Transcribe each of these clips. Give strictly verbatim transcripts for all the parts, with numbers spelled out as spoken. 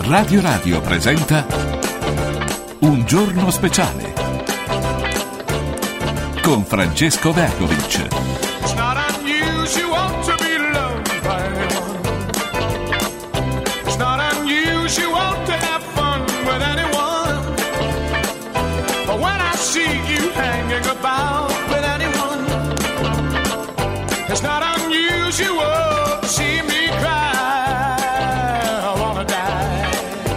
Radio Radio presenta Un giorno speciale con Francesco Vergovic. It's not unusual to be loved by anyone. It's not unusual to have fun with anyone. But when I see you hanging about with anyone, it's not unusual to see me cry. I wanna die.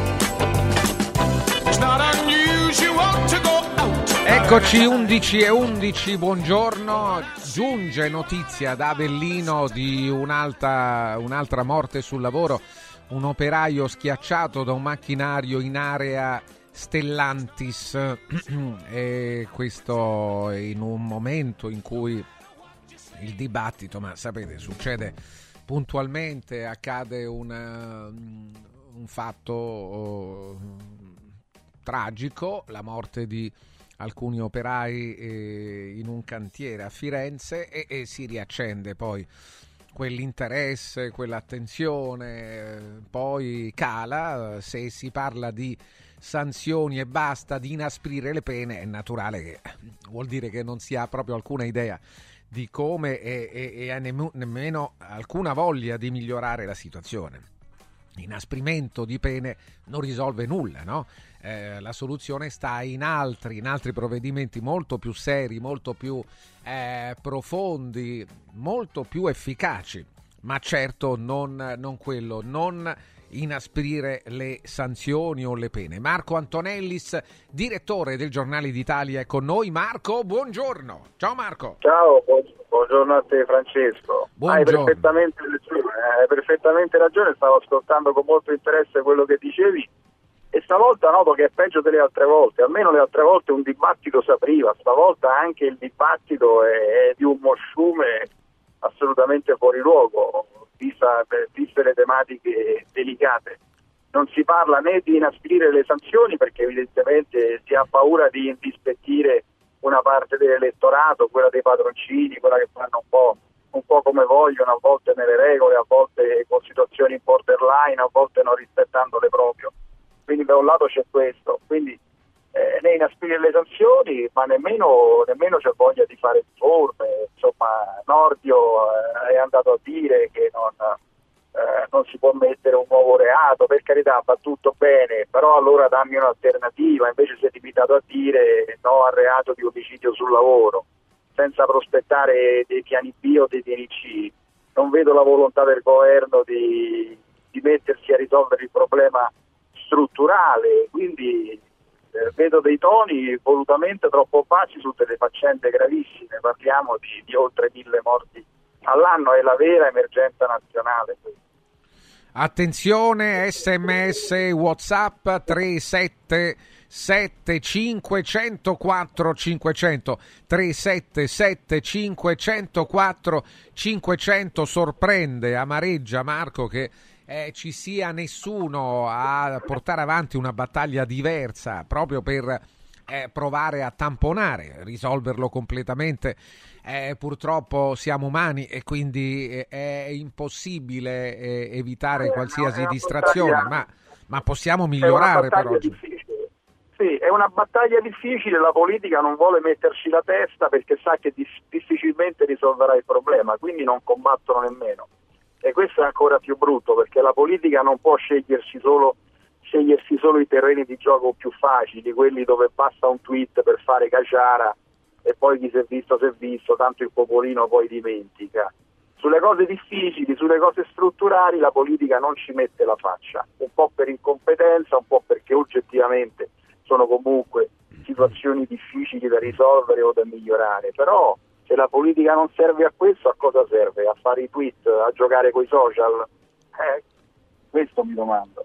It's not unusual to go out. Eccoci, undici e undici, buongiorno. Giunge notizia da Avellino di un'altra, un'altra morte sul lavoro, un operaio schiacciato da un macchinario in area Stellantis, e questo in un momento in cui il dibattito, ma sapete, succede puntualmente, accade una, un fatto oh, tragico, la morte di alcuni operai eh, in un cantiere a Firenze e, e si riaccende poi quell'interesse, quell'attenzione, eh, poi cala. Se si parla di sanzioni e basta, di inasprire le pene, è naturale che vuol dire che non si ha proprio alcuna idea di come e, e, e ha nemm- nemmeno alcuna voglia di migliorare la situazione. Inasprimento di pene non risolve nulla, no? Eh, la soluzione sta in altri, in altri provvedimenti molto più seri, molto più eh, profondi, molto più efficaci, ma certo non, non quello, non inasprire le sanzioni o le pene. Marco Antonellis, direttore del Giornale d'Italia, è con noi. Marco, buongiorno. Ciao Marco. Ciao, buongiorno a te Francesco. Buongiorno. Hai perfettamente ragione, hai perfettamente ragione, stavo ascoltando con molto interesse quello che dicevi e stavolta noto che è peggio delle altre volte, almeno le altre volte un dibattito si apriva, stavolta anche il dibattito è, è di un mosciume assolutamente fuori luogo, vista, viste le tematiche delicate. Non si parla né di inasprire le sanzioni perché evidentemente si ha paura di indispettire una parte dell'elettorato, quella dei padroncini, quella che fanno un po', un po' come vogliono, a volte nelle regole, a volte con situazioni borderline, a volte non rispettandole proprio. Quindi da un lato c'è questo, quindi eh, né inasprire le sanzioni, ma nemmeno, nemmeno c'è voglia di fare riforme. Insomma, Nordio eh, è andato a dire che non, eh, non si può mettere un nuovo reato, per carità va tutto bene, però allora dammi un'alternativa. Invece si è limitato a dire no al reato di omicidio sul lavoro, senza prospettare dei piani B o dei piani C. Non vedo la volontà del governo di, di mettersi a risolvere il problema strutturale, quindi eh, vedo dei toni volutamente troppo bassi su delle faccende gravissime. Parliamo di, di oltre mille morti all'anno, è la vera emergenza nazionale. Attenzione, sms, WhatsApp tre sette sette cinque zero quattro cinquecento, tre sette sette cinque zero quattro cinquecento. Sorprende, amareggia Marco che Eh, ci sia nessuno a portare avanti una battaglia diversa proprio per eh, provare a tamponare, risolverlo completamente. Eh, purtroppo siamo umani e quindi eh, è impossibile eh, evitare qualsiasi distrazione, ma, ma possiamo migliorare però. Difficile. Sì, è una battaglia difficile, la politica non vuole metterci la testa perché sa che dif- difficilmente risolverà il problema, quindi non combattono nemmeno. E questo è ancora più brutto perché la politica non può scegliersi solo, scegliersi solo i terreni di gioco più facili, quelli dove basta un tweet per fare caciara e poi chi si è visto si è visto, tanto il popolino poi dimentica. Sulle cose difficili, sulle cose strutturali la politica non ci mette la faccia, un po' per incompetenza, un po' perché oggettivamente sono comunque situazioni difficili da risolvere o da migliorare, però se la politica non serve a questo, a cosa serve? A fare i tweet, a giocare coi social? Eh, questo mi domando.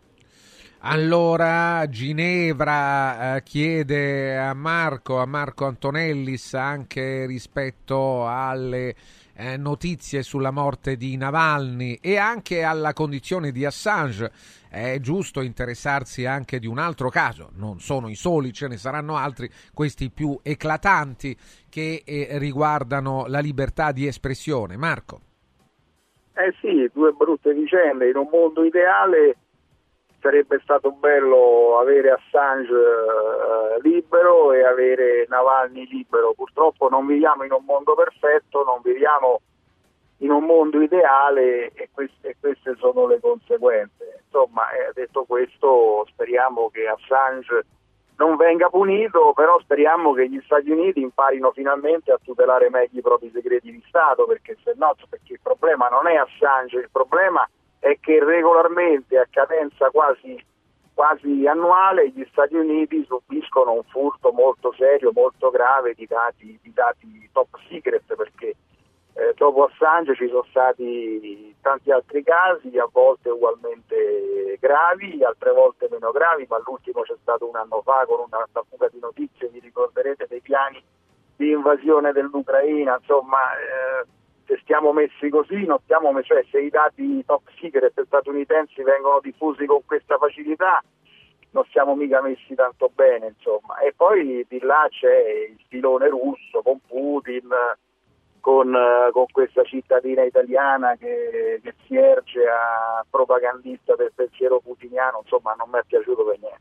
Allora Ginevra eh, chiede a Marco, a Marco Antonellis, anche rispetto alle eh, notizie sulla morte di Navalny e anche alla condizione di Assange, è giusto interessarsi anche di un altro caso, non sono i soli, ce ne saranno altri, questi più eclatanti, che eh, riguardano la libertà di espressione. Marco. Eh sì, due brutte vicende. In un mondo ideale sarebbe stato bello avere Assange eh, libero e avere Navalny libero. Purtroppo non viviamo in un mondo perfetto, non viviamo in un mondo ideale e queste, e queste sono le conseguenze. Insomma, eh, detto questo, speriamo che Assange non venga punito, però speriamo che gli Stati Uniti imparino finalmente a tutelare meglio i propri segreti di Stato, perché se no, perché il problema non è Assange, il problema è che regolarmente, a cadenza quasi, quasi annuale, gli Stati Uniti subiscono un furto molto serio, molto grave di dati, di dati top secret, perché eh, dopo Assange ci sono stati tanti altri casi, a volte ugualmente gravi, altre volte meno gravi, ma l'ultimo c'è stato un anno fa con una, una fuga di notizie, vi ricorderete, dei piani di invasione dell'Ucraina. Insomma, eh, se stiamo messi così, non stiamo, cioè se i dati top secret statunitensi vengono diffusi con questa facilità, non siamo mica messi tanto bene, insomma. E poi di là c'è il filone russo con Putin, con, con questa cittadina italiana che, che si erge a propagandista del pensiero putiniano. Insomma, non mi è piaciuto per niente.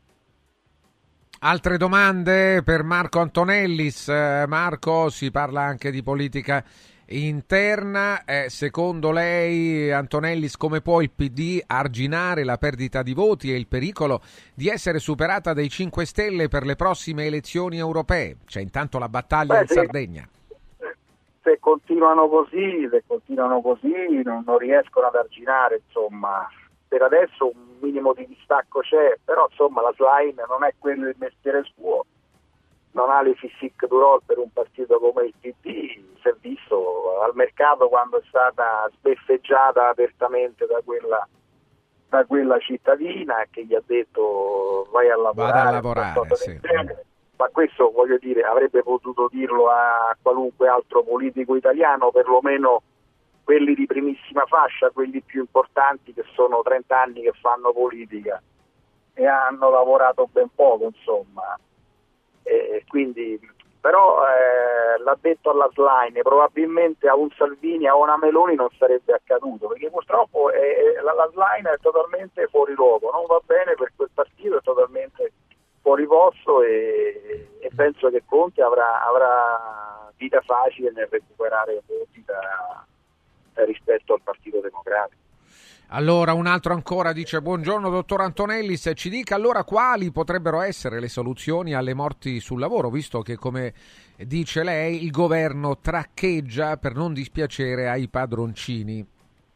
Altre domande per Marco Antonellis. Eh, Marco, si parla anche di politica interna. Eh, secondo lei, Antonellis, come può il P D arginare la perdita di voti e il pericolo di essere superata dai cinque Stelle per le prossime elezioni europee? C'è intanto la battaglia Beh, in sì. Sardegna. Se continuano così, se continuano così non, non riescono ad arginare, insomma. Per adesso un minimo di distacco c'è, però insomma la Schlein non è quello il mestiere suo, non ha le physique du rôle per un partito come il P D. Si è visto al mercato quando è stata sbeffeggiata apertamente da quella, da quella cittadina che gli ha detto vai a lavorare. Vada a lavorare, sì. Ma questo, voglio dire, avrebbe potuto dirlo a qualunque altro politico italiano, perlomeno quelli di primissima fascia, quelli più importanti, che sono trenta anni che fanno politica e hanno lavorato ben poco, insomma. E quindi, però eh, l'ha detto alla Schlein, probabilmente a un Salvini, a una Meloni non sarebbe accaduto, perché purtroppo è, la, la Schlein è totalmente fuori luogo, non va bene per quel partito, è totalmente fuori posto e, e penso che Conte avrà, avrà vita facile nel recuperare voti da, da rispetto al Partito Democratico. Allora, un altro ancora dice: buongiorno dottor Antonellis, ci dica allora quali potrebbero essere le soluzioni alle morti sul lavoro, visto che, come dice lei, il governo traccheggia per non dispiacere ai padroncini.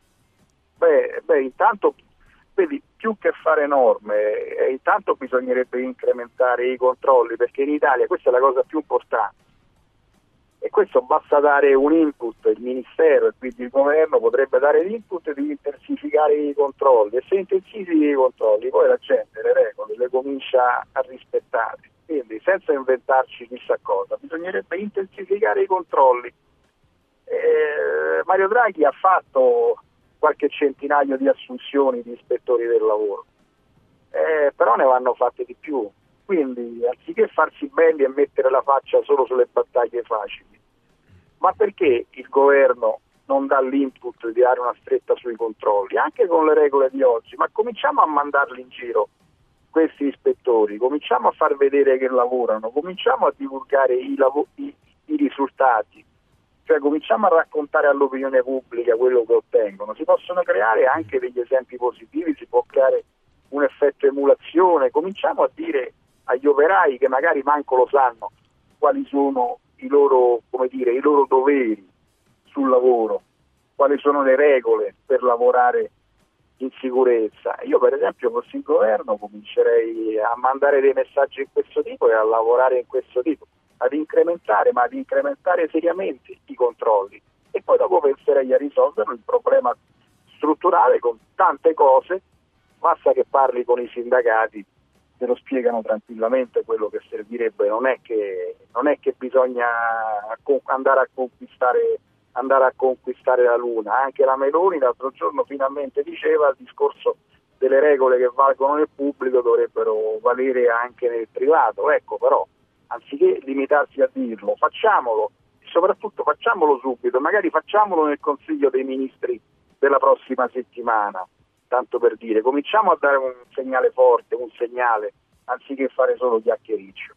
Beh, beh intanto, vedi, più che fare norme, eh, intanto bisognerebbe incrementare i controlli, perché in Italia questa è la cosa più importante. E questo basta dare un input, il Ministero e quindi il Governo potrebbe dare l'input di intensificare i controlli, e se intensifichi i controlli poi la gente le regole le comincia a rispettare, quindi senza inventarci chissà cosa, bisognerebbe intensificare i controlli. Eh, Mario Draghi ha fatto qualche centinaio di assunzioni di ispettori del lavoro, eh, però ne vanno fatte di più. Quindi, anziché farsi belli e mettere la faccia solo sulle battaglie facili, ma perché il governo non dà l'input di dare una stretta sui controlli, anche con le regole di oggi? Ma cominciamo a mandarli in giro questi ispettori, cominciamo a far vedere che lavorano, cominciamo a divulgare i, lav- i, i risultati, cioè cominciamo a raccontare all'opinione pubblica quello che ottengono. Si possono creare anche degli esempi positivi, si può creare un effetto emulazione, cominciamo a dire agli operai che magari manco lo sanno quali sono i loro, come dire, i loro doveri sul lavoro, quali sono le regole per lavorare in sicurezza. Io per esempio fossi il governo comincerei a mandare dei messaggi in questo tipo e a lavorare in questo tipo, ad incrementare, ma ad incrementare seriamente i controlli, e poi dopo penserei a risolvere il problema strutturale con tante cose. Basta che parli con i sindacati, te lo spiegano tranquillamente quello che servirebbe. Non è che non è che bisogna andare a conquistare andare a conquistare la luna. Anche la Meloni l'altro giorno finalmente diceva: il discorso delle regole che valgono nel pubblico dovrebbero valere anche nel privato. Ecco, però anziché limitarsi a dirlo, facciamolo, e soprattutto facciamolo subito, magari facciamolo nel Consiglio dei Ministri della prossima settimana. tanto per dire. Cominciamo a dare un segnale forte, un segnale, anziché fare solo chiacchiericcio.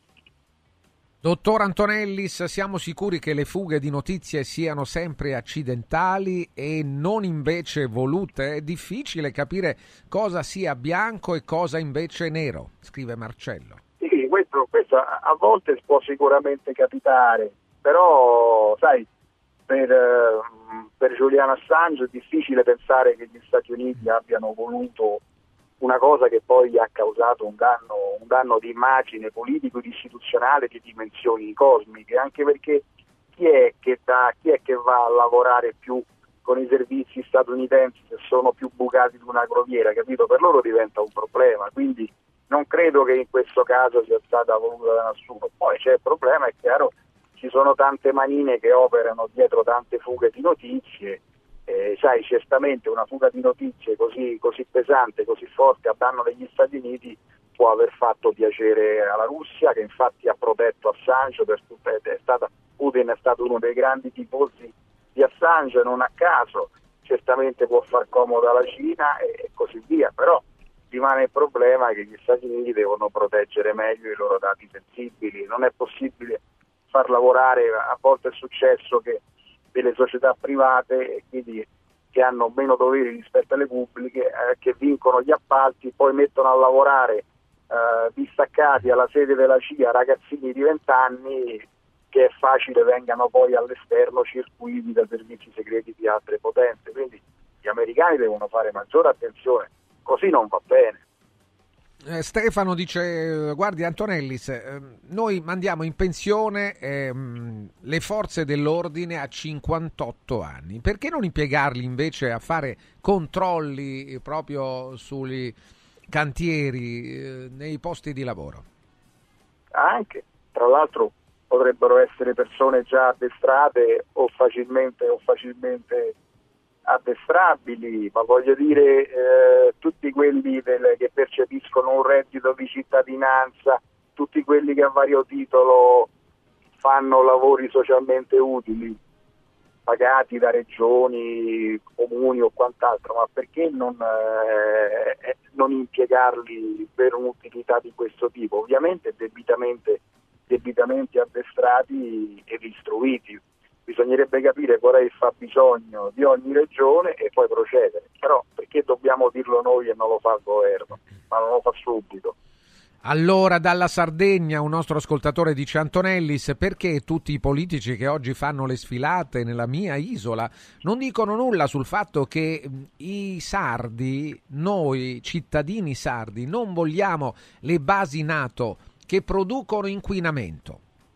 Dottor Antonellis, siamo sicuri che le fughe di notizie siano sempre accidentali e non invece volute? È difficile capire cosa sia bianco e cosa invece nero, scrive Marcello. Sì, questo, questo a volte può sicuramente capitare, però sai, per, per Julian Assange è difficile pensare che gli Stati Uniti abbiano voluto una cosa che poi ha causato un danno, un danno di immagine politico ed istituzionale di dimensioni cosmiche, anche perché chi è che da, chi è che va a lavorare più con i servizi statunitensi se sono più bucati di una groviera, capito? Per loro diventa un problema, quindi non credo che in questo caso sia stata voluta da nessuno. Poi c'è il problema, è chiaro, ci sono tante manine che operano dietro tante fughe di notizie. Eh, sai, certamente una fuga di notizie così, così pesante, così forte a danno degli Stati Uniti può aver fatto piacere alla Russia, che infatti ha protetto Assange, per tutte, è stata, Putin è stato uno dei grandi tifosi di Assange, non a caso, certamente può far comodo alla Cina e così via, però rimane il problema che gli Stati Uniti devono proteggere meglio i loro dati sensibili, non è possibile far lavorare, a volte è successo che delle società private, quindi che hanno meno doveri rispetto alle pubbliche, eh, che vincono gli appalti, poi mettono a lavorare eh, distaccati alla sede della C I A ragazzini di venti anni che è facile vengano poi all'esterno circuiti da servizi segreti di altre potenze. Quindi gli americani devono fare maggiore attenzione, così non va bene. Eh, Stefano dice, guardi Antonellis, eh, noi mandiamo in pensione eh, le forze dell'ordine a cinquantotto anni, perché non impiegarli invece a fare controlli proprio sui cantieri, eh, nei posti di lavoro? Anche, tra l'altro potrebbero essere persone già addestrate o facilmente o facilmente addestrabili, ma voglio dire eh, tutti quelli del, che percepiscono un reddito di cittadinanza, tutti quelli che a vario titolo fanno lavori socialmente utili, pagati da regioni, comuni o quant'altro, ma perché non, eh, non impiegarli per un'utilità di questo tipo? Ovviamente debitamente, debitamente addestrati ed istruiti. Bisognerebbe capire qual è il fabbisogno di ogni regione e poi procedere, però perché dobbiamo dirlo noi e non lo fa il governo, ma non lo fa subito. Allora, dalla Sardegna un nostro ascoltatore dice: Antonellis, perché tutti i politici che oggi fanno le sfilate nella mia isola non dicono nulla sul fatto che i sardi, noi cittadini sardi, non vogliamo le basi NATO che producono inquinamento?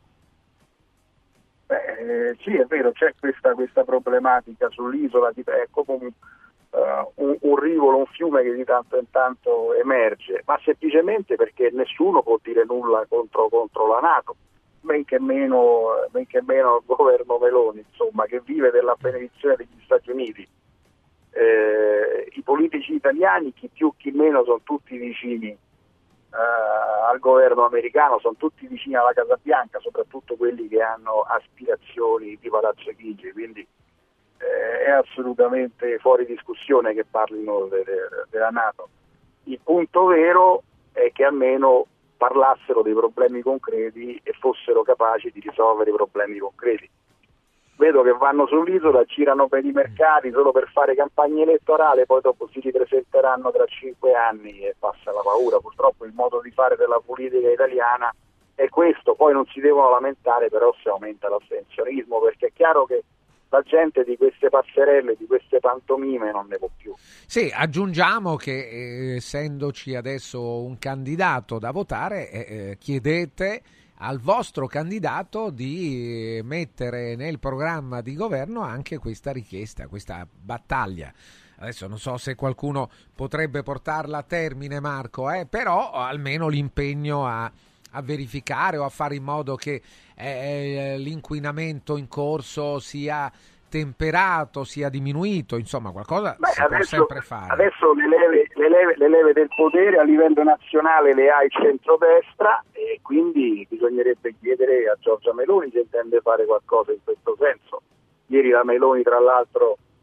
Beh, sì, è vero, c'è questa, questa problematica sull'isola, di, è come un, uh, un, un rivolo, un fiume che di tanto in tanto emerge, ma semplicemente perché nessuno può dire nulla contro, contro la NATO, men che meno, men che meno il governo Meloni, insomma, che vive della benedizione degli Stati Uniti. Eh, I politici italiani, chi più chi meno, sono tutti vicini Uh, al governo americano, sono tutti vicini alla Casa Bianca, soprattutto quelli che hanno aspirazioni di Palazzo Chigi, quindi eh, è assolutamente fuori discussione che parlino de- de- della NATO. Il punto vero è che almeno parlassero dei problemi concreti e fossero capaci di risolvere i problemi concreti. Vedo che vanno sull'isola, girano per i mercati solo per fare campagna elettorale, poi dopo si ripresenteranno tra cinque anni e passa la paura. Purtroppo il modo di fare della politica italiana è questo, poi non si devono lamentare però se aumenta l'astensionismo, perché è chiaro che la gente di queste passerelle, di queste pantomime non ne può più. Sì, aggiungiamo che eh, essendoci adesso un candidato da votare, eh, chiedete al vostro candidato di mettere nel programma di governo anche questa richiesta, questa battaglia. Adesso non so se qualcuno potrebbe portarla a termine, Marco, eh, però almeno l'impegno a, a verificare o a fare in modo che eh, l'inquinamento in corso sia temperato, sia diminuito, insomma qualcosa Beh, si adesso, può sempre fare. Adesso le leve, le, leve, le leve del potere a livello nazionale le ha il centrodestra e quindi bisognerebbe chiedere a Giorgia Meloni se intende fare qualcosa in questo senso. Ieri la Meloni tra l'altro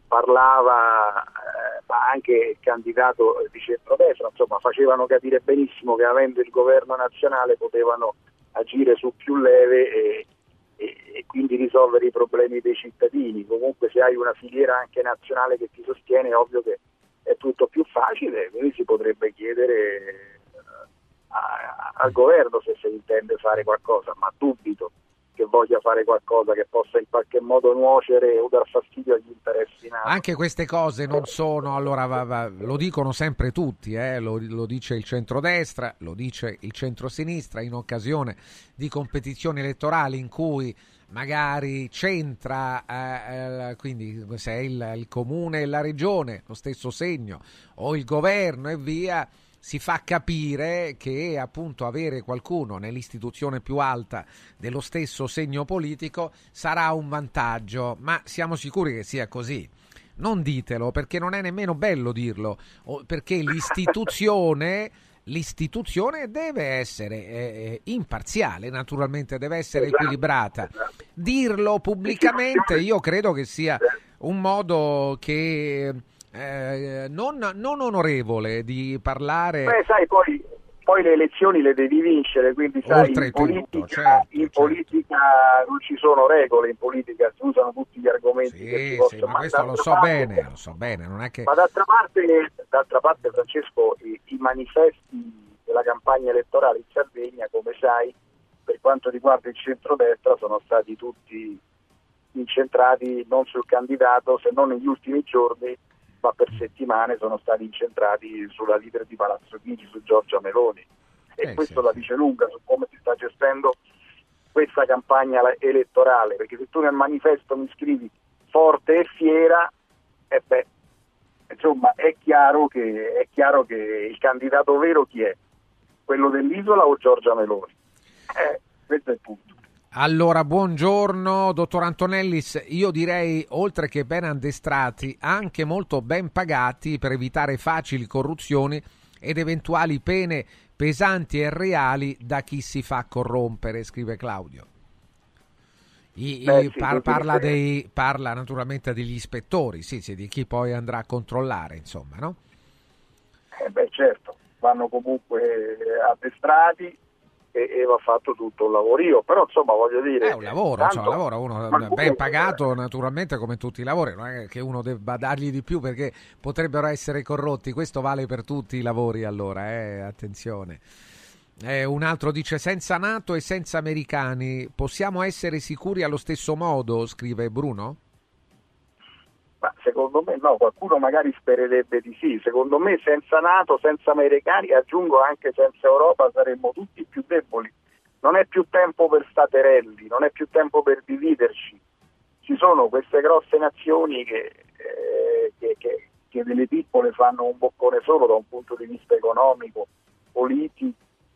parlava, eh, ma anche il candidato di centrodestra, insomma facevano capire benissimo che avendo il governo nazionale potevano agire su più leve e, e, e quindi risolvere i problemi dei cittadini. Comunque se hai una filiera anche nazionale che ti sostiene è ovvio che è tutto più facile, quindi si potrebbe chiedere a, al governo se si intende fare qualcosa, ma dubito che voglia fare qualcosa che possa in qualche modo nuocere o dar fastidio agli interessi nazionali. Anche queste cose non sono, allora va, va, lo dicono sempre tutti, eh, lo, lo dice il centrodestra, lo dice il centrosinistra in occasione di competizioni elettorali in cui magari c'entra, eh, eh, quindi se è il, il comune e la regione, lo stesso segno, o il governo e via, si fa capire che appunto avere qualcuno nell'istituzione più alta dello stesso segno politico sarà un vantaggio, ma siamo sicuri che sia così? Non ditelo, perché non è nemmeno bello dirlo, perché l'istituzione l'istituzione deve essere eh, imparziale, naturalmente deve essere equilibrata. Dirlo pubblicamente io credo che sia un modo che eh, non, non onorevole di parlare. Beh, sai, poi, poi le elezioni le devi vincere, quindi sai, in politica, certo, in certo. politica non ci sono regole, in politica si usano tutti gli argomenti sì, che si sì, possono, ma questo lo so parte, bene, lo so bene, non è che... Ma d'altra parte, d'altra parte Francesco, i, i manifesti della campagna elettorale in Sardegna, come sai, per quanto riguarda il centrodestra, sono stati tutti incentrati non sul candidato, se non negli ultimi giorni, ma per settimane sono stati incentrati sulla leader di Palazzo Chigi, su Giorgia Meloni. E eh, questo sì, la dice lunga su come si sta gestendo questa campagna elettorale, perché se tu nel manifesto mi scrivi forte e fiera, e beh, insomma è chiaro che è chiaro che il candidato vero chi è? Quello dell'isola o Giorgia Meloni? Eh, questo è il punto. Allora, buongiorno dottor Antonellis, io direi oltre che ben addestrati anche molto ben pagati per evitare facili corruzioni ed eventuali pene pesanti e reali da chi si fa corrompere, scrive Claudio. I, Beh, i, sì, par, parla, dei, parla naturalmente degli ispettori, sì, sì, di chi poi andrà a controllare, insomma, no? Eh beh, certo, vanno comunque addestrati e, e va fatto tutto un lavorio, però insomma voglio dire... È un lavoro, tanto, insomma, lavoro uno ben comunque, pagato naturalmente come tutti i lavori, non è che uno debba dargli di più perché potrebbero essere corrotti, questo vale per tutti i lavori allora, eh, attenzione. Eh, un altro dice senza NATO e senza americani possiamo essere sicuri allo stesso modo, scrive Bruno? Ma secondo me no, qualcuno magari spererebbe di sì, secondo me senza NATO, senza americani, aggiungo anche senza Europa saremmo tutti più deboli, non è più tempo per staterelli, non è più tempo per dividerci, ci sono queste grosse nazioni che, eh, che, che, che delle piccole fanno un boccone solo da un punto di vista economico, politico.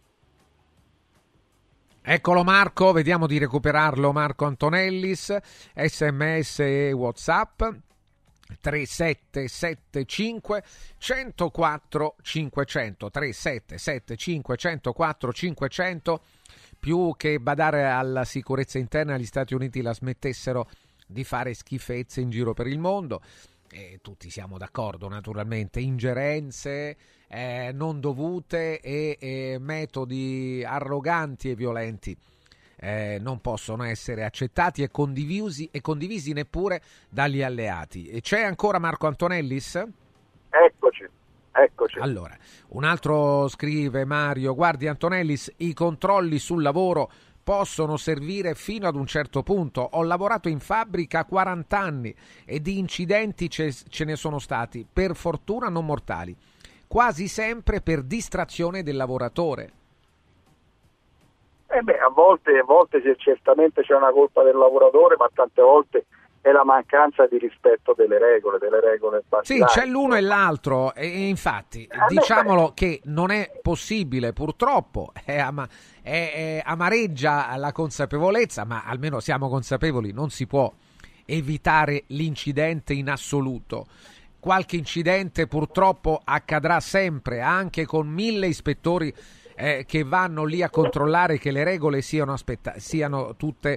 Eccolo Marco, vediamo di recuperarlo Marco Antonellis, sms e WhatsApp tre sette sette cinque uno zero quattro cinquecento tre sette sette cinque uno zero quattro cinquecento. Più che badare alla sicurezza interna gli Stati Uniti la smettessero di fare schifezze in giro per il mondo. E tutti siamo d'accordo naturalmente, ingerenze eh, non dovute e, e metodi arroganti e violenti eh, non possono essere accettati e condivisi, e condivisi neppure dagli alleati. E c'è ancora Marco Antonellis? Eccoci, eccoci. Allora, un altro scrive Mario, guardi Antonellis, i controlli sul lavoro possono servire fino ad un certo punto. Ho lavorato in fabbrica quaranta anni e di incidenti ce, ce ne sono stati, per fortuna non mortali, quasi sempre per distrazione del lavoratore. Eh beh, a volte, a volte certamente c'è una colpa del lavoratore, ma tante volte è la mancanza di rispetto delle regole, delle regole basilari. Sì, c'è l'uno e l'altro, e infatti eh, diciamolo beh. che non è possibile, purtroppo, è, ama, è, è amareggia la consapevolezza, ma almeno siamo consapevoli, non si può evitare l'incidente in assoluto. Qualche incidente purtroppo accadrà sempre, anche con mille ispettori eh, che vanno lì a controllare che le regole siano, aspetta- siano tutte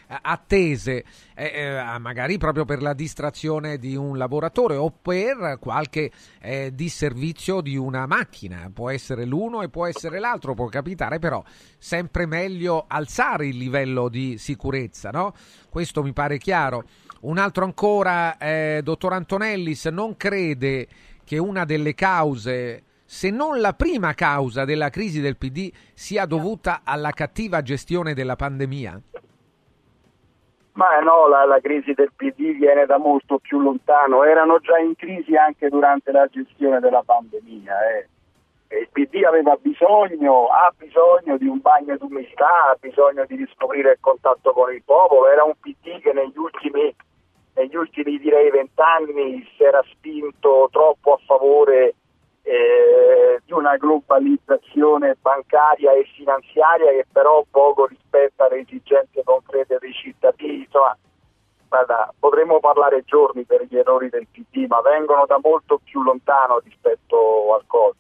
eh, attese, eh, eh, magari proprio per la distrazione di un lavoratore o per qualche eh, disservizio di una macchina. Può essere l'uno e può essere l'altro, può capitare, però sempre meglio alzare il livello di sicurezza, no? Questo mi pare chiaro. Un altro ancora, eh, dottor Antonellis, non crede che una delle cause, se non la prima causa della crisi del P D, sia dovuta alla cattiva gestione della pandemia? Ma no, la, la crisi del P D viene da molto più lontano, erano già in crisi anche durante la gestione della pandemia. Eh. E il P D aveva bisogno, ha bisogno di un bagno d'umiltà, ha bisogno di riscoprire il contatto con il popolo. Era un P D che negli ultimi, negli ultimi direi vent'anni si era spinto troppo a favore eh, di una globalizzazione bancaria e finanziaria che però poco rispetta le esigenze concrete dei cittadini. Insomma, guarda, potremmo parlare giorni per gli errori del P D, ma vengono da molto più lontano rispetto al Covid.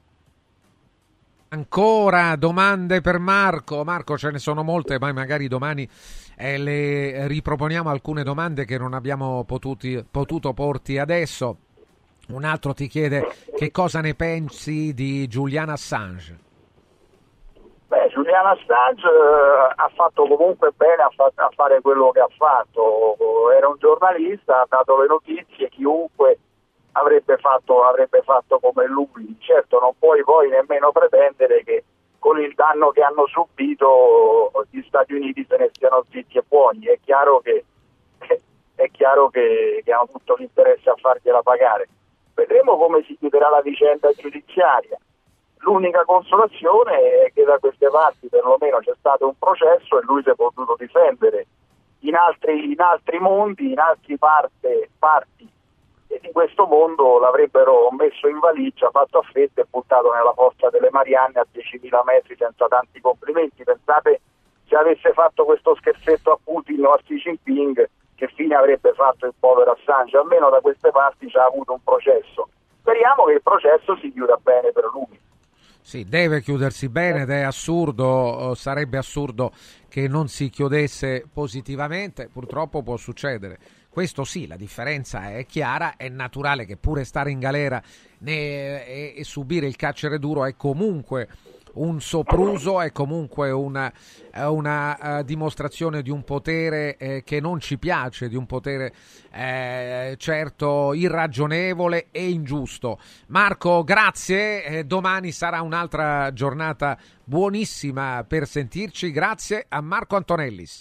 Ancora domande per Marco. Marco, ce ne sono molte, ma magari domani eh, le riproponiamo alcune domande che non abbiamo potuti, potuto porti adesso. Un altro ti chiede che cosa ne pensi di Julian Assange. Beh, Julian Assange eh, ha fatto comunque bene a, fa- a fare quello che ha fatto. Era un giornalista, ha dato le notizie, chiunque avrebbe fatto, avrebbe fatto come lui. Certo, non puoi poi nemmeno pretendere che con il danno che hanno subito gli Stati Uniti se ne stiano zitti e buoni. È chiaro che è chiaro che, che hanno tutto l'interesse a fargliela pagare. Vedremo come si chiuderà la vicenda giudiziaria. L'unica consolazione è che da queste parti perlomeno c'è stato un processo e lui si è potuto difendere. In altri, in altri mondi, in altre parte, parti e di questo mondo l'avrebbero messo in valigia, fatto a fette e buttato nella fossa delle Marianne a diecimila metri senza tanti complimenti. Pensate se avesse fatto questo scherzetto a Putin o a Xi Jinping, che fine avrebbe fatto il povero Assange? Almeno da queste parti ci ha avuto un processo. Speriamo che il processo si chiuda bene per lui. Sì, deve chiudersi bene ed è assurdo, sarebbe assurdo che non si chiudesse positivamente, purtroppo può succedere. Questo sì, la differenza è chiara, è naturale che pure stare in galera né, e, e subire il carcere duro è comunque un sopruso, è comunque una, una uh, dimostrazione di un potere eh, che non ci piace, di un potere eh, certo irragionevole e ingiusto. Marco, grazie, eh, domani sarà un'altra giornata buonissima per sentirci. Grazie a Marco Antonellis.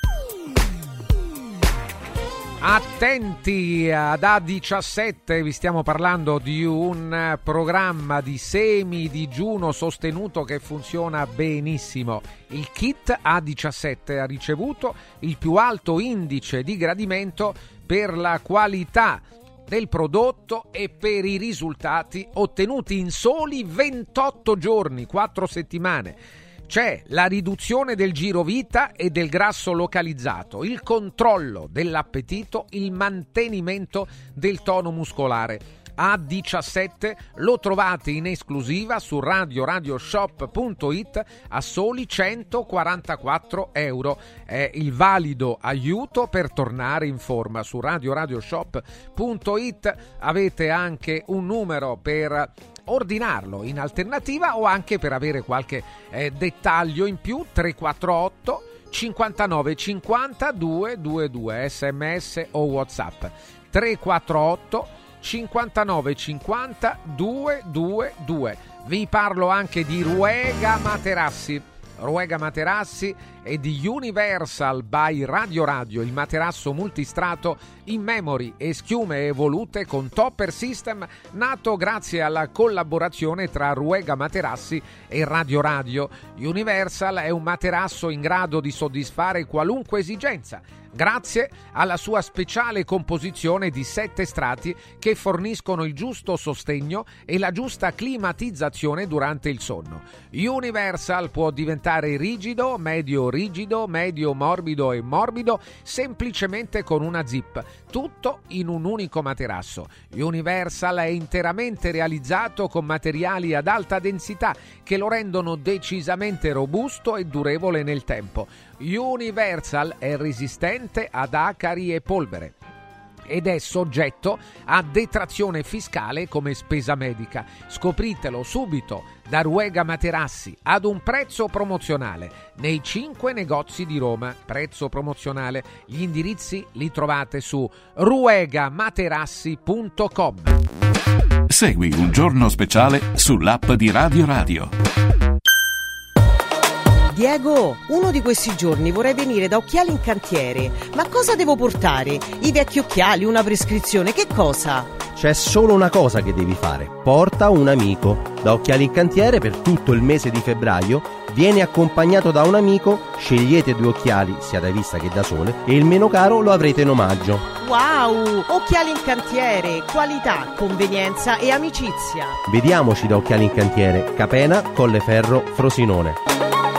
Attenti ad A diciassette, vi stiamo parlando di un programma di semi-digiuno sostenuto che funziona benissimo. Il kit A diciassette ha ricevuto il più alto indice di gradimento per la qualità del prodotto e per i risultati ottenuti in soli ventotto giorni, quattro settimane. C'è la riduzione del girovita e del grasso localizzato, il controllo dell'appetito, il mantenimento del tono muscolare. A diciassette lo trovate in esclusiva su radio radio shop punto it a soli centoquarantaquattro euro. È il valido aiuto per tornare in forma. Su radio radio shop punto it avete anche un numero per ordinarlo in alternativa o anche per avere qualche eh, dettaglio in più. Tre quattro otto cinquantanove cinquanta duecentoventidue, sms o WhatsApp. Tre quattro otto cinquantanove cinquanta duecentoventidue. Vi parlo anche di Ruega Materassi. Ruega Materassi e di Universal by Radio Radio, il materasso multistrato in memory e schiume evolute con Topper System, nato grazie alla collaborazione tra Ruega Materassi e Radio Radio. Universal è un materasso in grado di soddisfare qualunque esigenza, grazie alla sua speciale composizione di sette strati che forniscono il giusto sostegno e la giusta climatizzazione durante il sonno. Universal può diventare rigido, medio rigido, medio morbido e morbido semplicemente con una zip, tutto in un unico materasso. Universal è interamente realizzato con materiali ad alta densità che lo rendono decisamente robusto e durevole nel tempo. Universal è resistente ad acari e polvere ed è soggetto a detrazione fiscale come spesa medica. Scopritelo subito da Ruega Materassi ad un prezzo promozionale nei cinque negozi di Roma. Prezzo promozionale. Gli indirizzi li trovate su ruegamaterassi punto com. Segui Un Giorno Speciale sull'app di Radio Radio. Diego, uno di questi giorni vorrei venire da Occhiali in Cantiere. Ma cosa devo portare? I vecchi occhiali, una prescrizione, che cosa? C'è solo una cosa che devi fare. Porta un amico. Da Occhiali in Cantiere per tutto il mese di febbraio vieni accompagnato da un amico, scegliete due occhiali, sia da vista che da sole, e il meno caro lo avrete in omaggio. Wow! Occhiali in Cantiere, qualità, convenienza e amicizia. Vediamoci da Occhiali in Cantiere, Capena, Colleferro, Frosinone.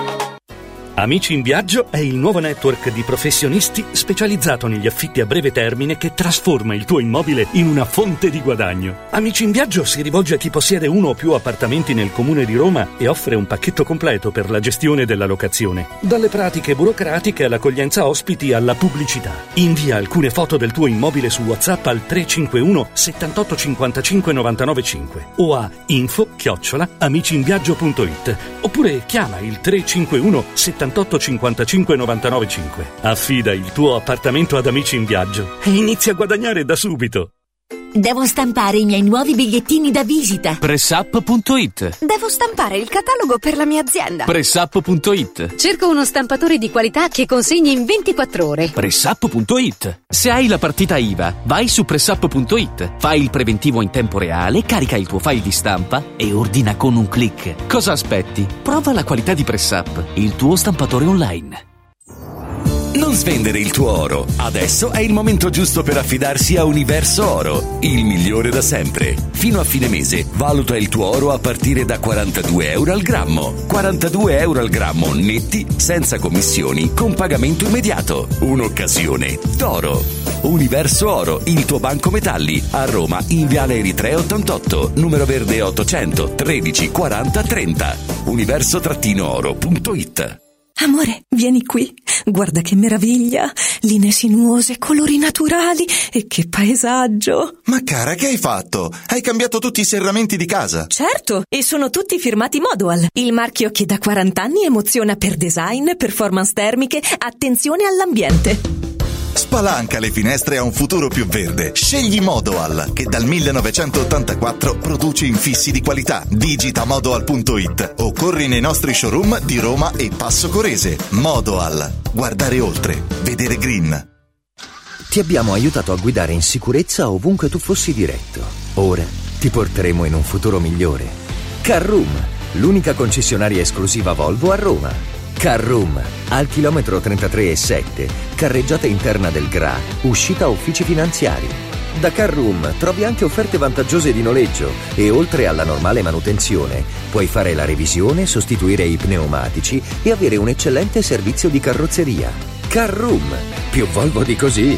Amici in Viaggio è il nuovo network di professionisti specializzato negli affitti a breve termine che trasforma il tuo immobile in una fonte di guadagno. Amici in Viaggio si rivolge a chi possiede uno o più appartamenti nel comune di Roma e offre un pacchetto completo per la gestione della locazione. Dalle pratiche burocratiche all'accoglienza ospiti alla pubblicità. Invia alcune foto del tuo immobile su WhatsApp al tre cinque uno settantotto cinquantacinque novantanove cinque o a info chiocciola amicinviaggio punto it oppure chiama il tre cinque uno settantotto cinquantacinque novantanove cinque. Affida il tuo appartamento ad Amici in Viaggio e inizia a guadagnare da subito. Devo stampare i miei nuovi bigliettini da visita. Pressup punto it. Devo stampare il catalogo per la mia azienda. Pressup punto it. Cerco uno stampatore di qualità che consegni in ventiquattro ore. Pressup punto it. Se hai la partita I V A, vai su Pressup punto it, fai il preventivo in tempo reale, carica il tuo file di stampa e ordina con un click. Cosa aspetti? Prova la qualità di Pressup, il tuo stampatore online. Non svendere il tuo oro. Adesso è il momento giusto per affidarsi a Universo Oro, il migliore da sempre. Fino a fine mese valuta il tuo oro a partire da quarantadue euro al grammo. quarantadue euro al grammo netti, senza commissioni, con pagamento immediato. Un'occasione d'oro. Universo Oro, il tuo banco metalli, a Roma in Viale Eritrea ottantotto, numero verde ottocento tredici quaranta trenta. universo oro punto it. Amore, vieni qui. Guarda che meraviglia. Linee sinuose, colori naturali e che paesaggio. Ma cara, che hai fatto? Hai cambiato tutti i serramenti di casa? Certo, e sono tutti firmati Modoal, il marchio che da quaranta anni emoziona per design, performance termiche, attenzione all'ambiente. Spalanca le finestre a un futuro più verde. Scegli Modoal, che dal millenovecentottantaquattro produce infissi di qualità. Digita modoal punto it o corri nei nostri showroom di Roma e Passo Corese. Modoal. Guardare oltre. Vedere green. Ti abbiamo aiutato a guidare in sicurezza ovunque tu fossi diretto. Ora ti porteremo in un futuro migliore. Carroom, l'unica concessionaria esclusiva Volvo a Roma. Carroom, al chilometro trentatré e sette, carreggiata interna del Gra, uscita uffici finanziari. Da Carroom trovi anche offerte vantaggiose di noleggio e oltre alla normale manutenzione puoi fare la revisione, sostituire i pneumatici e avere un eccellente servizio di carrozzeria. Carroom, più Volvo di così.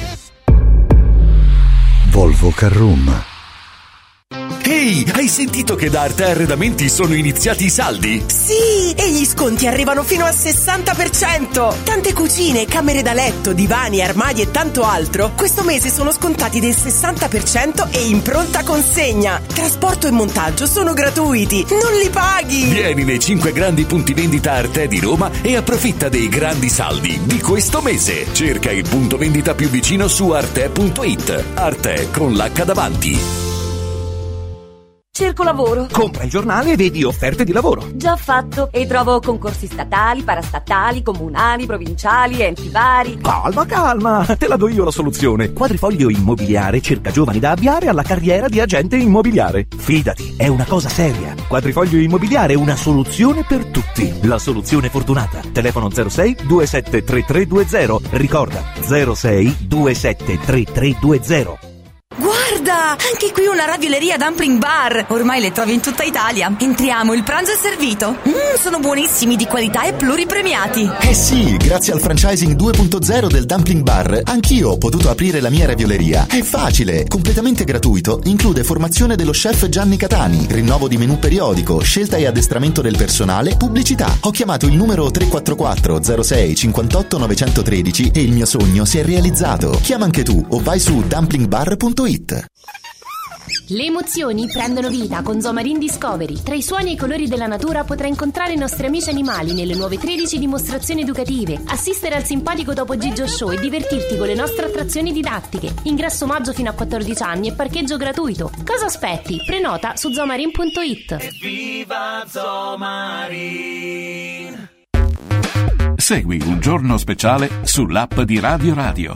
Volvo Carroom. Ehi, hai sentito che da Arte Arredamenti sono iniziati i saldi? Sì, e gli sconti arrivano fino al sessanta per cento. Tante cucine, camere da letto, divani, armadi e tanto altro questo mese sono scontati del sessanta per cento e in pronta consegna. Trasporto e montaggio sono gratuiti, non li paghi. Vieni nei cinque grandi punti vendita Arte di Roma e approfitta dei grandi saldi di questo mese. Cerca il punto vendita più vicino su arte punto it. Arte con l'H davanti. cerco lavoro. Compra il giornale e vedi offerte di lavoro. Già fatto. E trovo concorsi statali, parastatali, comunali, provinciali, enti vari. Calma, calma, te la do io la soluzione. Quadrifoglio Immobiliare cerca giovani da avviare alla carriera di agente immobiliare. Fidati, è una cosa seria. Quadrifoglio Immobiliare è una soluzione per tutti. La soluzione fortunata. Telefono zero sei due sette tre tre due zero. Ricorda, zero sei due sette tre tre due zero. Guarda, anche qui una ravioleria Dumpling Bar. Ormai le trovi in tutta Italia. Entriamo, il pranzo è servito. Mmm, sono buonissimi, di qualità e pluripremiati. Eh sì, grazie al franchising due punto zero del Dumpling Bar, anch'io ho potuto aprire la mia ravioleria. È facile, completamente gratuito, include formazione dello chef Gianni Catani, rinnovo di menù periodico, scelta e addestramento del personale, pubblicità. Ho chiamato il numero tre quattro quattro zero sei cinquantotto novecentotredici e il mio sogno si è realizzato. Chiama anche tu o vai su dumpling bar punto it. Le emozioni prendono vita con Zomarin Discovery. Tra i suoni e i colori della natura potrai incontrare i nostri amici animali nelle nuove tredici dimostrazioni educative, assistere al simpatico Topo Gigio Show e divertirti con le nostre attrazioni didattiche. Ingresso omaggio fino a quattordici anni e parcheggio gratuito. Cosa aspetti? Prenota su zomarin punto it. Viva Zomarin! Segui Un Giorno Speciale sull'app di Radio Radio.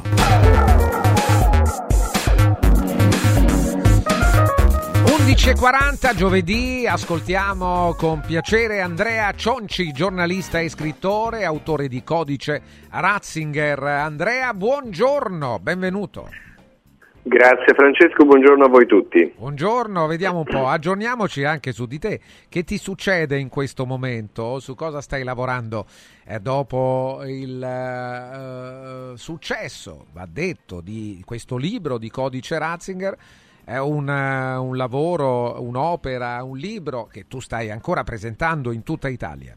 undici e quaranta giovedì, ascoltiamo con piacere Andrea Cionci, giornalista e scrittore, autore di Codice Ratzinger. Andrea, buongiorno, benvenuto. Grazie Francesco, buongiorno a voi tutti. Buongiorno, vediamo un po', aggiorniamoci anche su di te. Che ti succede in questo momento? Su cosa stai lavorando eh, dopo il uh, successo, va detto, di questo libro di Codice Ratzinger? È un, uh, un lavoro, un'opera, un libro che tu stai ancora presentando in tutta Italia.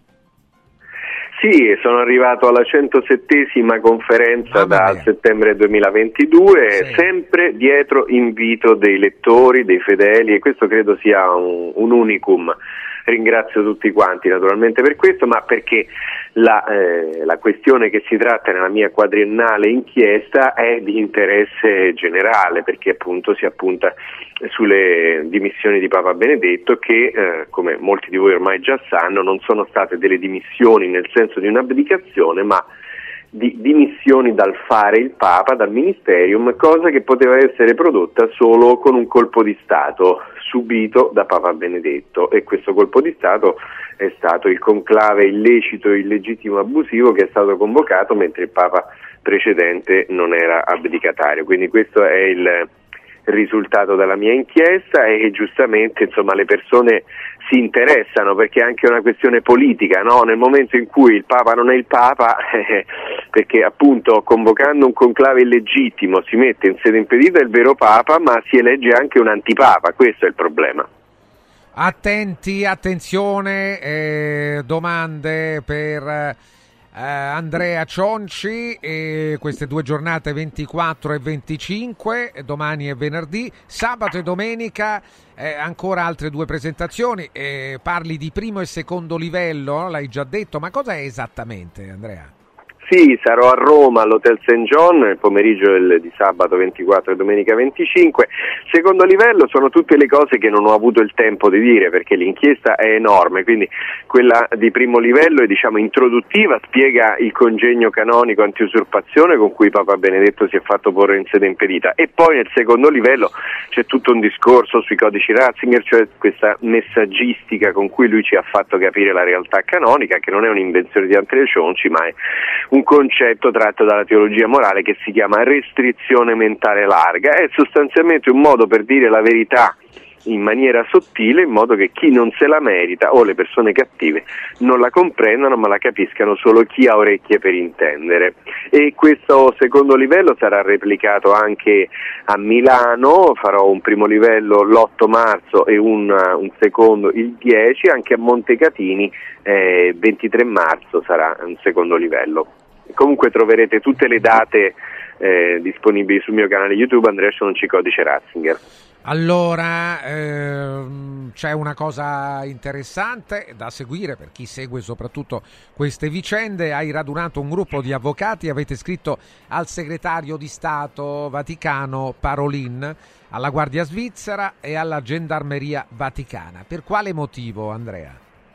Sì, sono arrivato alla centosettesima conferenza ah, da settembre duemilaventidue, sì. Sempre dietro invito dei lettori, dei fedeli, e questo credo sia un, un unicum. Ringrazio tutti quanti naturalmente per questo, ma perché la, eh, la questione che si tratta nella mia quadriennale inchiesta è di interesse generale, perché appunto si appunta sulle dimissioni di Papa Benedetto che, eh, come molti di voi ormai già sanno, non sono state delle dimissioni nel senso di un'abdicazione, ma di dimissioni dal fare il Papa, dal ministerium, cosa che poteva essere prodotta solo con un colpo di Stato subito da Papa Benedetto, e questo colpo di Stato è stato il conclave illecito, illegittimo, abusivo che è stato convocato mentre il Papa precedente non era abdicatario. Quindi questo è il risultato della mia inchiesta, e giustamente insomma le persone si interessano, perché è anche una questione politica, no? Nel momento in cui il Papa non è il Papa, eh, perché appunto convocando un conclave illegittimo si mette in sede impedita il vero Papa, ma si elegge anche un antipapa, questo è il problema. Attenti, attenzione, eh, domande per Uh, Andrea Cionci, e queste due giornate ventiquattro e venticinque, domani e venerdì, sabato e domenica eh, ancora altre due presentazioni. Eh, parli di primo e secondo livello, l'hai già detto, ma cosa è esattamente, Andrea? Sì, sarò a Roma all'Hotel Saint John il pomeriggio del, di sabato ventiquattro e domenica venticinque. Secondo livello sono tutte le cose che non ho avuto il tempo di dire, perché l'inchiesta è enorme, quindi quella di primo livello è diciamo introduttiva, spiega il congegno canonico anti-usurpazione con cui Papa Benedetto si è fatto porre in sede impedita, e poi nel secondo livello c'è tutto un discorso sui codici Ratzinger, cioè questa messaggistica con cui lui ci ha fatto capire la realtà canonica, che non è un'invenzione di Andrea Cionci, ma è un concetto tratto dalla teologia morale che si chiama restrizione mentale larga. È sostanzialmente un modo per dire la verità in maniera sottile, in modo che chi non se la merita o le persone cattive non la comprendano, ma la capiscano solo chi ha orecchie per intendere. E questo secondo livello sarà replicato anche a Milano, farò un primo livello l'otto marzo e un, un secondo il dieci, anche a Montecatini eh, ventitré marzo sarà un secondo livello. Comunque troverete tutte le date eh, disponibili sul mio canale YouTube Andrea Cionci Codice Ratzinger. Allora, ehm, c'è una cosa interessante da seguire per chi segue soprattutto queste vicende. Hai radunato un gruppo di avvocati, avete scritto al segretario di Stato Vaticano Parolin, alla Guardia Svizzera e alla Gendarmeria Vaticana. Per quale motivo, Andrea?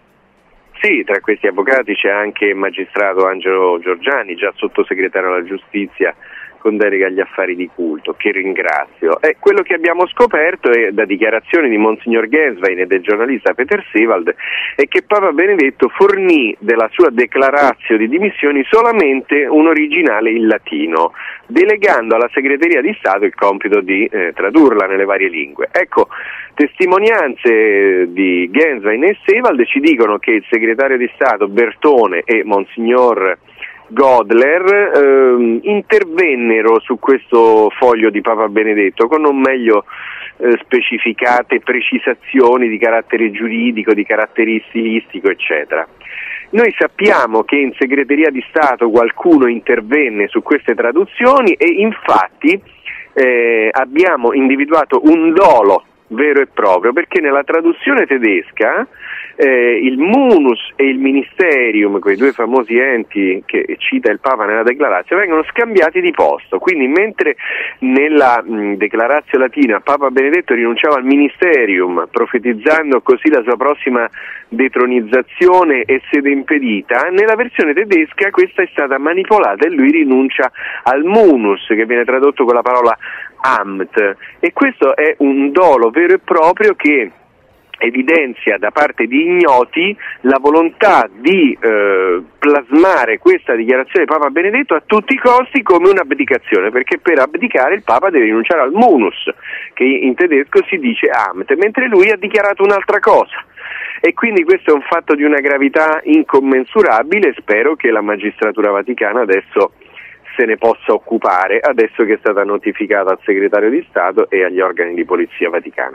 Sì, tra questi avvocati c'è anche il magistrato Angelo Giorgiani, già sottosegretario alla giustizia con delega agli affari di culto, che ringrazio. E quello che abbiamo scoperto è, da dichiarazioni di Monsignor Genswein e del giornalista Peter Sewald, è che Papa Benedetto fornì della sua declaratio di dimissioni solamente un originale in latino, delegando alla segreteria di Stato il compito di eh, tradurla nelle varie lingue. Ecco, testimonianze di Genswein e Sewald ci dicono che il segretario di Stato Bertone e Monsignor Godler eh, intervennero su questo foglio di Papa Benedetto con non meglio eh, specificate precisazioni di carattere giuridico, di carattere stilistico, eccetera. Noi sappiamo che in segreteria di Stato qualcuno intervenne su queste traduzioni e infatti eh, abbiamo individuato un dolo vero e proprio, perché nella traduzione tedesca eh, il munus e il ministerium, quei due famosi enti che cita il Papa nella declaratio, vengono scambiati di posto. Quindi mentre nella mh, declaratio latina Papa Benedetto rinunciava al ministerium, profetizzando così la sua prossima detronizzazione e sede impedita, nella versione tedesca questa è stata manipolata e lui rinuncia al munus, che viene tradotto con la parola Amt, e questo è un dolo vero e proprio che evidenzia da parte di ignoti la volontà di eh, plasmare questa dichiarazione di Papa Benedetto a tutti i costi come un'abdicazione, perché per abdicare il Papa deve rinunciare al munus, che in tedesco si dice Amt, mentre lui ha dichiarato un'altra cosa. E quindi questo è un fatto di una gravità incommensurabile. Spero che la magistratura vaticana adesso se ne possa occupare, adesso che è stata notificata al segretario di Stato e agli organi di polizia vaticana.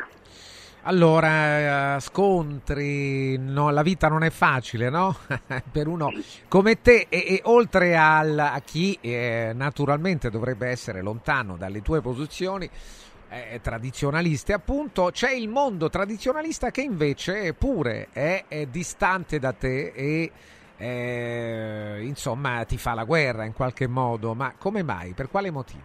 Allora, scontri, no, la vita non è facile, no? Per uno come te e, e oltre al, a chi eh, naturalmente dovrebbe essere lontano dalle tue posizioni eh, tradizionaliste, appunto, c'è il mondo tradizionalista che invece pure è, è distante da te e Eh, insomma ti fa la guerra in qualche modo. Ma come mai? Per quale motivo?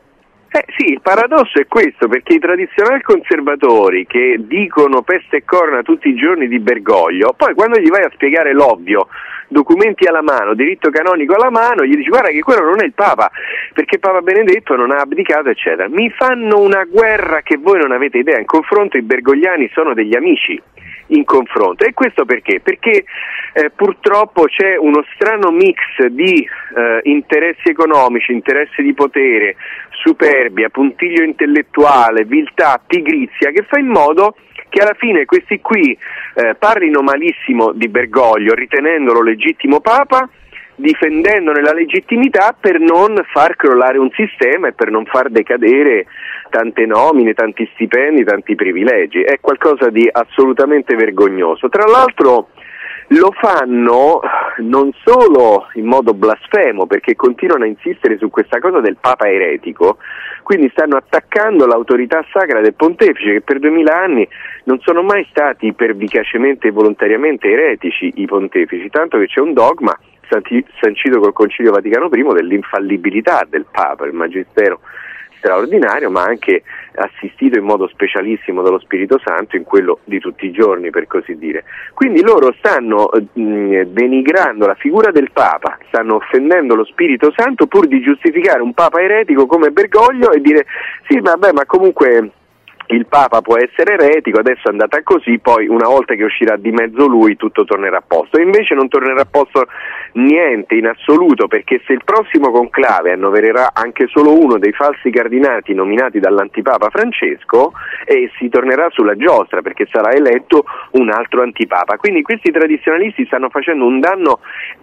Eh sì, il paradosso è questo, perché i tradizionali conservatori che dicono peste e corna tutti i giorni di Bergoglio, poi quando gli vai a spiegare l'ovvio, documenti alla mano, diritto canonico alla mano, gli dici guarda che quello non è il Papa, perché Papa Benedetto non ha abdicato, eccetera. Mi fanno una guerra che voi non avete idea. In confronto i bergogliani sono degli amici in confronto. E questo perché? Perché eh, purtroppo c'è uno strano mix di eh, interessi economici, interessi di potere, superbia, puntiglio intellettuale, viltà, pigrizia, che fa in modo che alla fine questi qui eh, parlino malissimo di Bergoglio, ritenendolo legittimo Papa, difendendone la legittimità per non far crollare un sistema e per non far decadere tante nomine, tanti stipendi, tanti privilegi. È qualcosa di assolutamente vergognoso. Tra l'altro lo fanno non solo in modo blasfemo, perché continuano a insistere su questa cosa del Papa eretico, quindi stanno attaccando l'autorità sacra del pontefice, che per duemila anni non sono mai stati pervicacemente e volontariamente eretici i pontefici, tanto che c'è un dogma sancito col Concilio Vaticano primo dell'infallibilità del Papa, il magistero straordinario, ma anche assistito in modo specialissimo dallo Spirito Santo in quello di tutti i giorni, per così dire. Quindi loro stanno mh, denigrando la figura del Papa, stanno offendendo lo Spirito Santo pur di giustificare un Papa eretico come Bergoglio e dire sì vabbè, ma comunque il Papa può essere eretico, adesso è andata così, poi una volta che uscirà di mezzo lui tutto tornerà a posto. E invece non tornerà a posto niente in assoluto, perché se il prossimo conclave annovererà anche solo uno dei falsi cardinati nominati dall'antipapa Francesco, e si tornerà sulla giostra, perché sarà eletto un altro antipapa. Quindi questi tradizionalisti stanno facendo un danno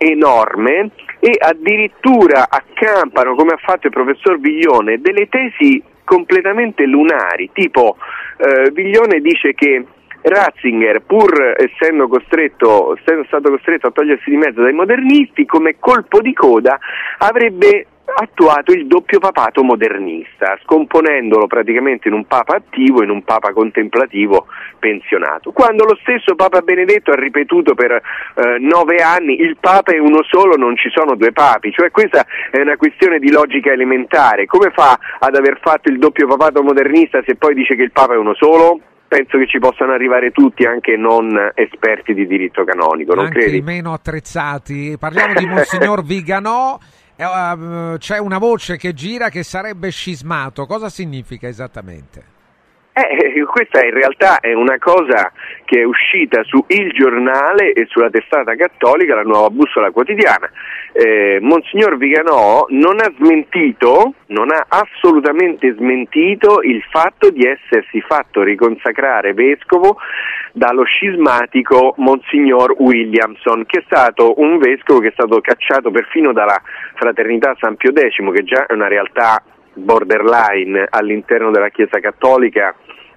enorme e addirittura accampano, come ha fatto il professor Viglione, delle tesi completamente lunari, tipo eh, Viglione dice che Ratzinger, pur essendo costretto, essendo stato costretto a togliersi di mezzo dai modernisti, come colpo di coda avrebbe attuato il doppio papato modernista, scomponendolo praticamente in un papa attivo e in un papa contemplativo pensionato, quando lo stesso Papa Benedetto ha ripetuto per eh, nove anni il papa è uno solo, non ci sono due papi. Cioè questa è una questione di logica elementare. Come fa ad aver fatto il doppio papato modernista se poi dice che il papa è uno solo? Penso che ci possano arrivare tutti, anche non esperti di diritto canonico, non anche credi? i meno attrezzati. Parliamo di Monsignor Viganò. Uh, c'è una voce che gira che sarebbe scismato. Cosa significa esattamente? Eh, questa in realtà è una cosa che è uscita su Il Giornale e sulla testata cattolica, la Nuova Bussola Quotidiana. Eh, Monsignor Viganò non ha smentito, non ha assolutamente smentito il fatto di essersi fatto riconsacrare vescovo dallo scismatico Monsignor Williamson, che è stato un vescovo che è stato cacciato perfino dalla Fraternità San Pio X, che già è una realtà borderline all'interno della Chiesa Cattolica.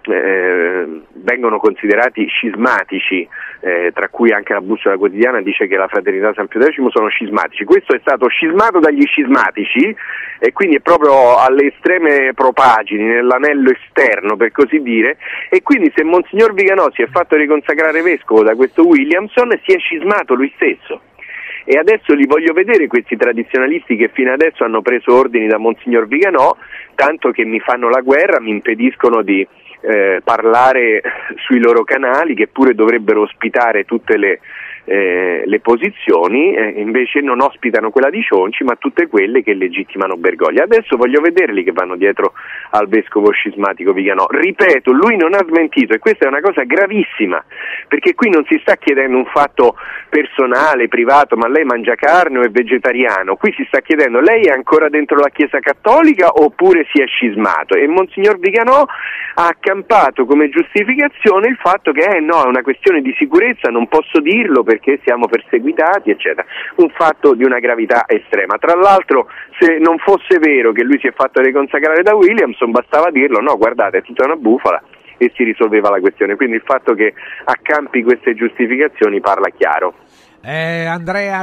Eh, vengono considerati scismatici, eh, tra cui anche la Bussola Quotidiana dice che la Fraternità San Pio X sono scismatici. Questo è stato scismato dagli scismatici e quindi è proprio alle estreme propagini, nell'anello esterno per così dire, e quindi se Monsignor Viganò si è fatto riconsacrare vescovo da questo Williamson, si è scismato lui stesso. E adesso li voglio vedere questi tradizionalisti che fino adesso hanno preso ordini da Monsignor Viganò, tanto che mi fanno la guerra, mi impediscono di eh, parlare sui loro canali, che pure dovrebbero ospitare tutte le, eh, le posizioni, eh, invece non ospitano quella di Cionci, ma tutte quelle che legittimano Bergoglio. Adesso voglio vederli che vanno dietro al vescovo scismatico Viganò. Ripeto, lui non ha smentito, e questa è una cosa gravissima, perché qui non si sta chiedendo un fatto personale, privato, ma lei mangia carne o è vegetariano. Qui si sta chiedendo, lei è ancora dentro la Chiesa Cattolica oppure si è scismato? E Monsignor Viganò ha accampato come giustificazione il fatto che eh no, è una questione di sicurezza, non posso dirlo perché siamo perseguitati, eccetera. Un fatto di una gravità estrema. Tra l'altro, se non fosse vero che lui si è fatto riconsacrare da Williamson, bastava dirlo, no, guardate, è tutta una bufala, e si risolveva la questione. Quindi il fatto che accampi queste giustificazioni parla chiaro. Eh, Andrea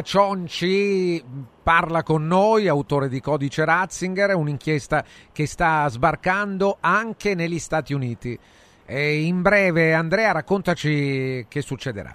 Cionci parla con noi, autore di Codice Ratzinger, un'inchiesta che sta sbarcando anche negli Stati Uniti. E in breve, Andrea, raccontaci che succederà.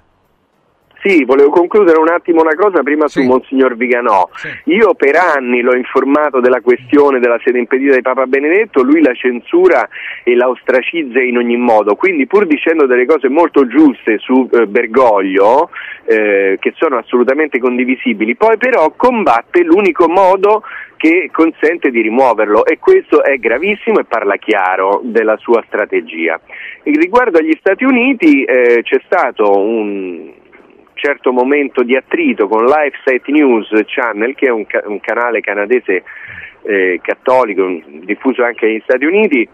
Sì, volevo concludere un attimo una cosa prima sì. su Monsignor Viganò. Sì. Io per anni l'ho informato della questione della sede impedita di Papa Benedetto, lui la censura e la ostracizza in ogni modo, quindi pur dicendo delle cose molto giuste su eh, Bergoglio, eh, che sono assolutamente condivisibili, poi però combatte l'unico modo che consente di rimuoverlo, e questo è gravissimo e parla chiaro della sua strategia. In riguardo agli Stati Uniti eh, c'è stato un certo momento di attrito con LifeSite News Channel, che è un, ca- un canale canadese eh, cattolico diffuso anche negli Stati Uniti,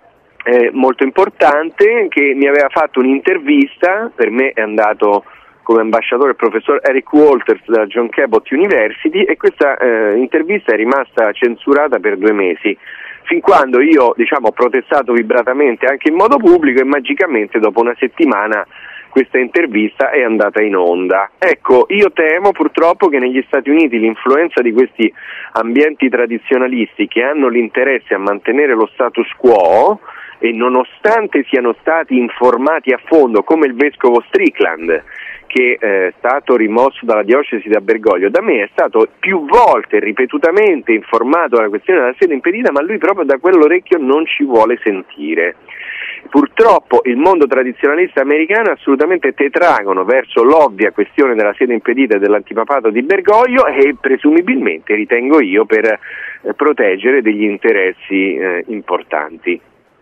eh, molto importante, che mi aveva fatto un'intervista. Per me è andato come ambasciatore il professor Eric Walters della John Cabot University, e questa eh, intervista è rimasta censurata per due mesi, fin quando io diciamo ho protestato vibratamente anche in modo pubblico, e magicamente dopo una settimana questa intervista è andata in onda. Ecco, io temo purtroppo che negli Stati Uniti l'influenza di questi ambienti tradizionalisti, che hanno l'interesse a mantenere lo status quo, e nonostante siano stati informati a fondo, come il vescovo Strickland, che è stato rimosso dalla diocesi da Bergoglio, da me è stato più volte, ripetutamente informato della questione della sede impedita, ma lui proprio da quell'orecchio non ci vuole sentire. Purtroppo il mondo tradizionalista americano è assolutamente tetragono verso l'ovvia questione della sede impedita e dell'antipapato di Bergoglio, e presumibilmente, ritengo io, per eh, proteggere degli interessi eh, importanti.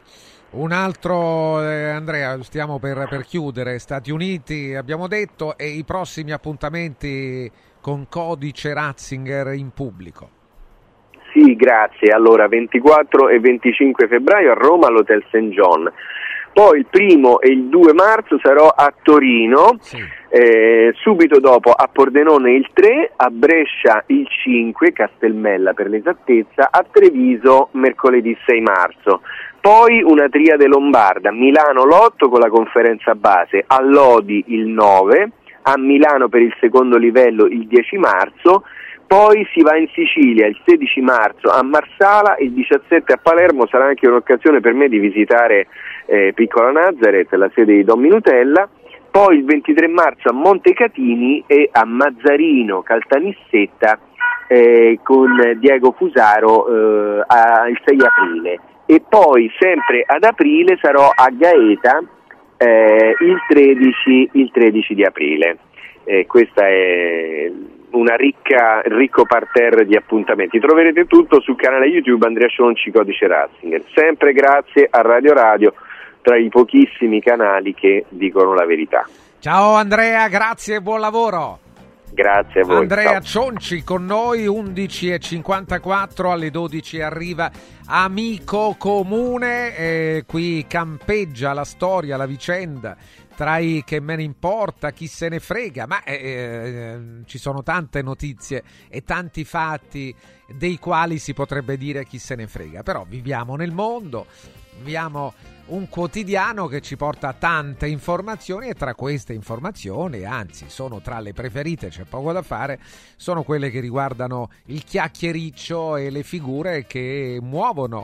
Un altro, eh, Andrea, stiamo per, per chiudere, Stati Uniti abbiamo detto, e i prossimi appuntamenti con Codice Ratzinger in pubblico. Sì, grazie. Allora, ventiquattro e venticinque febbraio a Roma all'Hotel Saint John. Poi il primo e il due marzo sarò a Torino, sì. eh, subito dopo a Pordenone il tre, a Brescia il cinque, Castelmella per l'esattezza, a Treviso mercoledì sei marzo. Poi una triade lombarda, Milano l'otto con la conferenza base, a Lodi il nove, a Milano per il secondo livello il dieci marzo, Poi si va in Sicilia il sedici marzo a Marsala, il diciassette a Palermo. Sarà anche un'occasione per me di visitare eh, Piccola Nazareth, la sede di Don Minutella. Poi il ventitré marzo a Montecatini e a Mazzarino, Caltanissetta, eh, con Diego Fusaro eh, a, il sei aprile. E poi sempre ad aprile sarò a Gaeta eh, il, tredici, il tredici di aprile. Eh, questa è una ricca ricco parterre di appuntamenti. Troverete tutto sul canale YouTube Andrea Cionci Codice Ratzinger. Sempre grazie a Radio Radio, tra i pochissimi canali che dicono la verità. Ciao Andrea, grazie e buon lavoro. Grazie a voi. Andrea ciao. Cionci con noi, undici e cinquantaquattro, alle dodici arriva Amico Comune, e qui campeggia la storia, la vicenda tra i che me ne importa, chi se ne frega, ma eh, eh, ci sono tante notizie e tanti fatti dei quali si potrebbe dire chi se ne frega, però viviamo nel mondo, viviamo un quotidiano che ci porta tante informazioni, e tra queste informazioni, anzi sono tra le preferite, c'è poco da fare, sono quelle che riguardano il chiacchiericcio e le figure che muovono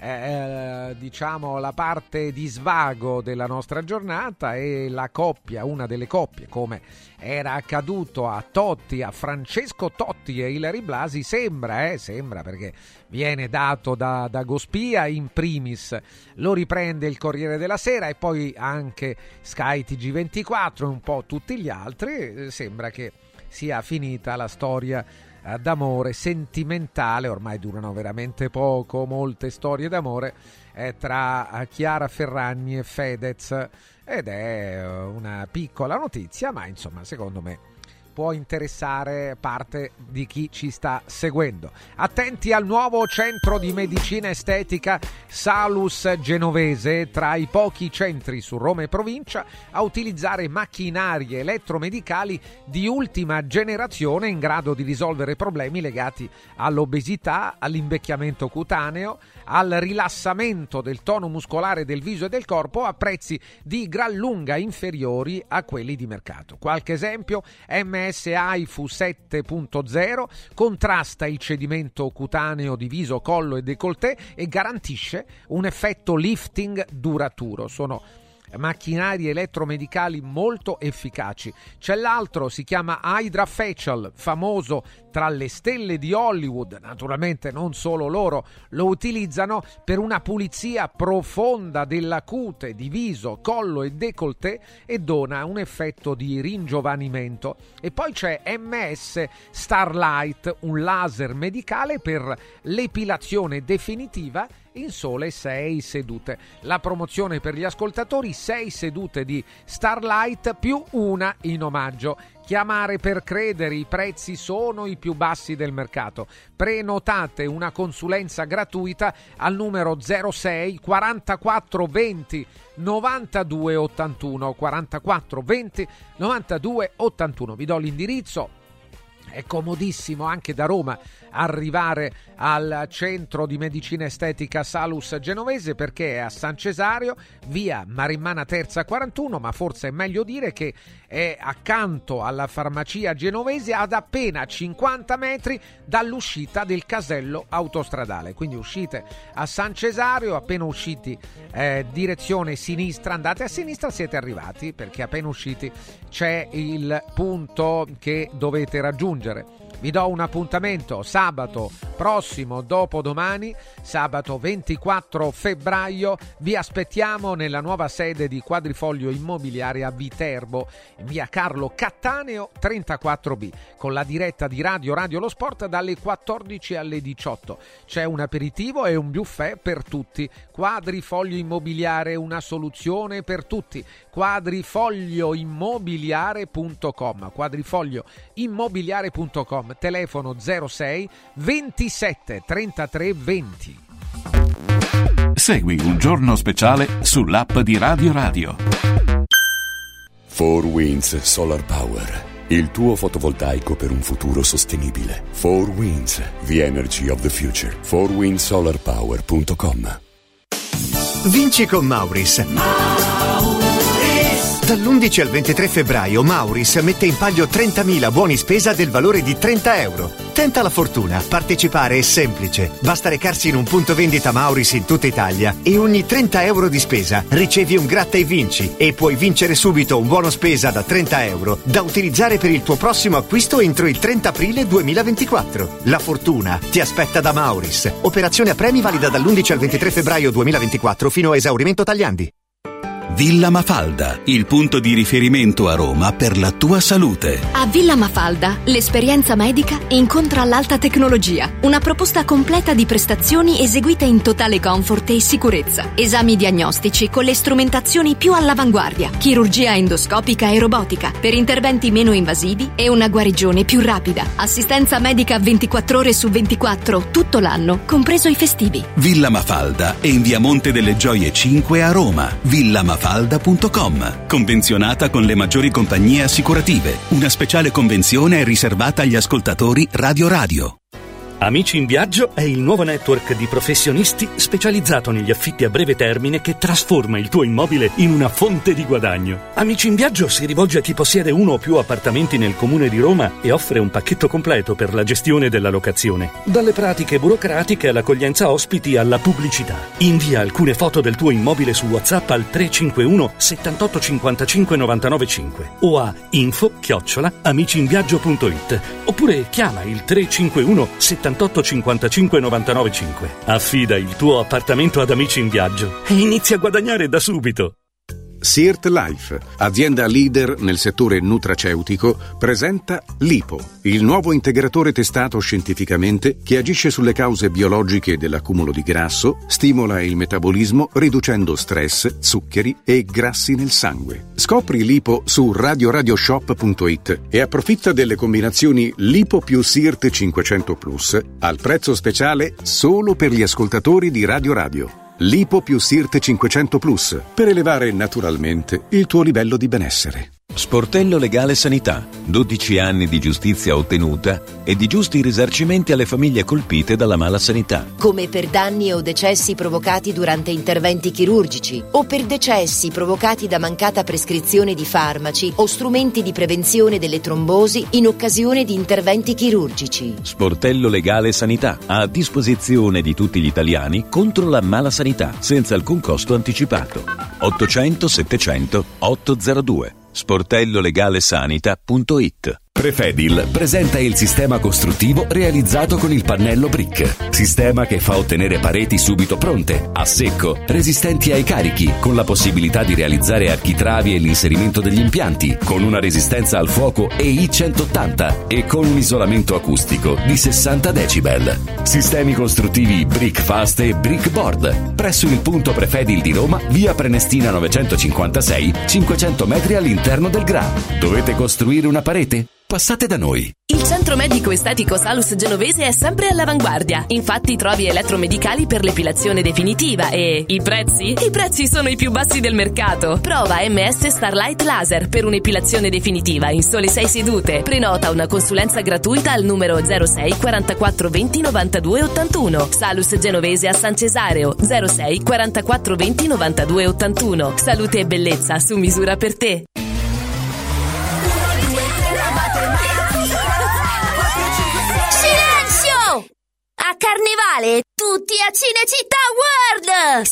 eh, diciamo la parte di svago della nostra giornata, e la coppia, una delle coppie, come era accaduto a Totti, a Francesco Totti e Ilary Blasi, sembra, eh, sembra perché viene dato da, da Gospia in primis, lo riprende il Corriere della Sera e poi anche Sky T G ventiquattro e un po' tutti gli altri, sembra che sia finita la storia d'amore sentimentale, ormai durano veramente poco molte storie d'amore eh, tra Chiara Ferragni e Fedez, ed è una piccola notizia, ma insomma secondo me può interessare parte di chi ci sta seguendo. Attenti al nuovo centro di medicina estetica Salus Genovese, tra i pochi centri su Roma e provincia a utilizzare macchinari elettromedicali di ultima generazione in grado di risolvere problemi legati all'obesità, all'invecchiamento cutaneo, al rilassamento del tono muscolare del viso e del corpo a prezzi di gran lunga inferiori a quelli di mercato. Qualche esempio: M S A I F U sette punto zero contrasta il cedimento cutaneo di viso, collo e décolleté e garantisce un effetto lifting duraturo. Sono macchinari elettromedicali molto efficaci. C'è l'altro, si chiama Hydra Facial, famoso tra le stelle di Hollywood, naturalmente non solo loro lo utilizzano, per una pulizia profonda della cute di viso, collo e décolleté, e dona un effetto di ringiovanimento. E poi c'è M S Starlight, un laser medicale per l'epilazione definitiva in sole sei sedute. La promozione per gli ascoltatori: sei sedute di Starlight più una in omaggio. Chiamare per credere, i prezzi sono i più bassi del mercato. Prenotate una consulenza gratuita al numero zero sei quarantaquattro venti novantadue ottantuno, quarantaquattro venti novantadue ottantuno. Vi do l'indirizzo. È comodissimo anche da Roma arrivare al centro di medicina estetica Salus Genovese, perché è a San Cesario, via Marimmana Terza quarantuno, ma forse è meglio dire che è accanto alla farmacia genovese, ad appena cinquanta metri dall'uscita del casello autostradale. Quindi uscite a San Cesario, appena usciti eh, direzione sinistra, andate a sinistra, siete arrivati, perché appena usciti c'è il punto che dovete raggiungere. Vi do un appuntamento sabato prossimo, dopodomani, sabato ventiquattro febbraio. Vi aspettiamo nella nuova sede di Quadrifoglio Immobiliare a Viterbo, in via Carlo Cattaneo trentaquattro B, con la diretta di Radio Radio Lo Sport dalle quattordici alle diciotto. C'è un aperitivo e un buffet per tutti. Quadrifoglio Immobiliare, una soluzione per tutti. quadrifoglio immobiliare punto com, quadrifoglio immobiliare punto com, telefono zero sei ventisette trentatré venti. Segui Un Giorno Speciale sull'app di Radio Radio. four Winds Solar Power, il tuo fotovoltaico per un futuro sostenibile. four Winds, the energy of the future. four wind solar power punto com. Vinci con Mauris. Mauris. Dall'undici al ventitré febbraio Mauris mette in palio trentamila buoni spesa del valore di trenta euro. Tenta la fortuna, partecipare è semplice. Basta recarsi in un punto vendita Mauris in tutta Italia e ogni trenta euro di spesa ricevi un gratta e vinci e puoi vincere subito un buono spesa da trenta euro da utilizzare per il tuo prossimo acquisto entro il trenta aprile duemilaventiquattro. La fortuna ti aspetta da Mauris. Operazione a premi valida dall'undici al ventitré febbraio duemilaventiquattro fino a esaurimento Tagliandi. Villa Mafalda, il punto di riferimento a Roma per la tua salute. A Villa Mafalda, l'esperienza medica incontra l'alta tecnologia. Una proposta completa di prestazioni eseguite in totale comfort e sicurezza. Esami diagnostici con le strumentazioni più all'avanguardia. Chirurgia endoscopica e robotica per interventi meno invasivi e una guarigione più rapida. Assistenza medica ventiquattro ore su ventiquattro tutto l'anno, compreso i festivi. Villa Mafalda è in via Monte delle Gioie cinque a Roma. Villa Mafalda punto com. Convenzionata con le maggiori compagnie assicurative. Una speciale convenzione è riservata agli ascoltatori Radio Radio. Amici in Viaggio è il nuovo network di professionisti specializzato negli affitti a breve termine che trasforma il tuo immobile in una fonte di guadagno. Amici in Viaggio si rivolge a chi possiede uno o più appartamenti nel comune di Roma e offre un pacchetto completo per la gestione della locazione. Dalle pratiche burocratiche all'accoglienza ospiti alla pubblicità. Invia alcune foto del tuo immobile su WhatsApp al tre cinque uno settantotto cinquantacinque novantanove cinque o a info chiocciola amiciinviaggio punto it oppure chiama il tre cinque uno settantotto cinquantacinque novantanove cinque. Affida il tuo appartamento ad Amici in Viaggio e inizia a guadagnare da subito. Sirt Life, azienda leader nel settore nutraceutico, presenta Lipo, il nuovo integratore testato scientificamente che agisce sulle cause biologiche dell'accumulo di grasso, stimola il metabolismo riducendo stress, zuccheri e grassi nel sangue. Scopri Lipo su radio radio shop punto it e approfitta delle combinazioni Lipo più Sirt cinquecento plus al prezzo speciale solo per gli ascoltatori di Radio Radio. Lipo più Sirt cinquecento plus per elevare naturalmente il tuo livello di benessere. Sportello Legale Sanità, dodici anni di giustizia ottenuta e di giusti risarcimenti alle famiglie colpite dalla mala sanità. Come per danni o decessi provocati durante interventi chirurgici o per decessi provocati da mancata prescrizione di farmaci o strumenti di prevenzione delle trombosi in occasione di interventi chirurgici. Sportello Legale Sanità, a disposizione di tutti gli italiani contro la mala sanità, senza alcun costo anticipato. ottocento settecento ottocentodue sportello legale sanita punto it. Prefedil presenta il sistema costruttivo realizzato con il pannello brick. Sistema che fa ottenere pareti subito pronte, a secco, resistenti ai carichi, con la possibilità di realizzare architravi e l'inserimento degli impianti, con una resistenza al fuoco E I centottanta e con un isolamento acustico di sessanta decibel. Sistemi costruttivi Brick Fast e Brick Board. Presso il punto Prefedil di Roma, via Prenestina novecentocinquantasei, cinquecento metri all'interno del G R A. Dovete costruire una parete? Passate da noi. Il centro medico estetico Salus Genovese è sempre all'avanguardia. Infatti trovi elettromedicali per l'epilazione definitiva e i prezzi? I prezzi sono i più bassi del mercato. Prova M S Starlight Laser per un'epilazione definitiva in sole sei sedute. Prenota una consulenza gratuita al numero zero sei quarantaquattro venti novantadue ottantuno. Salus Genovese a San Cesareo zero sei quarantaquattro venti novantadue ottantuno. Salute e bellezza su misura per te. A Carnevale, tutti a Cinecittà World!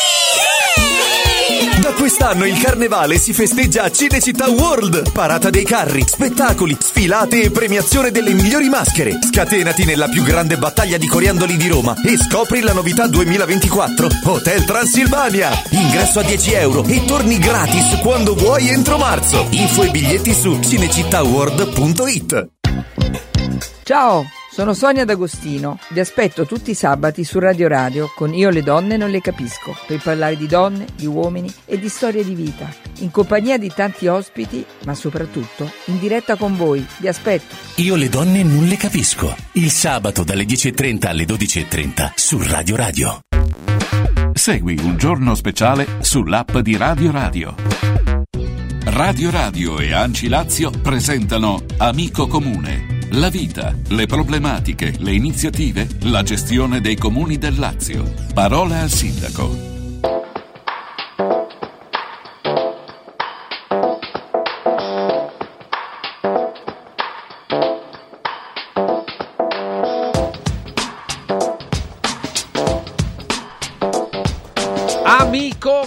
Sì! Da quest'anno il Carnevale si festeggia a Cinecittà World! Parata dei carri, spettacoli, sfilate e premiazione delle migliori maschere. Scatenati nella più grande battaglia di coriandoli di Roma e scopri la novità duemilaventiquattro Hotel Transilvania. Ingresso a dieci euro e torni gratis quando vuoi entro marzo. Info e biglietti su cinecittà world punto it. Ciao! Sono Sonia D'Agostino, vi aspetto tutti i sabati su Radio Radio con Io le donne non le capisco, per parlare di donne, di uomini e di storie di vita, in compagnia di tanti ospiti, ma soprattutto in diretta con voi. Vi aspetto. Io le donne non le capisco, il sabato dalle dieci e trenta alle dodici e trenta su Radio Radio. Segui Un Giorno Speciale sull'app di Radio Radio. Radio Radio e Anci Lazio presentano Amico Comune. La vita, le problematiche, le iniziative, la gestione dei comuni del Lazio. Parola al sindaco.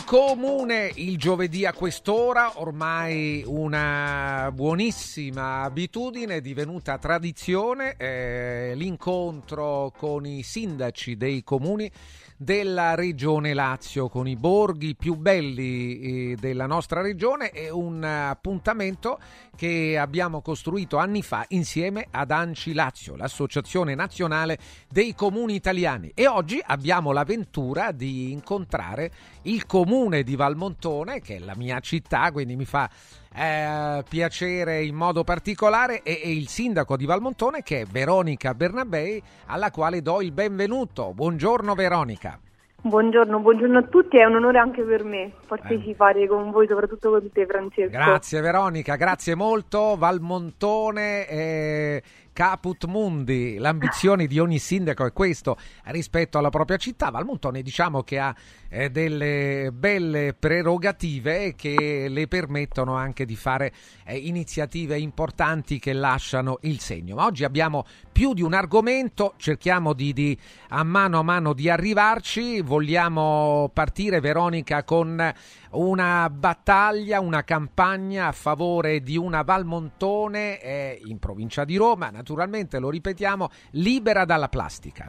Comune il giovedì a quest'ora, ormai una buonissima abitudine, divenuta tradizione, eh, l'incontro con i sindaci dei comuni della regione Lazio, con i borghi più belli eh, della nostra regione. È un appuntamento che abbiamo costruito anni fa insieme ad ANCI Lazio, l'Associazione Nazionale dei Comuni Italiani, e oggi abbiamo la ventura di incontrare il comune di Valmontone, che è la mia città, quindi mi fa eh, piacere in modo particolare, e, e il sindaco di Valmontone, che è Veronica Bernabei, alla quale do il benvenuto. Buongiorno Veronica. Buongiorno, buongiorno a tutti, è un onore anche per me partecipare eh. con voi, soprattutto con te Francesco. Grazie Veronica, grazie molto. Valmontone eh, caput mundi, l'ambizione di ogni sindaco è questo rispetto alla propria città. Valmontone, diciamo che ha eh, delle belle prerogative che le permettono anche di fare eh, iniziative importanti che lasciano il segno. Ma oggi abbiamo più di un argomento, cerchiamo di, di a mano a mano di arrivarci. Vogliamo partire, Veronica, con una battaglia, una campagna a favore di una Valmontone eh, in provincia di Roma, naturalmente, lo ripetiamo, libera dalla plastica.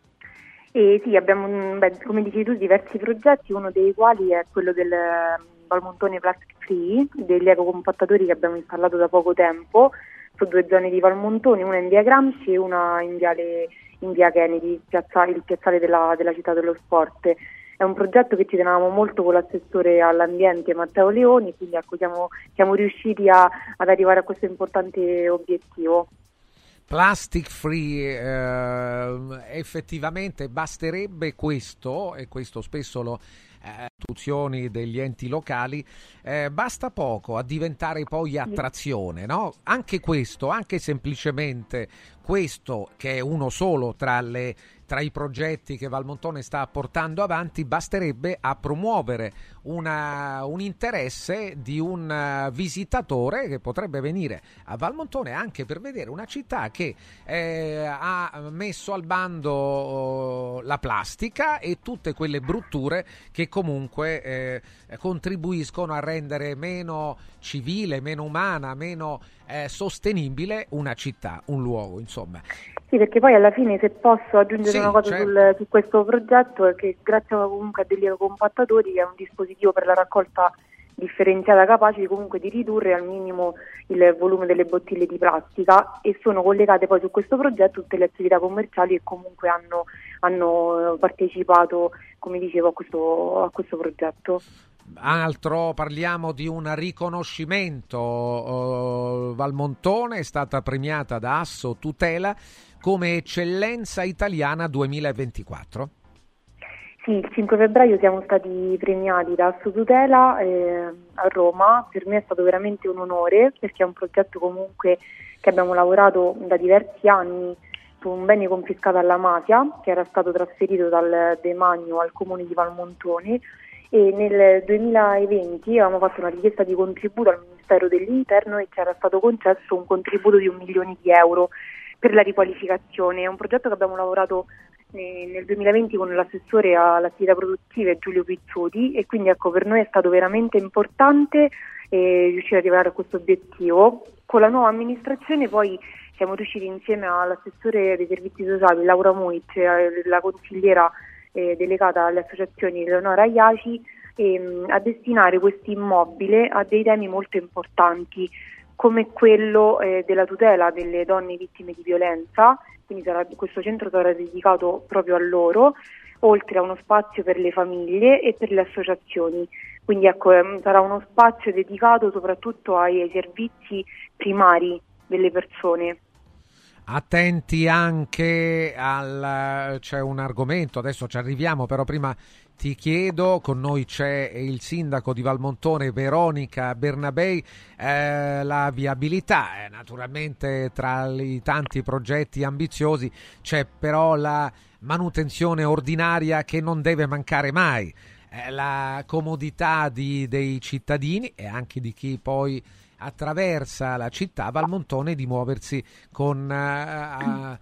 Eh, sì, abbiamo, beh, come dici tu, diversi progetti, uno dei quali è quello del Valmontone Plastic Free, degli ecocompattatori che abbiamo installato da poco tempo su due zone di Valmontone, una in via Gramsci e una in, viale, in via Kennedy, piazza, il piazzale della, della città dello sport. È un progetto che ci tenevamo molto con l'assessore all'ambiente Matteo Leoni, quindi ecco, siamo, siamo riusciti a, ad arrivare a questo importante obiettivo. Plastic free, eh, effettivamente basterebbe questo, e questo spesso lo eh, istituzioni degli enti locali, eh, basta poco a diventare poi attrazione, no? Anche questo, anche semplicemente questo, che è uno solo tra le tra i progetti che Valmontone sta portando avanti, basterebbe a promuovere una, un interesse di un visitatore che potrebbe venire a Valmontone anche per vedere una città che eh, ha messo al bando la plastica e tutte quelle brutture che comunque eh, contribuiscono a rendere meno civile, meno umana, meno eh, sostenibile una città, un luogo, insomma. Sì, perché poi alla fine, se posso aggiungere sì, una cosa certo. sul, su questo progetto, è che grazie comunque a degli ecocompattatori, che è un dispositivo per la raccolta differenziata capace comunque di ridurre al minimo il volume delle bottiglie di plastica, e sono collegate poi su questo progetto tutte le attività commerciali che comunque hanno, hanno partecipato, come dicevo, a questo, a questo progetto. Altro, parliamo di un riconoscimento. uh, Valmontone è stata premiata da Asso Tutela come eccellenza italiana duemilaventiquattro. Sì, il cinque febbraio siamo stati premiati da Asso Tutela eh, a Roma. Per me è stato veramente un onore, perché è un progetto comunque che abbiamo lavorato da diversi anni su un bene confiscato alla mafia, che era stato trasferito dal demanio al comune di Valmontone, e nel duemilaventi avevamo fatto una richiesta di contributo al Ministero dell'Interno e ci era stato concesso un contributo di un milione di euro per la riqualificazione. È un progetto che abbiamo lavorato nel duemilaventi con l'assessore alle attività produttive Giulio Pizzuti, e quindi ecco, per noi è stato veramente importante eh, riuscire ad arrivare a questo obiettivo. Con la nuova amministrazione poi siamo riusciti, insieme all'assessore dei servizi sociali Laura Muic, eh, la consigliera eh, delegata alle associazioni Eleonora Iaci, ehm, a destinare questo immobile a dei temi molto importanti, come quello eh, della tutela delle donne vittime di violenza. Quindi sarà, questo centro sarà dedicato proprio a loro, oltre a uno spazio per le famiglie e per le associazioni. Quindi ecco, sarà uno spazio dedicato soprattutto ai, ai servizi primari delle persone. Attenti anche al... c'è un argomento, adesso ci arriviamo, però prima ti chiedo, con noi c'è il sindaco di Valmontone Veronica Bernabei, eh, la viabilità, eh, naturalmente tra i tanti progetti ambiziosi c'è però la manutenzione ordinaria che non deve mancare mai, eh, la comodità di, dei cittadini e anche di chi poi attraversa la città Valmontone di muoversi con, uh,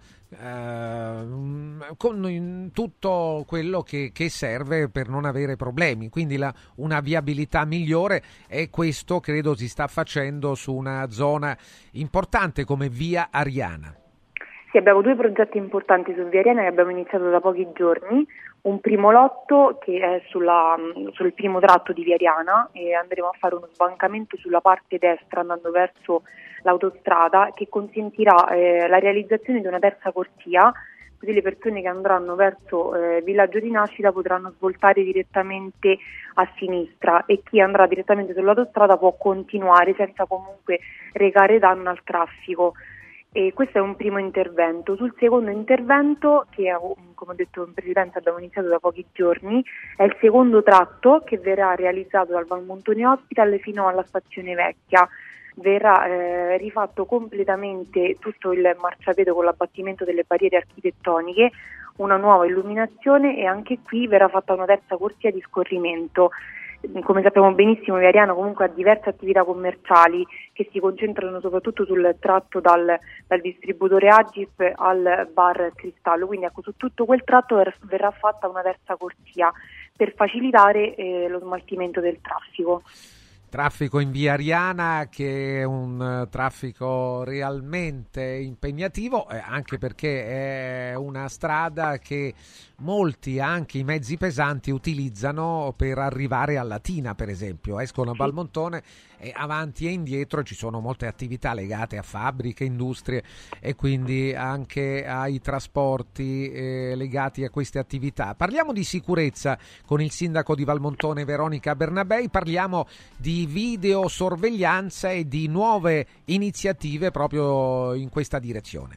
uh, con tutto quello che, che serve per non avere problemi, quindi la, una viabilità migliore, e questo credo si sta facendo su una zona importante come Via Ariana. Sì, abbiamo due progetti importanti su Via Ariana che abbiamo iniziato da pochi giorni. Un primo lotto che è sulla, sul primo tratto di Via Ariana, e andremo a fare uno sbancamento sulla parte destra andando verso l'autostrada, che consentirà eh, la realizzazione di una terza corsia, così le persone che andranno verso eh, Villaggio di Nascita potranno svoltare direttamente a sinistra, e chi andrà direttamente sull'autostrada può continuare senza comunque recare danno al traffico. E questo è un primo intervento. Sul secondo intervento, che come ho detto in precedenza abbiamo iniziato da pochi giorni, è il secondo tratto che verrà realizzato dal Valmontone Hospital fino alla stazione vecchia. Verrà eh, rifatto completamente tutto il marciapiede con l'abbattimento delle barriere architettoniche, una nuova illuminazione, e anche qui verrà fatta una terza corsia di scorrimento. Come sappiamo benissimo, Via Ariana comunque ha diverse attività commerciali che si concentrano soprattutto sul tratto dal, dal distributore Agip al bar Cristallo, quindi ecco, su tutto quel tratto verrà fatta una terza corsia per facilitare eh, lo smaltimento del traffico. Traffico in Via Ariana che è un uh, traffico realmente impegnativo, eh, anche perché è una strada che molti, anche i mezzi pesanti, utilizzano per arrivare a Latina, per esempio. Escono a Valmontone e avanti e indietro ci sono molte attività legate a fabbriche, industrie, e quindi anche ai trasporti eh, legati a queste attività. Parliamo di sicurezza con il sindaco di Valmontone Veronica Bernabei, parliamo di videosorveglianza e di nuove iniziative proprio in questa direzione.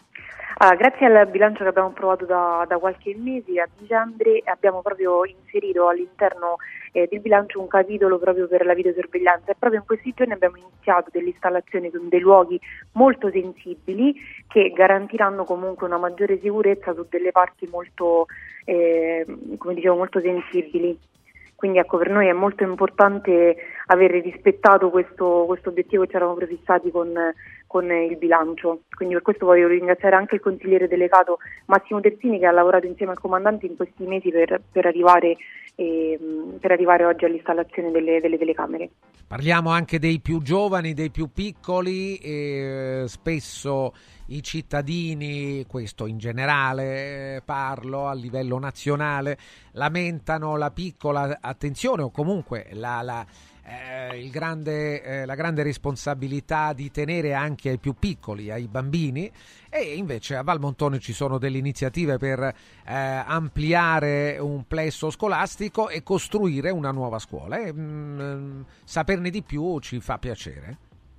Ah, grazie al bilancio che abbiamo approvato da, da qualche mese, a dicembre abbiamo proprio inserito all'interno eh, del bilancio un capitolo proprio per la videosorveglianza, e proprio in questi giorni abbiamo iniziato delle installazioni con dei luoghi molto sensibili che garantiranno comunque una maggiore sicurezza su delle parti molto, eh, come dicevo, molto sensibili. Quindi ecco, per noi è molto importante aver rispettato questo, questo obiettivo che ci eravamo prefissati con, con il bilancio. Quindi per questo voglio ringraziare anche il consigliere delegato Massimo Terzini, che ha lavorato insieme al comandante in questi mesi per, per, arrivare, eh, per arrivare oggi all'installazione delle, delle telecamere. Parliamo anche dei più giovani, dei più piccoli, e spesso i cittadini, questo in generale parlo a livello nazionale, lamentano la piccola attenzione o comunque la, la, eh, il grande, eh, la grande responsabilità di tenere anche ai più piccoli, ai bambini, e invece a Valmontone ci sono delle iniziative per eh, ampliare un plesso scolastico e costruire una nuova scuola. E, mh, saperne di più ci fa piacere.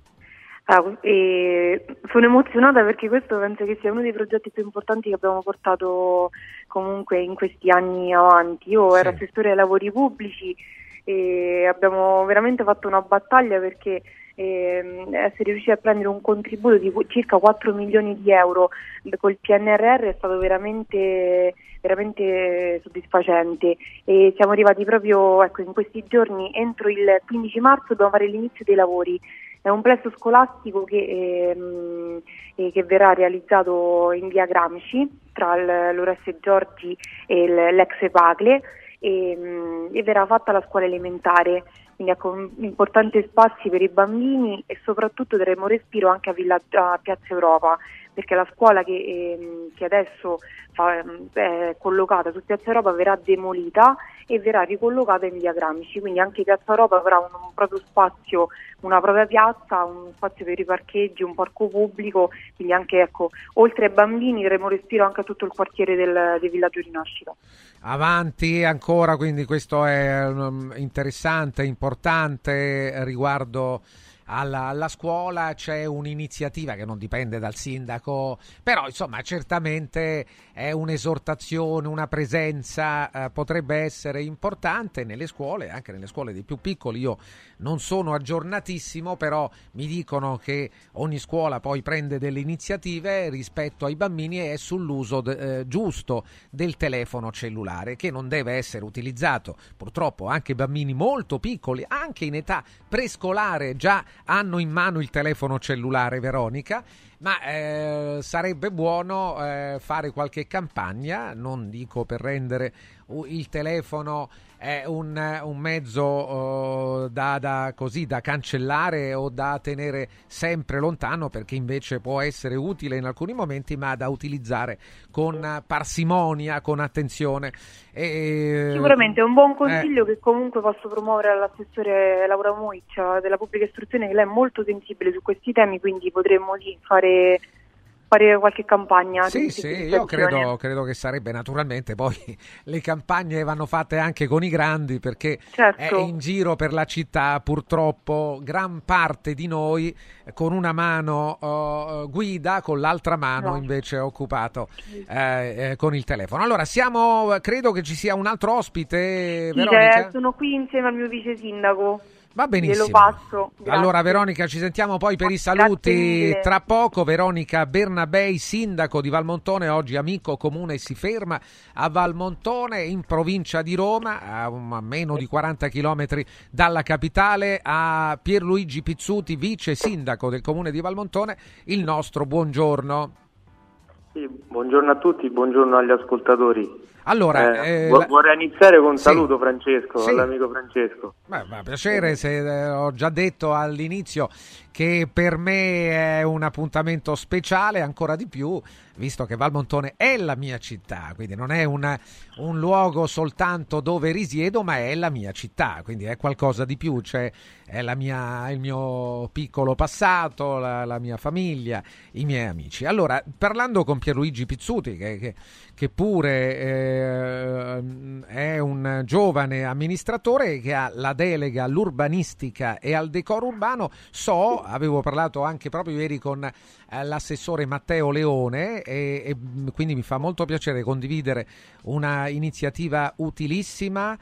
Ah, e sono emozionata perché questo penso che sia uno dei progetti più importanti che abbiamo portato comunque in questi anni avanti. Io sì. ero assessore ai lavori pubblici e abbiamo veramente fatto una battaglia perché eh, essere riusciti a prendere un contributo di circa quattro milioni di euro col P N R R è stato veramente veramente soddisfacente, e siamo arrivati proprio ecco in questi giorni. Entro il quindici marzo dobbiamo fare l'inizio dei lavori. È un plesso scolastico che, ehm, eh, che verrà realizzato in via Gramsci tra l'Oreste Giorgi e l'ex Epacle, e, e verrà fatta la scuola elementare, quindi ecco importanti spazi per i bambini, e soprattutto daremo respiro anche a, Villa, a Piazza Europa, perché la scuola che, ehm, che adesso fa, è collocata su Piazza Europa verrà demolita e verrà ricollocata in via Gramsci, quindi anche Piazza Europa avrà un, un proprio spazio, una propria piazza, un spazio per i parcheggi, un parco pubblico, quindi anche ecco, oltre ai bambini daremo respiro anche a tutto il quartiere del, del Villaggio di Nascita. Avanti ancora, quindi questo è um, interessante, importante riguardo Alla, alla scuola. C'è un'iniziativa che non dipende dal sindaco, però insomma certamente è un'esortazione, una presenza eh, potrebbe essere importante nelle scuole, anche nelle scuole dei più piccoli. Io non sono aggiornatissimo, però mi dicono che ogni scuola poi prende delle iniziative rispetto ai bambini e è sull'uso de, eh, giusto del telefono cellulare, che non deve essere utilizzato. Purtroppo anche bambini molto piccoli, anche in età prescolare, già hanno in mano il telefono cellulare, Veronica, ma eh, sarebbe buono eh, fare qualche campagna, non dico per rendere il telefono è un, un mezzo uh, da, da, così, da cancellare o da tenere sempre lontano, perché invece può essere utile in alcuni momenti, ma da utilizzare con parsimonia, con attenzione. E, Sicuramente è un buon consiglio eh, che comunque posso promuovere all'assessore Laura Muiccia della Pubblica Istruzione, che lei è molto sensibile su questi temi, quindi potremmo lì fare... fare qualche campagna. Sì, sì, io credo, credo che sarebbe, naturalmente poi le campagne vanno fatte anche con i grandi, perché certo. È in giro per la città purtroppo gran parte di noi con una mano uh, guida, con l'altra mano no. invece è occupato eh, eh, con il telefono. Allora siamo, credo che ci sia un altro ospite, sì, Veronica? Sono qui insieme al mio vice sindaco. Va benissimo. Glielo passo. Allora Veronica, ci sentiamo poi per i saluti tra poco. Veronica Bernabei, sindaco di Valmontone, oggi amico comune, si ferma a Valmontone in provincia di Roma, a, a meno di quaranta chilometri dalla capitale. A Pierluigi Pizzuti, vice sindaco del comune di Valmontone, il nostro buongiorno. Sì, buongiorno a tutti, buongiorno agli ascoltatori. Allora, eh, eh, vorrei iniziare con un sì. saluto Francesco, sì. all'amico Francesco. Beh, ma piacere, se eh, ho già detto all'inizio che per me è un appuntamento speciale, ancora di più, visto che Valmontone è la mia città, quindi non è una, un luogo soltanto dove risiedo, ma è la mia città, quindi è qualcosa di più, cioè è la mia, il mio piccolo passato, la, la mia famiglia, i miei amici. Allora, parlando con Pierluigi Pizzuti, che, che, che pure eh, è un giovane amministratore che ha la delega all'urbanistica e al decoro urbano, so, avevo parlato anche proprio ieri con eh, l'assessore Matteo Leone e, e quindi mi fa molto piacere condividere una iniziativa utilissima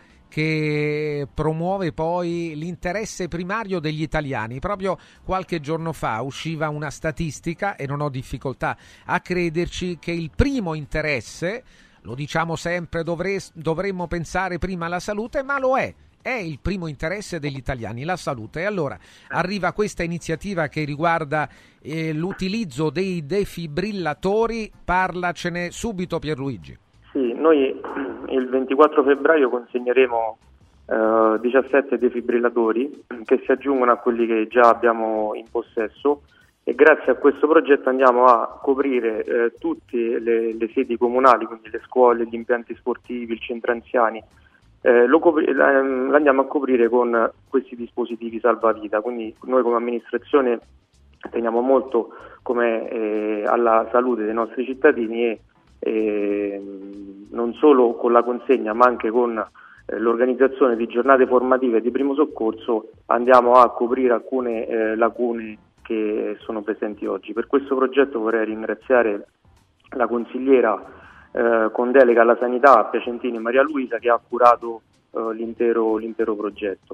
che promuove poi l'interesse primario degli italiani. Proprio qualche giorno fa usciva una statistica, e non ho difficoltà a crederci, che il primo interesse, lo diciamo sempre, dovre- dovremmo pensare prima alla salute, ma lo è. È il primo interesse degli italiani, la salute. E allora arriva questa iniziativa che riguarda eh, l'utilizzo dei defibrillatori. Parlacene subito, Pierluigi. Sì, noi il ventiquattro febbraio consegneremo eh, diciassette defibrillatori che si aggiungono a quelli che già abbiamo in possesso, e grazie a questo progetto andiamo a coprire eh, tutte le, le sedi comunali, quindi le scuole, gli impianti sportivi, il centro anziani. Eh, lo copri- l'andiamo a coprire con questi dispositivi salvavita, quindi noi come amministrazione teniamo molto come, eh, alla salute dei nostri cittadini, e eh, non solo con la consegna ma anche con eh, l'organizzazione di giornate formative di primo soccorso andiamo a coprire alcune eh, lacune che sono presenti oggi. Per questo progetto vorrei ringraziare la consigliera Eh, con delega alla sanità Piacentini Maria Luisa, che ha curato eh, l'intero, l'intero progetto.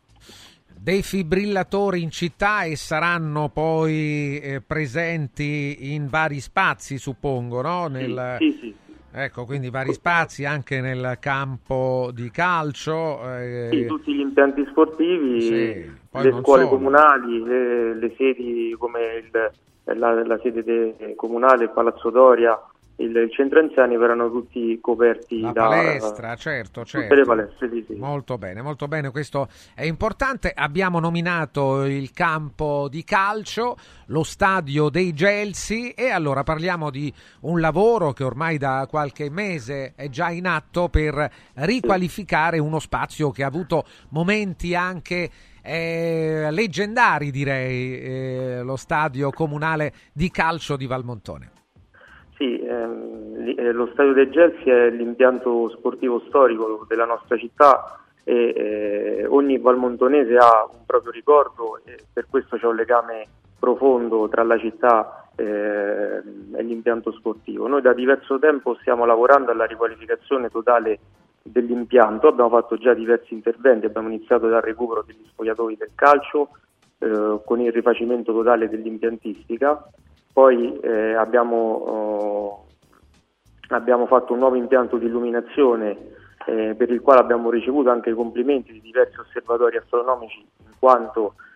Defibrillatori in città, e saranno poi eh, presenti in vari spazi, suppongo, no? Nel, sì, sì, sì. Ecco, quindi vari spazi anche nel campo di calcio. Eh, sì, tutti gli impianti sportivi, sì, le scuole solo. comunali, le, le sedi come il, la, la sede de, comunale, il Palazzo Doria, Il, il centro anziani verranno tutti coperti la da palestra, certo, certo. Tutte le palestre, sì, sì. Molto bene, molto bene, questo è importante. Abbiamo nominato il campo di calcio, lo stadio dei Gelsi, e allora parliamo di un lavoro che ormai da qualche mese è già in atto per riqualificare uno spazio che ha avuto momenti anche eh, leggendari, direi, eh, lo stadio comunale di calcio di Valmontone. Sì, ehm, lo stadio dei Gelsi è l'impianto sportivo storico della nostra città, e eh, ogni valmontonese ha un proprio ricordo, e per questo c'è un legame profondo tra la città eh, e l'impianto sportivo. Noi da diverso tempo stiamo lavorando alla riqualificazione totale dell'impianto, abbiamo fatto già diversi interventi, abbiamo iniziato dal recupero degli spogliatoi del calcio eh, con il rifacimento totale dell'impiantistica. Poi eh, abbiamo, eh, abbiamo fatto un nuovo impianto di illuminazione eh, per il quale abbiamo ricevuto anche i complimenti di diversi osservatori astronomici, in quanto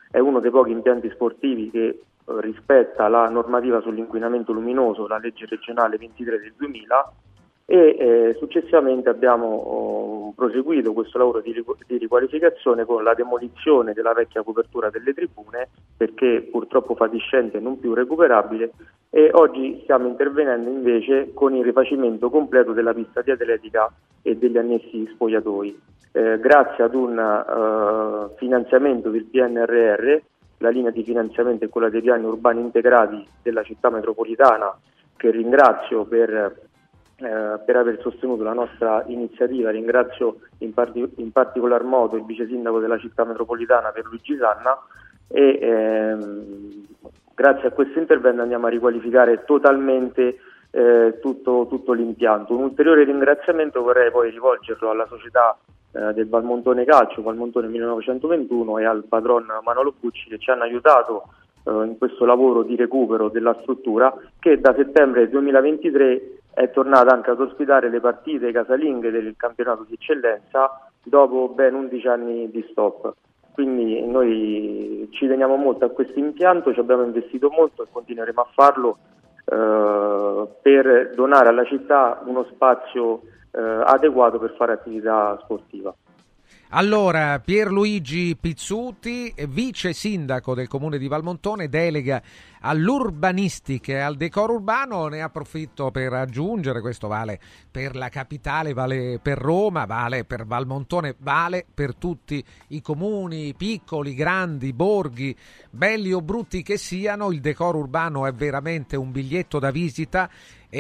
è uno dei pochi impianti sportivi che eh, rispetta la normativa sull'inquinamento luminoso, la legge regionale ventitré del duemila, e eh, successivamente abbiamo oh, proseguito questo lavoro di, di riqualificazione con la demolizione della vecchia copertura delle tribune, perché purtroppo fatiscente e non più recuperabile, e oggi stiamo intervenendo invece con il rifacimento completo della pista di atletica e degli annessi spogliatoi. Eh, grazie ad un uh, finanziamento del P N R R, la linea di finanziamento è quella dei piani urbani integrati della città metropolitana, che ringrazio per Eh, per aver sostenuto la nostra iniziativa. Ringrazio in, parti- in particolar modo il vice sindaco della città metropolitana Pierluigi Sanna, e ehm, grazie a questo intervento andiamo a riqualificare totalmente eh, tutto, tutto l'impianto. Un ulteriore ringraziamento vorrei poi rivolgerlo alla società eh, del Valmontone Calcio, Valmontone millenovecentoventuno, e al patron Manolo Bucci, che ci hanno aiutato eh, in questo lavoro di recupero della struttura, che da settembre duemilaventitré è tornata anche ad ospitare le partite casalinghe del campionato di eccellenza dopo ben undici anni di stop. Quindi noi ci teniamo molto a questo impianto, ci abbiamo investito molto e continueremo a farlo eh, per donare alla città uno spazio eh, adeguato per fare attività sportiva. Allora, Pierluigi Pizzuti, vice sindaco del comune di Valmontone, delega all'urbanistica e al decoro urbano. Ne approfitto per aggiungere, questo vale per la capitale, vale per Roma, vale per Valmontone, vale per tutti i comuni, piccoli, grandi, borghi, belli o brutti che siano. Il decoro urbano è veramente un biglietto da visita, e,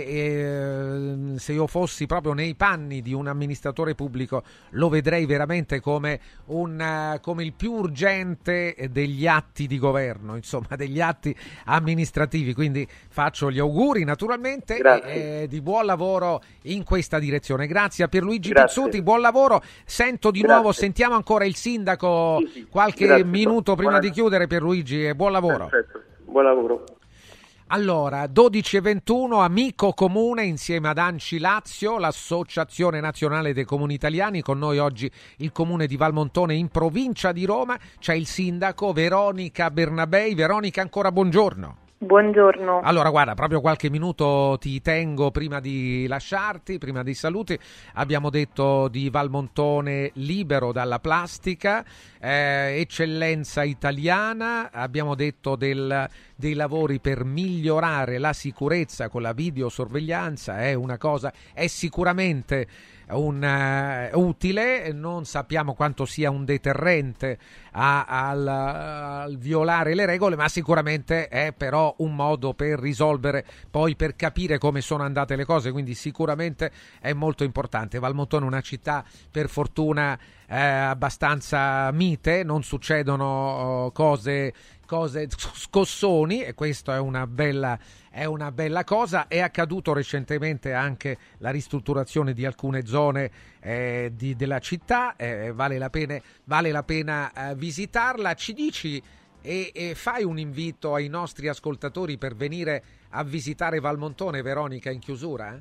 e se io fossi proprio nei panni di un amministratore pubblico lo vedrei veramente come un come il più urgente degli atti di governo, insomma degli atti amministrativi. Quindi faccio gli auguri naturalmente e, e di buon lavoro in questa direzione. Grazie a Pierluigi Grazie. Pizzuti, buon lavoro. Sento di Grazie. nuovo, sentiamo ancora il sindaco sì, sì. qualche Grazie. minuto prima Buona... di chiudere, Pierluigi, e buon lavoro. Perfetto. Buon lavoro. Allora, dodici e ventuno, Amico Comune insieme ad ANCI Lazio, l'Associazione Nazionale dei Comuni Italiani. Con noi oggi il comune di Valmontone in provincia di Roma. C'è il sindaco Veronica Bernabei. Veronica, ancora buongiorno. Buongiorno. Allora, guarda, proprio qualche minuto ti tengo prima di lasciarti, prima dei saluti. Abbiamo detto di Valmontone libero dalla plastica, eh, eccellenza italiana. Abbiamo detto del, dei lavori per migliorare la sicurezza con la videosorveglianza. È una cosa, è sicuramente un uh, utile, non sappiamo quanto sia un deterrente a, al, al violare le regole, ma sicuramente è però un modo per risolvere, poi per capire come sono andate le cose, quindi sicuramente è molto importante. Valmontone è una città per fortuna eh, abbastanza mite, non succedono cose cose scossoni, e questo è una bella è una bella cosa. È accaduto recentemente anche la ristrutturazione di alcune zone eh, di, della città, eh, vale la pena, vale la pena eh, visitarla. Ci dici e, e fai un invito ai nostri ascoltatori per venire a visitare Valmontone, Veronica, in chiusura?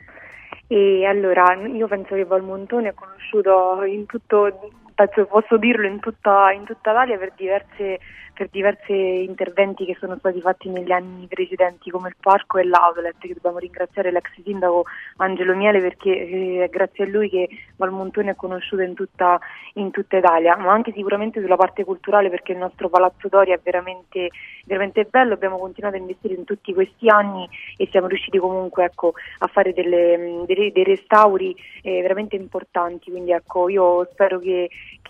Eh? E allora, io penso che Valmontone è conosciuto in tutto, penso posso dirlo, in tutta, in tutta Italia per diverse per diversi interventi che sono stati fatti negli anni precedenti, come il parco e l'outlet, che dobbiamo ringraziare l'ex sindaco Angelo Miele, perché eh, è grazie a lui che Valmontone è conosciuto in tutta, in tutta Italia, ma anche sicuramente sulla parte culturale, perché il nostro Palazzo Doria è veramente, veramente bello. Abbiamo continuato a investire in tutti questi anni e siamo riusciti comunque, ecco, a fare delle, dei, dei restauri eh, veramente importanti, quindi ecco, io spero che,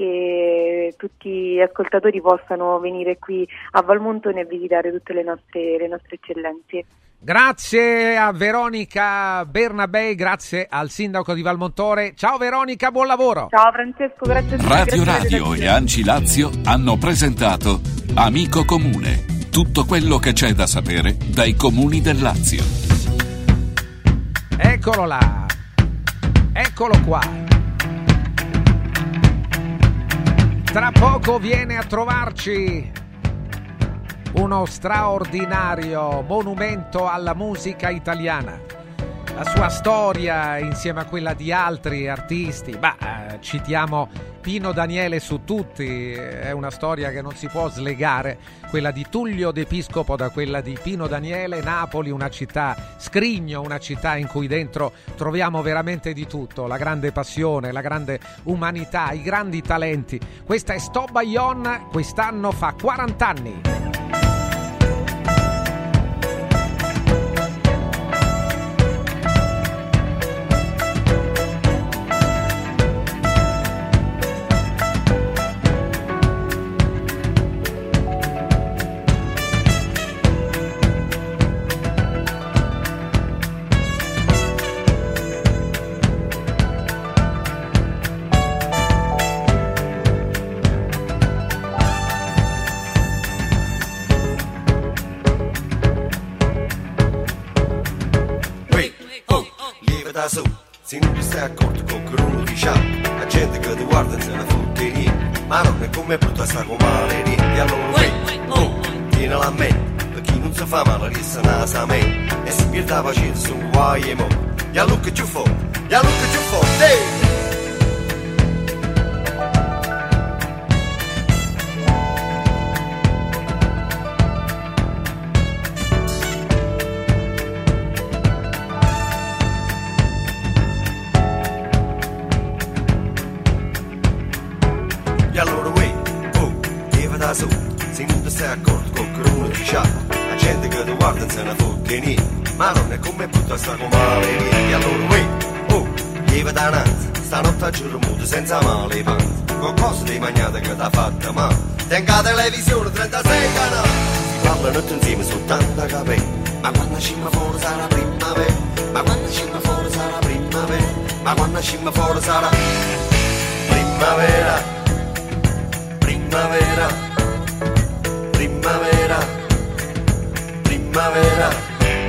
che tutti gli ascoltatori possano venire qui a Valmontone e visitare tutte le nostre, le nostre eccellenze. Grazie a Veronica Bernabei, grazie al sindaco di Valmontone. Ciao Veronica, buon lavoro. Ciao Francesco, grazie a tutti. Radio grazie Radio e ANCI Lazio hanno presentato Amico Comune, tutto quello che c'è da sapere dai comuni del Lazio. Eccolo là, eccolo qua. Tra poco viene a trovarci uno straordinario monumento alla musica italiana. la sua storia insieme a quella di altri artisti. Bah, eh, citiamo Pino Daniele su tutti, è una storia che non si può slegare, quella di Tullio d'Episcopo da quella di Pino Daniele. Napoli, una città scrigno, una città in cui dentro troviamo veramente di tutto, la grande passione, la grande umanità, i grandi talenti. Questa è Sto Bayonne, quest'anno fa quaranta anni. Su, se non ti stai accorto con che uno ti sciacca, la gente che ti guarda se ne fotte niente, ma non è come brutta sta come male niente. E allora wait, oh, tieni la mente, per chi non si fa male resta nella sa mente, e si pierde la pazienza su guai e mo. Ya look at you for, ya look at you for, hey! Su, se non ti stai accorto con che uno ti sciacca, la gente che ti guarda se ne fotte niente, ma non è come brutta sta come male niente. E allora wait, oh, lieve dananza, stanotte a giorno muto senza male panza, con cose di magnate che t'ha fatta male, tenga televisione trentasei canali, si parlano tutti insieme su tanta capelli, ma quando scimma fuori sarà primavera, ma quando scimma fuori sarà primavera, ma quando scimma fuori sarà primavera, primavera. Primavera, primavera.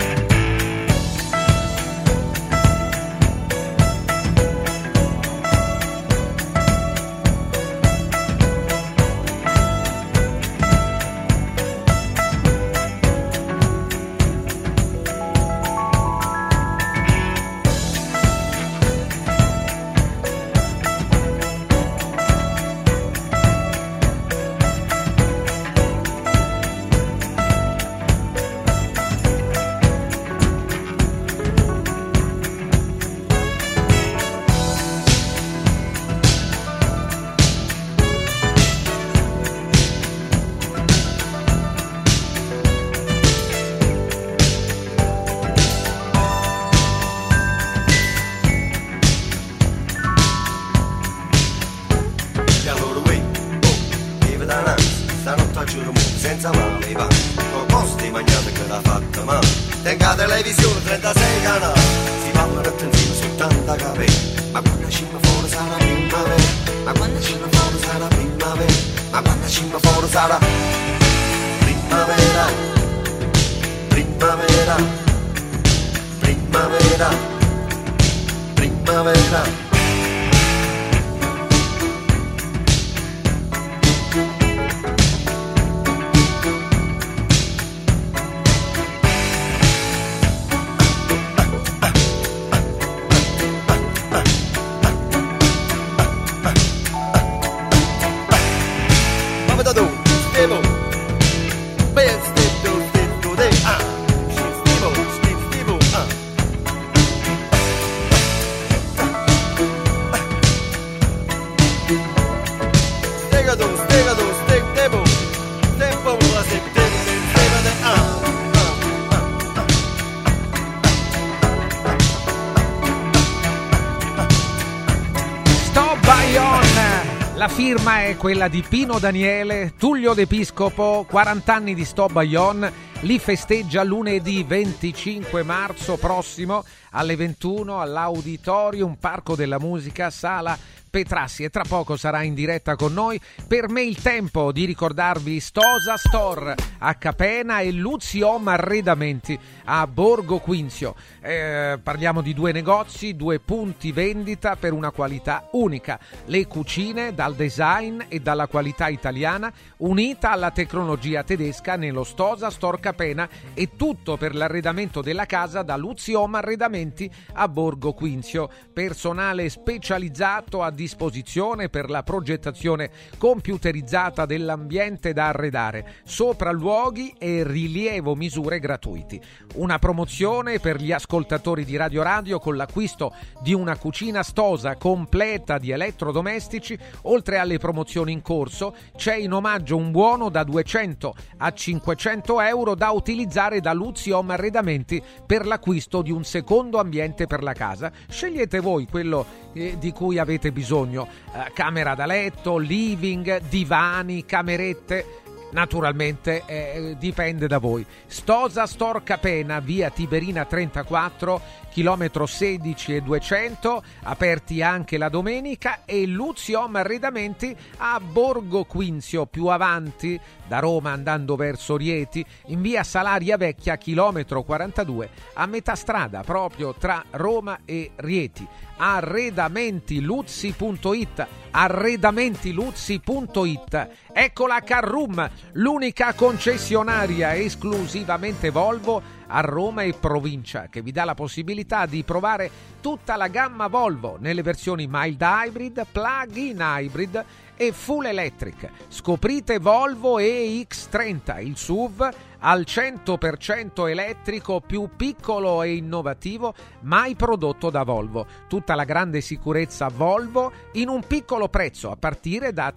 Senza male va, con costi magnate che l'ha fatta male, tenga televisione trentasei canali, si parlano attenzione su tanta capelli, ma quando scimma fuori sarà primavera, ma quando scimma fuori sarà primavera, ma quando scimma fuori sarà primavera, primavera, primavera, primavera. La firma è quella di Pino Daniele, Tullio d'Episcopo, quaranta anni di Sto Bayonne, li festeggia lunedì venticinque marzo prossimo alle ventuno all'Auditorium Parco della Musica, sala Petrassi e tra poco sarà in diretta con noi. Per me il tempo di ricordarvi Stosa Store a Capena e Luzzi Home Arredamenti a Borgo Quinzio. Eh, parliamo di due negozi, due punti vendita per una qualità unica. Le cucine dal design e dalla qualità italiana unita alla tecnologia tedesca nello Stosa Store Capena, e tutto per l'arredamento della casa da Luzzi Home Arredamenti a Borgo Quinzio. Personale specializzato a disposizione per la progettazione computerizzata dell'ambiente da arredare, sopralluoghi e rilievo misure gratuiti. Una promozione per gli ascoltatori di Radio Radio con l'acquisto di una cucina Stosa completa di elettrodomestici. Oltre alle promozioni in corso, c'è in omaggio un buono da duecento a cinquecento euro da utilizzare da Luzzi Home Arredamenti per l'acquisto di un secondo ambiente per la casa. Scegliete voi quello eh, di cui avete bisogno. Eh, camera da letto, living, divani, camerette. Naturalmente eh, dipende da voi. Stosa Store Capena, via Tiberina trentaquattro, chilometro sedici e duecento, aperti anche la domenica, e Luzzi Home Arredamenti a Borgo Quinzio, più avanti da Roma andando verso Rieti, in via Salaria Vecchia, chilometro quarantadue, a metà strada proprio tra Roma e Rieti. arredamentiluzzi punto it arredamentiluzzi punto it. Ecco la Carroom, l'unica concessionaria esclusivamente Volvo a Roma e provincia, che vi dà la possibilità di provare tutta la gamma Volvo nelle versioni mild hybrid, plug-in hybrid e full electric. Scoprite Volvo E X trenta, il S U V al cento per cento elettrico più piccolo e innovativo mai prodotto da Volvo. Tutta la grande sicurezza Volvo in un piccolo prezzo a partire da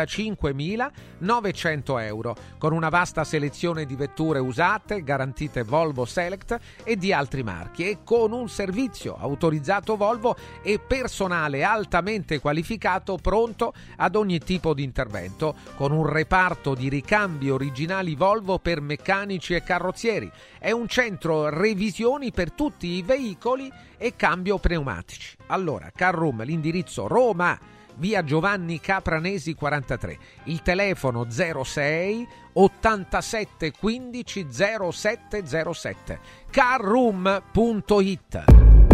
trentacinquemilanovecento euro, con una vasta selezione di vetture usate, garantite Volvo Select e di altri marchi, e con un servizio autorizzato Volvo e personale altamente qualificato pronto ad ogni tipo di intervento, con un reparto di ricambi originali Volvo per meccanici e carrozzieri. È un centro revisioni per tutti i veicoli e cambio pneumatici. Allora, Carroom, l'indirizzo Roma, via Giovanni Capranesi quarantatré, il telefono zero sei ottantasette quindici zero sette zero sette, carroom punto it.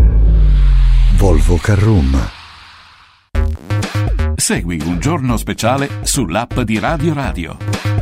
Volvo Carroom. Segui Un Giorno Speciale sull'app di Radio Radio.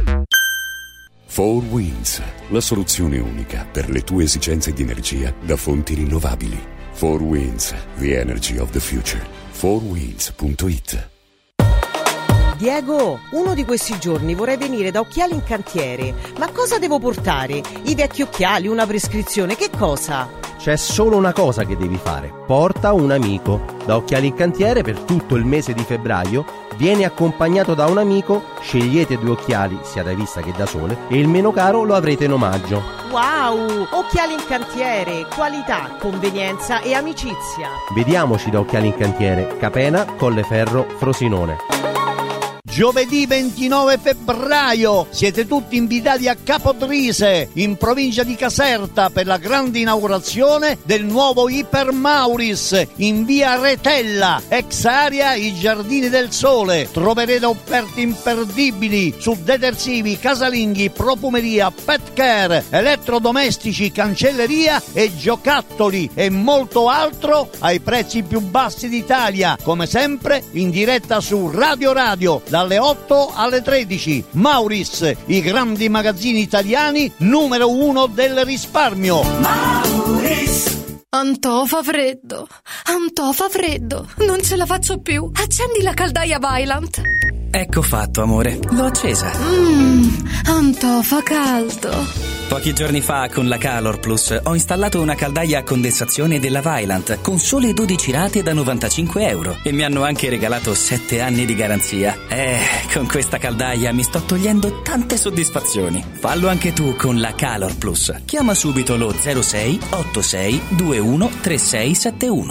four Winds, la soluzione unica per le tue esigenze di energia da fonti rinnovabili. four Winds, the energy of the future. four winds punto it. Diego, uno di questi giorni vorrei venire da Occhiali in Cantiere. Ma cosa devo portare? I vecchi occhiali, una prescrizione, che cosa? C'è solo una cosa che devi fare: porta un amico. Da Occhiali in Cantiere per tutto il mese di febbraio vieni accompagnato da un amico, scegliete due occhiali sia da vista che da sole e il meno caro lo avrete in omaggio. Wow! Occhiali in Cantiere, qualità, convenienza e amicizia. Vediamoci da Occhiali in Cantiere, Capena, Colleferro, Frosinone. Giovedì ventinove febbraio siete tutti invitati a Capodrise, in provincia di Caserta, per la grande inaugurazione del nuovo Iper Mauris in via Retella, ex area I Giardini del Sole. Troverete offerte imperdibili su detersivi, casalinghi, profumeria, pet care, elettrodomestici, cancelleria e giocattoli e molto altro ai prezzi più bassi d'Italia, come sempre in diretta su Radio Radio dalle otto alle tredici. Mauris, i grandi magazzini italiani numero uno del risparmio. Mauris. Antò fa freddo, Antò fa freddo, non ce la faccio più. Accendi la caldaia Vaillant. Ecco fatto, amore, l'ho accesa. Mmm, Antò fa caldo. Pochi giorni fa con la Calor Plus ho installato una caldaia a condensazione della Vaillant con sole dodici rate da novantacinque euro e mi hanno anche regalato sette anni di garanzia. Eh, con questa caldaia mi sto togliendo tante soddisfazioni. Fallo anche tu con la Calor Plus. Chiama subito lo zero sei otto sei due uno tre sei sette uno.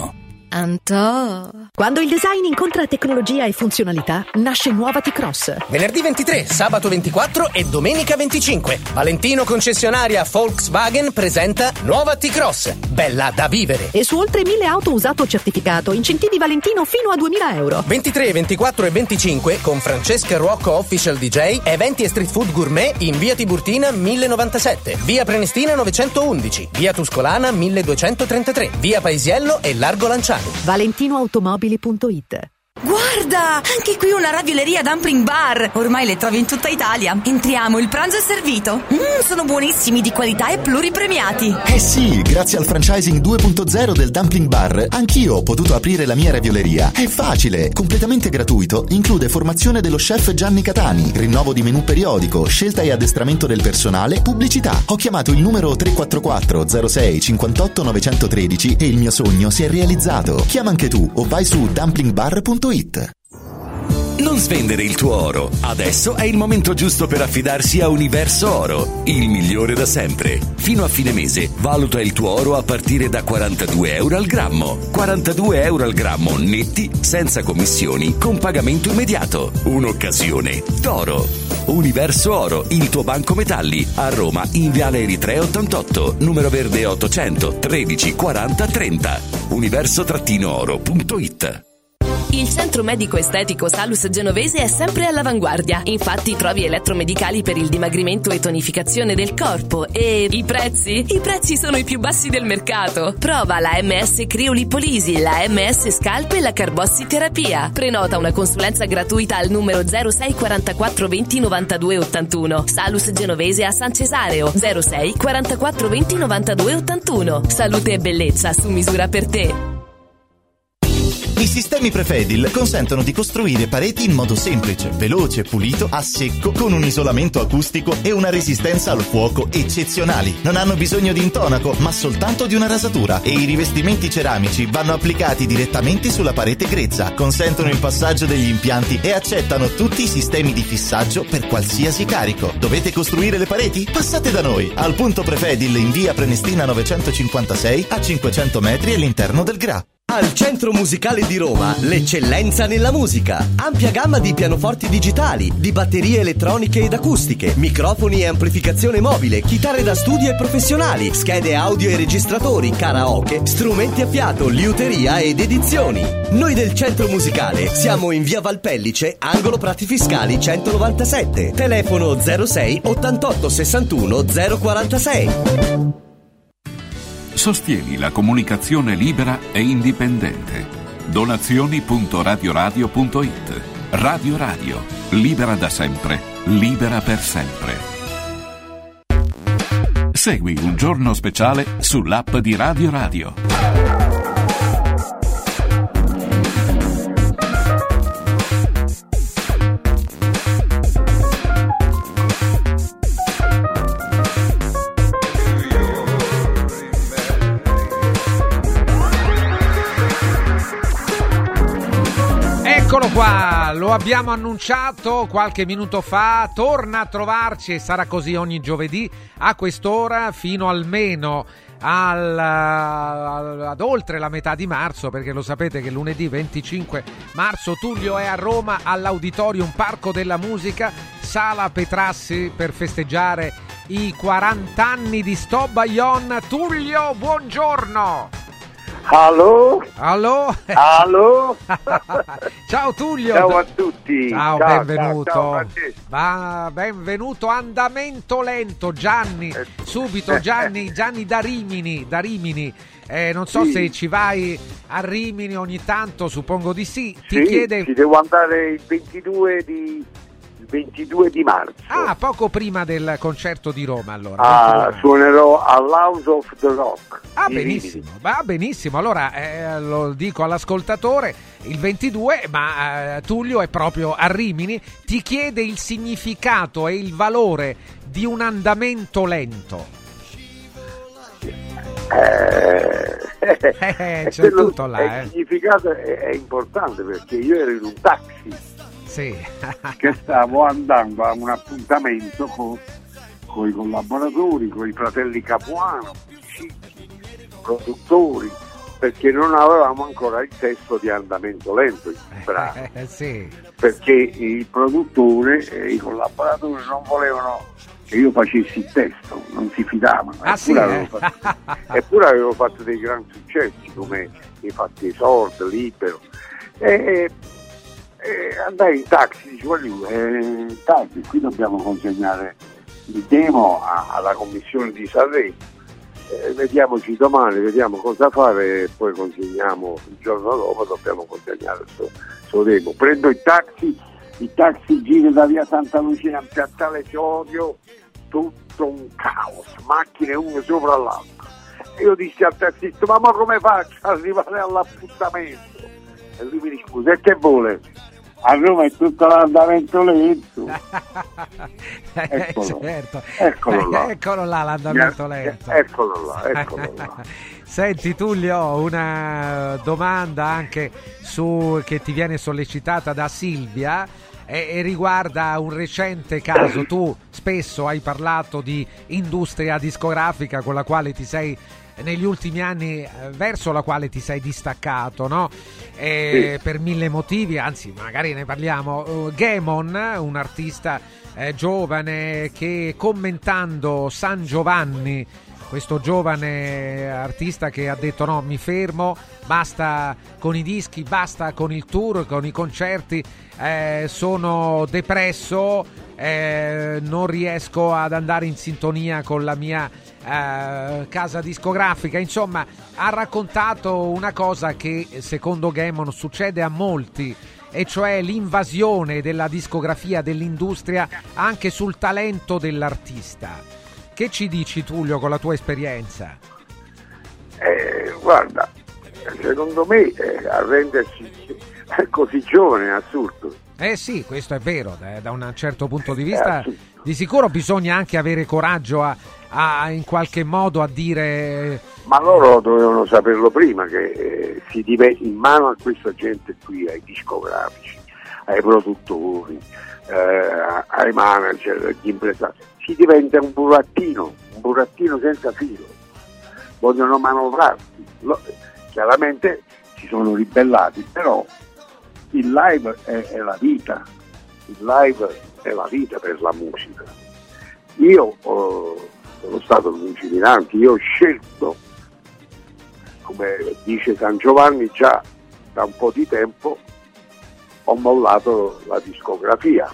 Antò. Quando il design incontra tecnologia e funzionalità, nasce nuova T-Cross. Venerdì ventitré, sabato ventiquattro e domenica venticinque. Valentino concessionaria Volkswagen presenta nuova T-Cross. Bella da vivere. E su oltre mille auto usato certificato, incentivi Valentino fino a duemila euro. ventitré, ventiquattro e venticinque con Francesca Rocco Official D J, eventi e street food gourmet in via Tiburtina mille novantasette, via Prenestina novecentoundici, via Tuscolana milleduecentotrentatré, via Paesiello e Largo Lanciano. valentinoautomobili punto it. Guarda, anche qui una ravioleria dumpling bar. Ormai le trovi in tutta Italia. Entriamo, il pranzo è servito. Mmm, sono buonissimi, di qualità e pluripremiati. Eh sì, grazie al franchising due punto zero del Dumpling Bar, anch'io ho potuto aprire la mia ravioleria. È facile, completamente gratuito, include formazione dello chef Gianni Catani, rinnovo di menù periodico, scelta e addestramento del personale, pubblicità. Ho chiamato il numero tre quattro quattro zero sei cinquantotto novecentotredici e il mio sogno si è realizzato. Chiama anche tu o vai su dumpling bar punto it. Non svendere il tuo oro. Adesso è il momento giusto per affidarsi a Universo Oro, il migliore da sempre. Fino a fine mese valuta il tuo oro a partire da quarantadue euro al grammo. quarantadue euro al grammo netti, senza commissioni, con pagamento immediato. Un'occasione d'oro. Universo Oro, il tuo banco metalli. A Roma in Viale Eritrea ottantotto, numero verde ottocento tredici quaranta trenta. universo oro punto it. Il centro medico estetico Salus Genovese è sempre all'avanguardia. Infatti trovi elettromedicali per il dimagrimento e tonificazione del corpo. E i prezzi? I prezzi sono i più bassi del mercato. Prova la M S Criolipolisi, la M S Scalp e la Carbossiterapia. Prenota una consulenza gratuita al numero zero sei quarantaquattro venti novantadue ottantuno. Salus Genovese a San Cesareo zero sei quarantaquattro venti novantadue ottantuno. Salute e bellezza su misura per te. I sistemi Prefedil consentono di costruire pareti in modo semplice, veloce, pulito, a secco, con un isolamento acustico e una resistenza al fuoco eccezionali. Non hanno bisogno di intonaco, ma soltanto di una rasatura, e i rivestimenti ceramici vanno applicati direttamente sulla parete grezza, consentono il passaggio degli impianti e accettano tutti i sistemi di fissaggio per qualsiasi carico. Dovete costruire le pareti? Passate da noi, al punto Prefedil in via Prenestina novecentocinquantasei, a cinquecento metri all'interno del Gra. Al Centro Musicale di Roma, l'eccellenza nella musica. Ampia gamma di pianoforti digitali, di batterie elettroniche ed acustiche, microfoni e amplificazione mobile, chitarre da studio e professionali, schede audio e registratori, karaoke, strumenti a fiato, liuteria ed edizioni. Noi del Centro Musicale siamo in via Valpellice, angolo Prati Fiscali centonovantasette. Telefono zero sei ottantotto sessantuno zero quarantasei. Sostieni la comunicazione libera e indipendente. Donazioni punto radioradio punto it. Radio Radio, libera da sempre, libera per sempre. Segui Un Giorno Speciale sull'app di Radio Radio. Eccolo qua, lo abbiamo annunciato qualche minuto fa, torna a trovarci e sarà così ogni giovedì a quest'ora fino almeno al, ad oltre la metà di marzo, perché lo sapete che lunedì venticinque marzo Tullio è a Roma all'Auditorium Parco della Musica, Sala Petrassi, per festeggiare i quaranta anni di Sto Bayon. Tullio, buongiorno! Allo? Allo? Allo? Ciao Tullio. Ciao a tutti. Ciao, ciao benvenuto. Ciao, ciao Va, benvenuto. Andamento lento, Gianni. Subito Gianni, Gianni da Rimini, da Rimini. Eh, non so sì. se ci vai a Rimini ogni tanto, suppongo di sì. Ti sì, chiede... ci devo andare il ventidue di ventidue di marzo. Ah, poco prima del concerto di Roma, allora. Ah, suonerò all'House of the Rock. Ah, benissimo, va benissimo. Allora, eh, lo dico all'ascoltatore, il ventidue, ma eh, Tullio è proprio a Rimini, ti chiede il significato e il valore di un andamento lento. Eh, eh, c'è tutto là. Il eh. significato è, è importante, perché io ero in un taxi. Sì. che stavo andando a un appuntamento con, con i collaboratori, con i fratelli Capuano, musicisti, produttori, perché non avevamo ancora il testo di Andamento Lento il brano, eh, sì. perché il produttore e i collaboratori non volevano che io facessi il testo, non si fidavano. Ah, eppure, sì, avevo eh? fatto, eppure avevo fatto dei grandi successi come i Fatti Sord, Libero, e, e, e andai in taxi, dicevo eh, taxi, qui dobbiamo consegnare il demo a, alla commissione di Sanremo, eh, vediamoci domani, vediamo cosa fare e poi consegniamo il giorno dopo, dobbiamo consegnare il suo demo. Prendo il taxi, il taxi gira da via Santa Lucia a Piazzale Sodio, tutto un caos, macchine una sopra l'altra. E io dissi al tassista, ma, ma come faccio ad arrivare all'appuntamento? E lui mi risponde, e che vuole? A Roma è tutto l'andamento lento. Eccolo, certo. eccolo là. Eccolo là l'andamento lento. Eccolo là, eccolo là. Senti Tullio, una domanda anche su che ti viene sollecitata da Silvia e, e riguarda un recente caso. Tu spesso hai parlato di industria discografica con la quale ti sei negli ultimi anni eh, verso la quale ti sei distaccato, no? E sì. Per mille motivi, anzi magari ne parliamo. uh, Gaemon, un artista eh, giovane che commentando San Giovanni, questo giovane artista che ha detto no, mi fermo, basta con i dischi, basta con il tour, con i concerti, eh, sono depresso, eh, non riesco ad andare in sintonia con la mia eh, casa discografica. Insomma, ha raccontato una cosa che secondo Gaemon succede a molti, e cioè l'invasione della discografia, dell'industria anche sul talento dell'artista. Che ci dici Tullio con la tua esperienza? Eh, guarda, secondo me eh, arrendersi così giovane è assurdo. Eh sì, questo è vero, eh, da un certo punto di vista di sicuro bisogna anche avere coraggio a, a in qualche modo a dire... Ma loro dovevano saperlo prima che eh, si diventa in mano a questa gente qui, ai discografici, ai produttori, eh, ai manager, agli impresari. Si diventa un burattino, un burattino senza filo, vogliono manovrarsi. Lo, chiaramente si sono ribellati, però il live è, è la vita, il live è la vita per la musica. Io oh, sono stato lungimirante, io ho scelto, come dice San Giovanni, già da un po' di tempo ho mollato la discografia.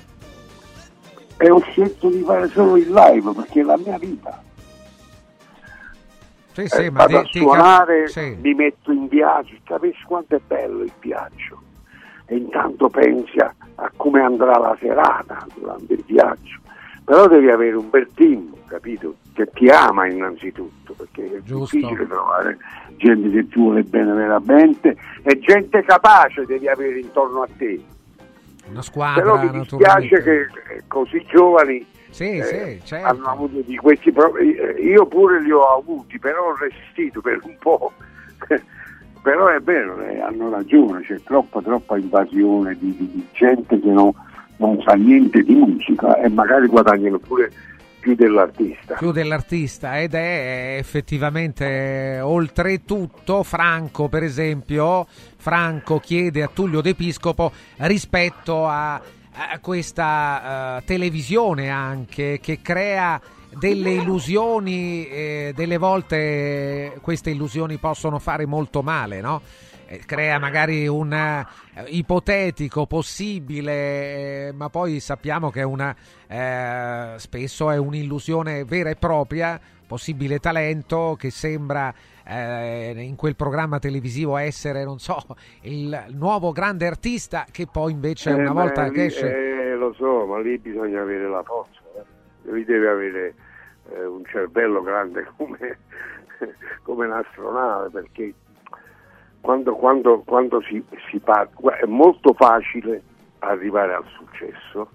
E ho scelto di fare solo il live perché è la mia vita. Sì, sì, eh, ma vado ti, a suonare, ti... sì. mi metto in viaggio, capisci quanto è bello il viaggio, e intanto pensi a, a come andrà la serata durante il viaggio. Però devi avere un bel team, capito? Che ti ama innanzitutto, perché è Giusto. difficile trovare gente che ti vuole bene veramente, e gente capace devi avere intorno a te. Una squadra. Però mi dispiace che così giovani sì, eh, sì, certo. hanno avuto di questi problemi. Io pure li ho avuti, però ho resistito per un po'. Però è vero, eh, hanno ragione, c'è troppa troppa invasione di, di, di gente che non, non sa niente di musica e magari guadagnano pure più dell'artista. Più dell'artista, ed è effettivamente, oltretutto, Franco per esempio, Franco chiede a Tullio D'Episcopo rispetto a, a questa uh, televisione anche che crea delle illusioni, eh, delle volte queste illusioni possono fare molto male, no? Eh, crea magari un uh, ipotetico possibile, eh, ma poi sappiamo che è una eh, spesso è un'illusione vera e propria, possibile talento che sembra eh, in quel programma televisivo essere, non so, il nuovo grande artista, che poi invece eh, una volta lì, che esce... Eh, lo so, ma lì bisogna avere la forza. Lui deve avere eh, un cervello grande come, come un'astronave, perché quando, quando, quando si, si parte è molto facile arrivare al successo,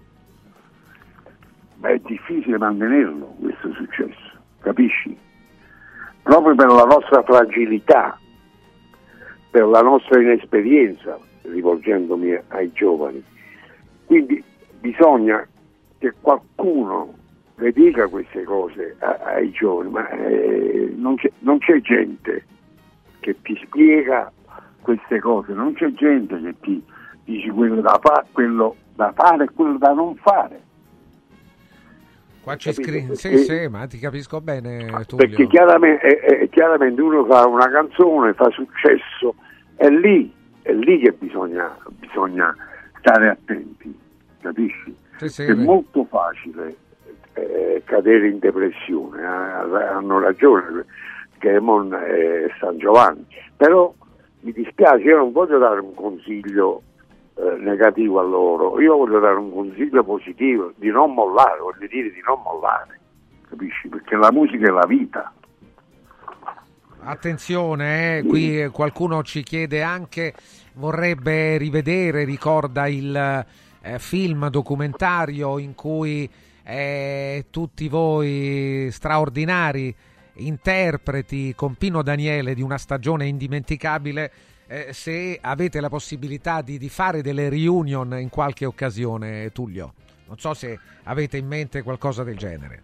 ma è difficile mantenerlo questo successo, capisci? Proprio per la nostra fragilità, per la nostra inesperienza, rivolgendomi ai giovani. Quindi bisogna che qualcuno le dica queste cose ai giovani, ma eh, non, c'è, non c'è gente, che ti spiega queste cose, non c'è gente che ti dice quello da fare, quello da fare e quello da non fare. Qua ci scrivi, sì, sì, ma ti capisco bene, Tullio. Perché chiaramente, è, è, chiaramente uno fa una canzone, fa successo, è lì, è lì che bisogna, bisogna stare attenti, capisci? Sì, sì, è beh. molto facile eh, cadere in depressione, eh, hanno ragione Gaemon e San Giovanni, però mi dispiace, io non voglio dare un consiglio eh, negativo a loro, io voglio dare un consiglio positivo, di non mollare, voglio dire di non mollare, capisci? Perché la musica è la vita. Attenzione, eh, qui qualcuno ci chiede anche, vorrebbe rivedere, ricorda il eh, film documentario in cui eh, tutti voi straordinari interpreti con Pino Daniele di una stagione indimenticabile, eh, se avete la possibilità di, di fare delle reunion in qualche occasione, Tullio. Non so se avete in mente qualcosa del genere.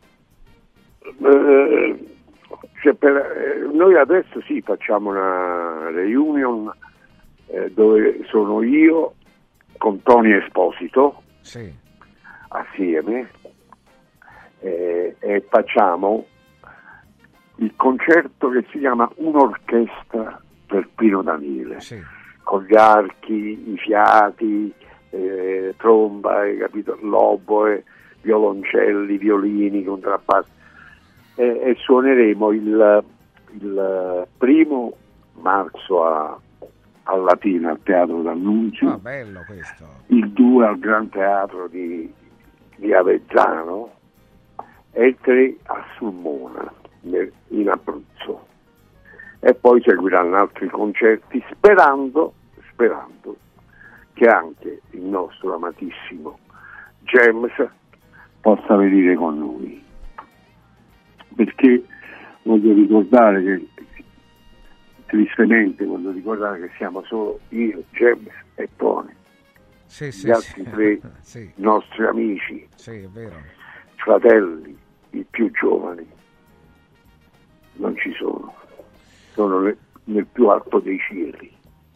Eh, cioè per, eh, noi adesso sì facciamo una reunion eh, dove sono io con Tony Esposito, sì, assieme, eh, e facciamo il concerto che si chiama Un'orchestra per Pino Daniele, sì, con gli archi, i fiati, eh, tromba, hai capito, l'oboe, violoncelli, violini, contrabbassi, e, e suoneremo il, il primo marzo a, a Latina, al Teatro d'Annunzio, ah, bello questo. Il due al Gran Teatro di, di Avezzano e il tre a Sulmona in Abruzzo, e poi seguiranno altri concerti, sperando sperando che anche il nostro amatissimo James possa venire con noi, perché voglio ricordare che tristemente voglio ricordare che siamo solo io, James e Tony, sì, sì, gli altri sì. tre sì. nostri amici, sì, è vero, fratelli, i più giovani non ci sono, sono le, nel più alto dei cieli,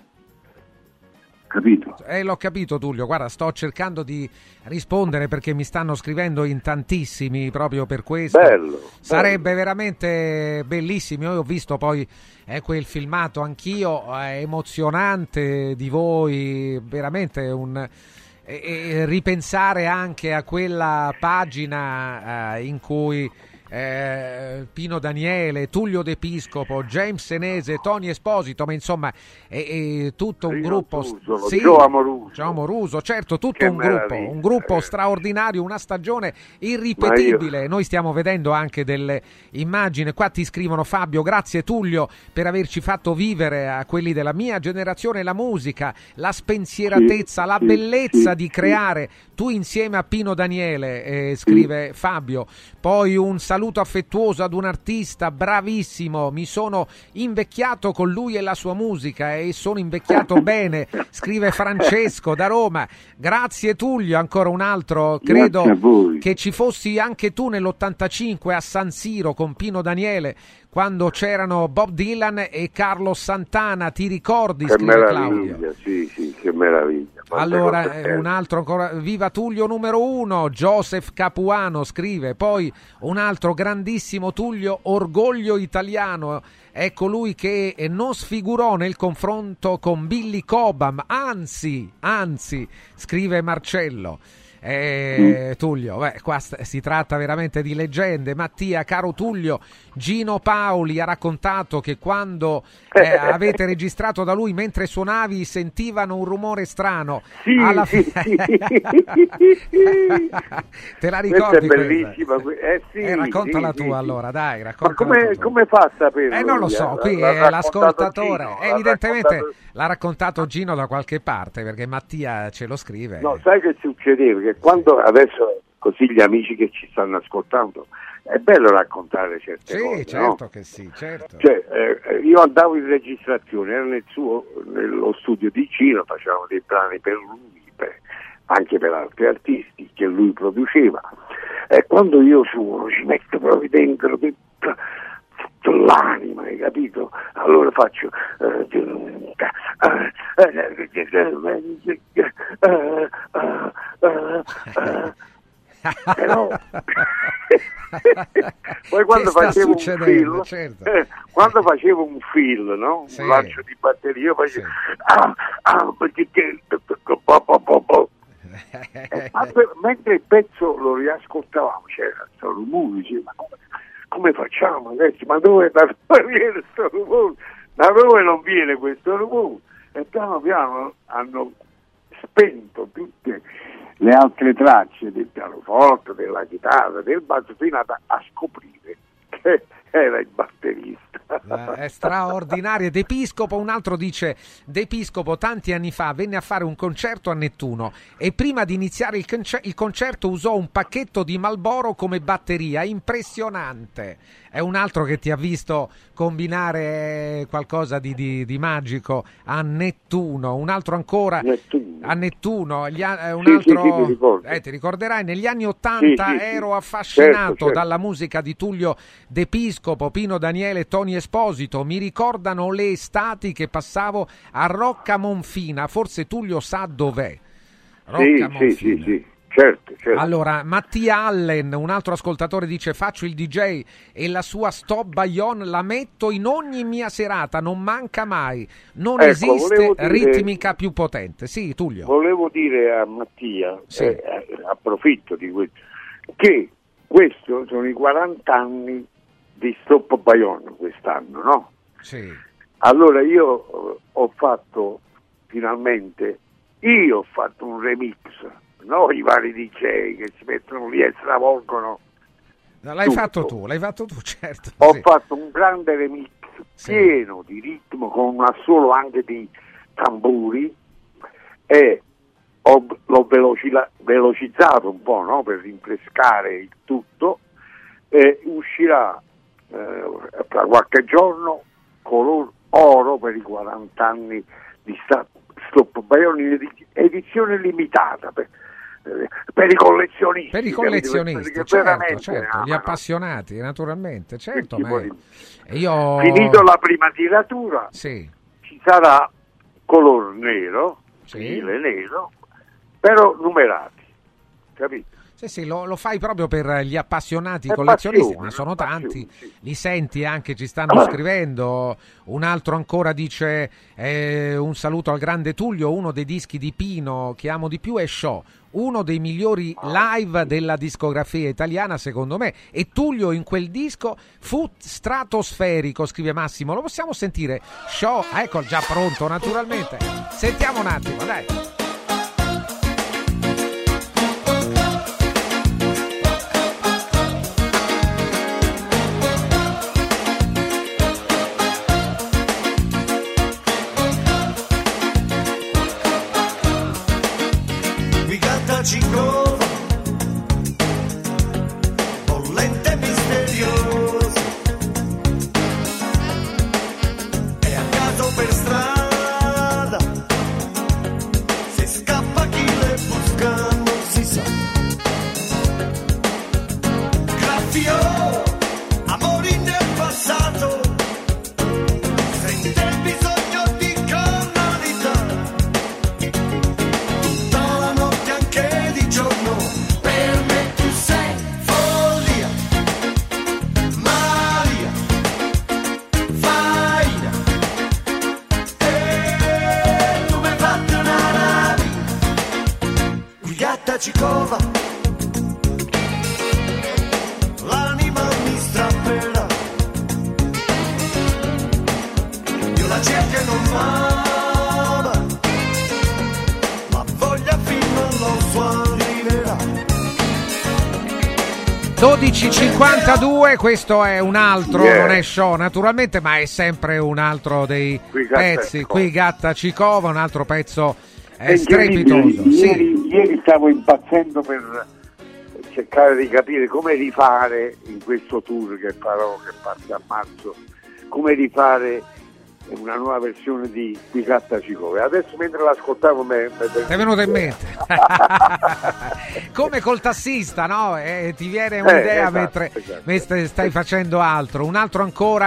capito? Eh, l'ho capito, Tullio, guarda, sto cercando di rispondere perché mi stanno scrivendo in tantissimi proprio per questo. Bello, sarebbe bello. veramente bellissimo. Io ho visto poi eh, quel filmato anch'io, eh, emozionante di voi, veramente un eh, eh, ripensare anche a quella pagina eh, in cui Eh, Pino Daniele, Tullio De Piscopo, James Senese, Tony Esposito, ma insomma è, è tutto un Io gruppo, Tuso, sì, Gio Amoruso. Gio Amoruso, certo, tutto Che un gruppo, meraviglia. un gruppo straordinario, una stagione irripetibile. Noi stiamo vedendo anche delle immagini, qua ti scrivono: Fabio, grazie Tullio per averci fatto vivere a quelli della mia generazione la musica, la spensieratezza, sì, la sì, bellezza sì, di sì. creare, tu insieme a Pino Daniele, eh, scrive sì. Fabio. Poi un saluto affettuoso ad un artista bravissimo, mi sono invecchiato con lui e la sua musica e sono invecchiato bene, scrive Francesco da Roma. Grazie Tullio, ancora un altro, credo che ci fossi anche tu nell'ottantacinque a San Siro con Pino Daniele quando c'erano Bob Dylan e Carlos Santana, ti ricordi? Che Scrive meraviglia, Claudio. sì sì, che meraviglia. Quante Allora, cose eh, belle. un altro ancora, viva Tullio numero uno, Joseph Capuano scrive, poi un altro grandissimo Tullio, orgoglio italiano, è colui che eh, non sfigurò nel confronto con Billy Cobham, anzi, anzi, scrive Marcello. Eh, Tullio, beh, qua st- si tratta veramente di leggende. Mattia, caro Tullio, Gino Paoli ha raccontato che quando eh, avete registrato da lui mentre suonavi sentivano un rumore strano. Sì, alla sì, fi- sì. Te la ricordi? Questa è bellissima. Eh, sì, eh, raccontala sì, tu sì, allora, dai, Ma raccontala come, tu. come fa a sapere? Eh, non lo so, qui l'ha è l'ascoltatore, raccontato Gino, eh, l'ha evidentemente raccontato- l'ha raccontato Gino da qualche parte, perché Mattia ce lo scrive. No, sai che succedeva? Che quando adesso così gli amici che ci stanno ascoltando, è bello raccontare certe Sì, cose, certo no? che sì, certo. Cioè, eh, io andavo in registrazione, ero nel suo, nello studio di Gino, facevamo dei brani per lui, per- anche per altri artisti che lui produceva, e quando io suono ci metto proprio dentro tutta, tutta l'anima, hai capito? allora faccio però poi quando facevo un film certo. eh, quando facevo un film, no? Sì. Un lancio di batteria, io facevo sì. ah, ah, perché eh, mentre il pezzo lo riascoltavamo c'era questo rumore, dicevo, ma come, come facciamo adesso? Ma dove, da dove viene questo rumore? Da dove non viene questo rumore? E piano piano hanno spento tutte le altre tracce del pianoforte, della chitarra, del basso, fino a, a scoprire che era il batterista. È straordinario. D'Episcopo, un altro dice: D'Episcopo tanti anni fa venne a fare un concerto a Nettuno e prima di iniziare il, concer- il concerto usò un pacchetto di Marlboro come batteria, impressionante. È un altro che ti ha visto combinare qualcosa di, di, di magico a Nettuno, un altro ancora Nettuno. a Nettuno, gli a- un sì, altro sì, sì, mi ricordo. Eh, ti ricorderai, negli anni ottanta sì, sì, ero sì. affascinato certo, certo. dalla musica di Tullio D'Episcopo, Pino Daniele e Tony Esposito. Mi ricordano le estati che passavo a Rocca Monfina, forse Tullio sa dov'è. Rocca sì, Monfina. sì, sì, sì. Certo, certo. Allora, Mattia Allen, un altro ascoltatore, dice: faccio il D J e la sua Stop Bayon la metto in ogni mia serata, non manca mai, non ecco, esiste dire, ritmica più potente. Sì, Tullio. Volevo dire a Mattia, sì. eh, approfitto di questo, che questo sono i quaranta anni di Stop Bayon quest'anno, no? Sì. Allora io ho fatto finalmente, io ho fatto un remix, no i vari D J che si mettono lì e stravolgono. No, l'hai tutto. fatto tu, l'hai fatto tu, certo. Ho sì. fatto un grande remix sì. pieno di ritmo con un assolo anche di tamburi e ho, l'ho velocila, velocizzato un po', no? Per rinfrescare il tutto, e uscirà eh, tra qualche giorno color oro per i quaranta anni di sta, Stop Bayon in edizione limitata per, per i collezionisti, per i collezionisti, che certo, certo, amano. Gli appassionati, naturalmente, certo. Ma è... io... Finito la prima tiratura, sì. ci sarà color nero, sì. stile nero, però numerati, capito? Sì, sì, lo, lo fai proprio per gli appassionati è collezionisti, passione, ma sono tanti, passione, sì. Li senti anche, ci stanno scrivendo. Un altro ancora dice eh, un saluto al grande Tullio, uno dei dischi di Pino che amo di più è Show, uno dei migliori live della discografia italiana secondo me, e Tullio in quel disco fu stratosferico, scrive Massimo. Lo possiamo sentire? Show, ecco, già pronto naturalmente, sentiamo un attimo, dai. Cinco, bollente e misterioso, e a caso per strada, se scappa chi le busca non si sa. Graffio, amori nel passato, sente il bisogno di carnalità. Cicova, l'anima mi strapperà, io la cerco e non m'ama, ma voglia fino allo suo arriverà. dodici e cinquantadue, questo è un altro, yeah. non è Show naturalmente, ma è sempre un altro dei qui pezzi, qui Gatta Cicova, un altro pezzo è strepitoso. Ieri, sì. ieri stavo impazzendo per cercare di capire come rifare in questo tour che farò, che parte a marzo, come rifare una nuova versione di Qui Gatta Cicova. Adesso mentre l'ascoltavo mi è venuto in mente come col tassista, no? Eh, ti viene Eh, un'idea esatto, mentre, esatto. mentre stai facendo altro. Un altro ancora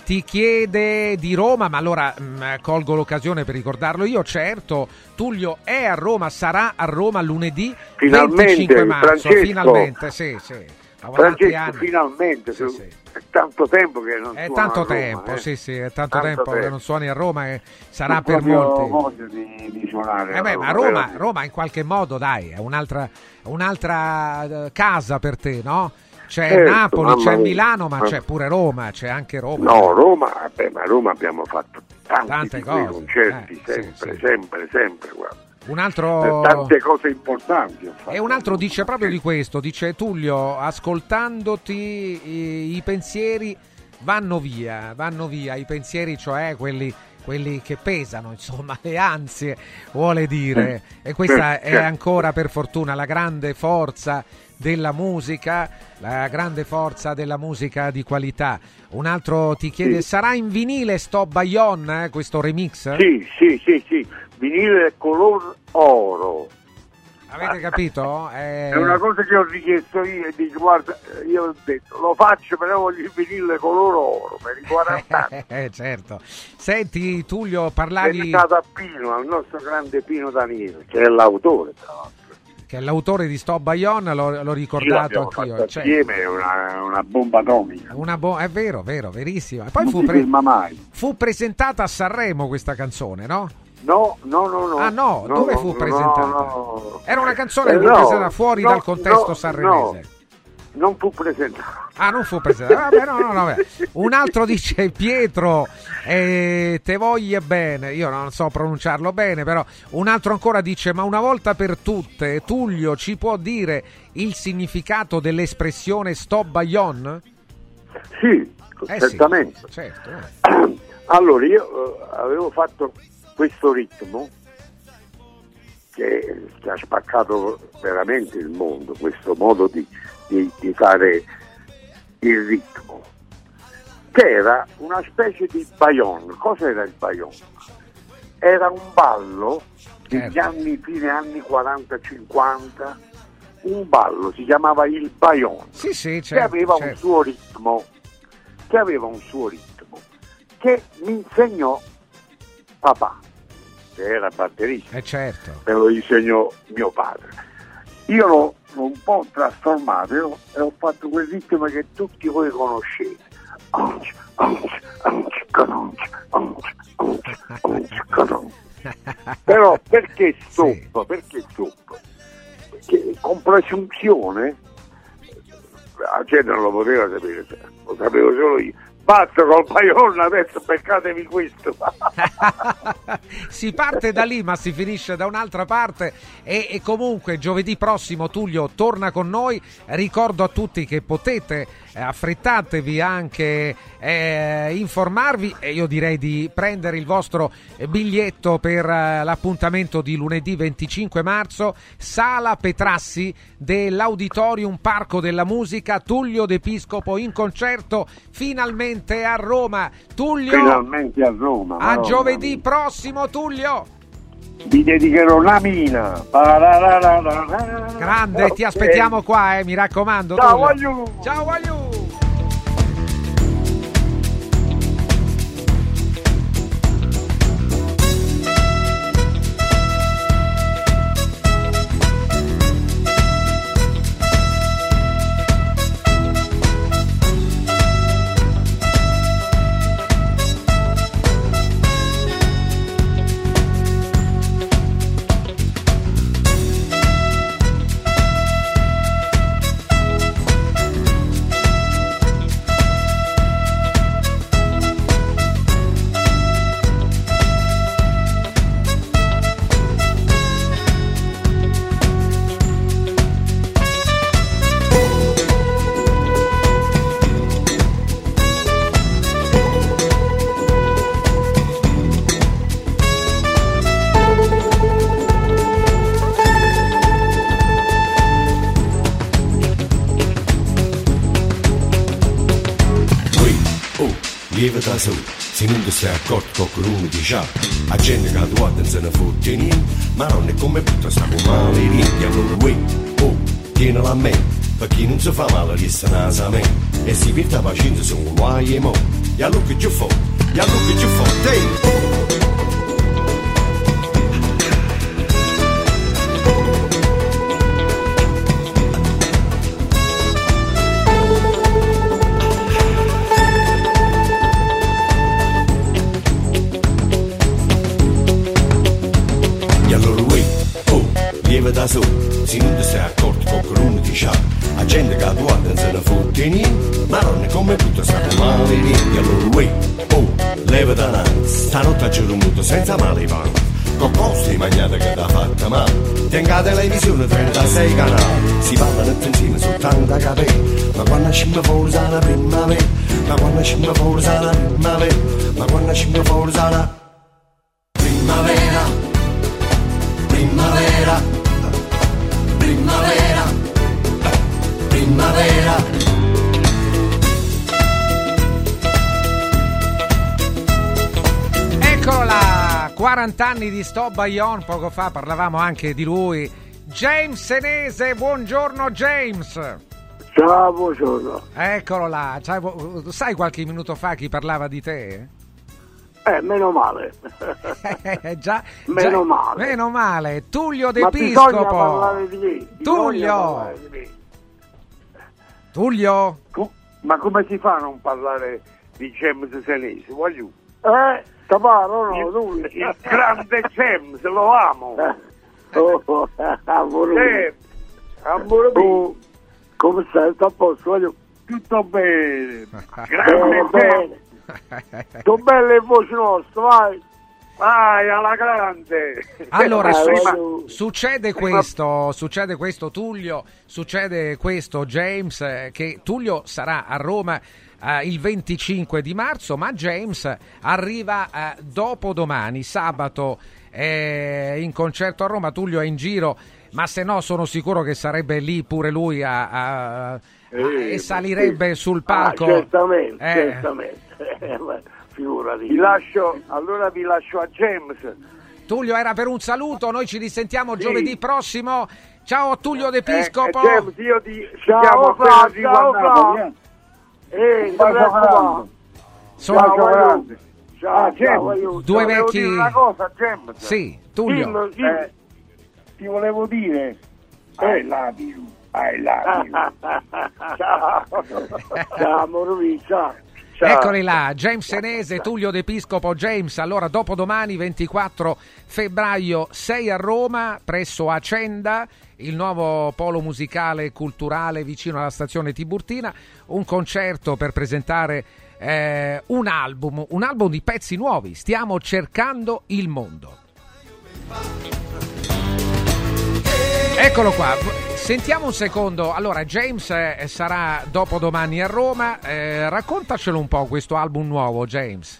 ti chiede di Roma, ma allora mh, colgo l'occasione per ricordarlo io, certo, Tullio è a Roma, sarà a Roma lunedì finalmente, venticinque marzo, Francesco, finalmente, sì, sì. Francesco, anni. finalmente, sì, sì. È tanto tempo che non è suono tanto a Roma, tempo, eh. sì, sì, è tanto, tanto tempo, tempo che non suoni a Roma e sarà non per molti. voglio di, di suonare Eh beh, a Roma, ma Roma, veramente. Roma in qualche modo, dai, è un'altra, un'altra eh, casa per te, no? C'è Certo, Napoli, mamma c'è mia. Milano, ma Ma- c'è pure Roma, c'è anche Roma. No, Roma, beh, ma a Roma abbiamo fatto tanti Tante di quei cose, concerti, eh, sempre, sì, sì. sempre, sempre, guarda. Un altro... Tante cose importanti ho fatto. E un altro dice proprio di questo, dice Tullio, ascoltandoti i, i pensieri vanno via, vanno via, i pensieri cioè quelli, quelli che pesano, insomma, le ansie, vuole dire. E questa è ancora per fortuna la grande forza della musica, la grande forza della musica di qualità. Un altro ti chiede, Sì. sarà in vinile sto Bayon, eh, questo remix? Sì, sì, sì, sì, vinile color oro. Avete capito? Eh... È una cosa che ho richiesto io e dico, guarda, io ho detto, lo faccio però voglio il vinile color oro per i quaranta anni. Eh, certo. Senti Tullio, È parlavi... dedicato a Pino, al nostro grande Pino Daniele, che è l'autore tra l'altro. che è l'autore di Sto Bayon, l'ho, l'ho ricordato anch'io. Cioè, insieme è una, una bomba atomica. Una bo- è vero, vero, verissima. E poi non fu, si pre- ferma mai. fu presentata a Sanremo questa canzone, no? No, no, no, no. Ah no, no dove no, fu no, presentata? No, no. Era una canzone Eh, che fu no, presentata fuori no, dal contesto no, sanremese. No. Non fu presentata. Ah, non fu presentata. Vabbè, no, no, no, vabbè. Un altro dice Pietro, eh, te voglia bene. Io non so pronunciarlo bene, però un altro ancora dice: ma una volta per tutte, Tullio ci può dire il significato dell'espressione Sto Bayon? Sì, Eh certamente. sì, certo. eh. Allora, io eh, avevo fatto questo ritmo che, che ha spaccato veramente il mondo, questo modo di, di, di fare il ritmo, che era una specie di bayon. Cosa era il bayon? Era un ballo degli anni, fine anni quaranta cinquanta, un ballo, si chiamava il bayon, sì, sì, certo, che aveva certo. un suo ritmo, che aveva un suo ritmo, che mi insegnò papà, che era batterista, eh certo. me lo insegnò mio padre. Io l'ho, l'ho un po' trasformato e ho, e ho fatto quel ritmo che tutti voi conoscete. Però perché stop? Sì. Perché stop? Perché con presunzione la gente non lo poteva sapere, lo sapevo solo io. Basta col Bayon, adesso beccatevi questo. Si parte da lì ma si finisce da un'altra parte e, e comunque giovedì prossimo Tullio torna con noi. Ricordo a tutti che potete, eh, affrettatevi anche eh, informarvi, e io direi di prendere il vostro biglietto per eh, l'appuntamento di lunedì venticinque marzo, Sala Petrassi dell'Auditorium Parco della Musica, Tullio De Piscopo in concerto finalmente a Roma. Tullio, finalmente a Roma. A giovedì mia. prossimo, Tullio. Vi dedicherò una mina. Grande, okay. Ti aspettiamo qua, eh, mi raccomando. Ciao, voglio. Ciao, voglio. Lievita su, se non ti stai accorto qualcuno ti sa, la gente che tu guarda non se ne fotte niente, ma non è come butta sta con male niente, allora uè, oh, tienila a mente, per chi non si fa male resta nasa a me e si porta pazienza su un guai e mo e allora che ci fa e allora che ci fa dei lieve da solo, se non ti sei accorto qualcuno ti sa, la gente che guarda non se ne fotte niente, ma non è come tutto sta male niente, allora uè, oh, leva da nanza, stanotte a giorno muto senza male i panni, con costi di magnata che t'ha fatta male, tenga la televisione trentasei canali, si parlano tutti insieme soltanto capelli, ma quando scimma forza la primavera, ma quando scimma forza la primavera, ma quando scimma forza la primavera, primavera. Primavera, primavera. Eccolo là, quaranta anni di Sto Bayon, poco fa parlavamo anche di lui. James Senese, buongiorno James. Ciao, buongiorno. Eccolo là, sai qualche minuto fa chi parlava di te? Eh, meno male. eh, già, meno già, male. Meno male. Tullio De Ma Piscopo. bisogna parlare di me. Tullio. Di me. Tullio. Tu, ma come si fa a non parlare di James Senese? Voglio. Eh, Taparo, no, tu. Il, il grande James, lo amo. Eh. Oh, oh, amore amore tu, come stai? Sta a posto? Voglio. Tutto bene. Grande eh, bene. Sono belle le voci nostre, vai, vai alla grande. Allora, su- succede questo, succede questo Tullio, succede questo James, eh, che Tullio sarà a Roma eh, il venticinque di marzo, ma James arriva eh, dopodomani, sabato, eh, in concerto a Roma. Tullio è in giro, ma se no sono sicuro che sarebbe lì pure lui a, a, a, eh, e salirebbe sì. sul palco. Ah, certamente, eh. certamente. Figurati. Vi lascio, allora vi lascio a James. Tullio era per un saluto, noi ci risentiamo sì. giovedì prossimo. Ciao Tullio De Piscopo. Eh, eh, James, io ti ciao, Fra, ciao, Fra. Eh, ciao, sono ciao, grande. Ciao, ah, James. Due vecchi. Dire una cosa, James. Sì, Tullio. Sì, eh, ti volevo dire I love you. I love you. Ciao. Ciao, amore, ciao. Ciao. Eccoli là, James Senese, Tullio De Piscopo. James, allora dopodomani ventiquattro febbraio sei a Roma presso Acenda, il nuovo polo musicale e culturale vicino alla stazione Tiburtina, un concerto per presentare eh, un album, un album di pezzi nuovi. Stiamo cercando il mondo. Eccolo qua, sentiamo un secondo. Allora, James eh, sarà dopodomani a Roma, eh, raccontacelo un po' questo album nuovo, James.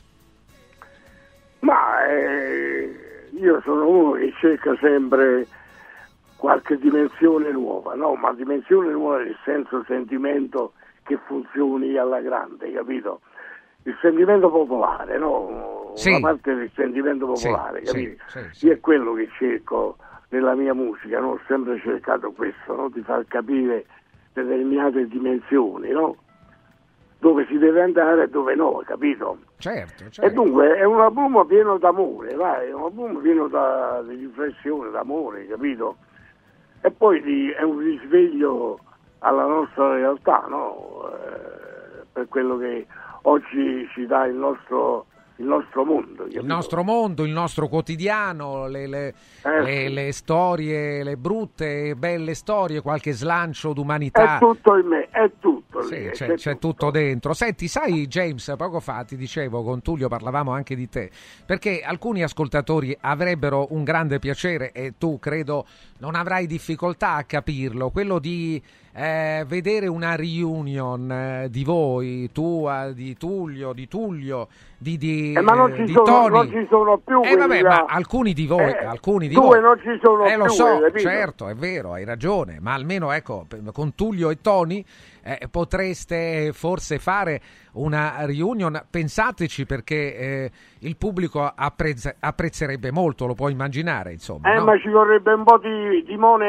Ma eh, io sono uno che cerca sempre qualche dimensione nuova, no? Ma dimensione nuova nel senso sentimento che funzioni alla grande, capito? Il sentimento popolare, no? Sì. Una parte del sentimento popolare, sì, capito? sì, sì, sì. Io è quello che cerco nella mia musica, no? Ho sempre cercato questo, no? Di far capire determinate dimensioni, no? Dove si deve andare e dove no, capito? Certo, certo. E dunque è un album pieno d'amore, vai, è un album pieno da, di riflessione, d'amore, capito? E poi di, è un risveglio alla nostra realtà, no? Eh, per quello che oggi ci dà il nostro il nostro mondo, capito? Il nostro mondo, il nostro quotidiano, le, le, eh, le, sì. le storie, le brutte, belle storie, qualche slancio d'umanità. È tutto in me, è tutto. Sì, lì, c'è, c'è, c'è tutto. tutto dentro. Senti, sai James, poco fa ti dicevo, con Tullio parlavamo anche di te, perché alcuni ascoltatori avrebbero un grande piacere, e tu credo non avrai difficoltà a capirlo, quello di eh, vedere una reunion eh, di voi, tua, di Tullio, di Tullio, di, di, eh, ma non ci, di sono, Tony. non ci sono più Eh vabbè, là. ma alcuni di voi, eh, alcuni di due voi. non ci sono eh, più. lo so, capito? certo, è vero, hai ragione, ma almeno ecco, con Tullio e Tony eh, potreste forse fare una reunion. Pensateci, perché eh, il pubblico apprezza, apprezzerebbe molto, lo puoi immaginare, insomma. Eh, no? ma ci vorrebbe un po' di, di mone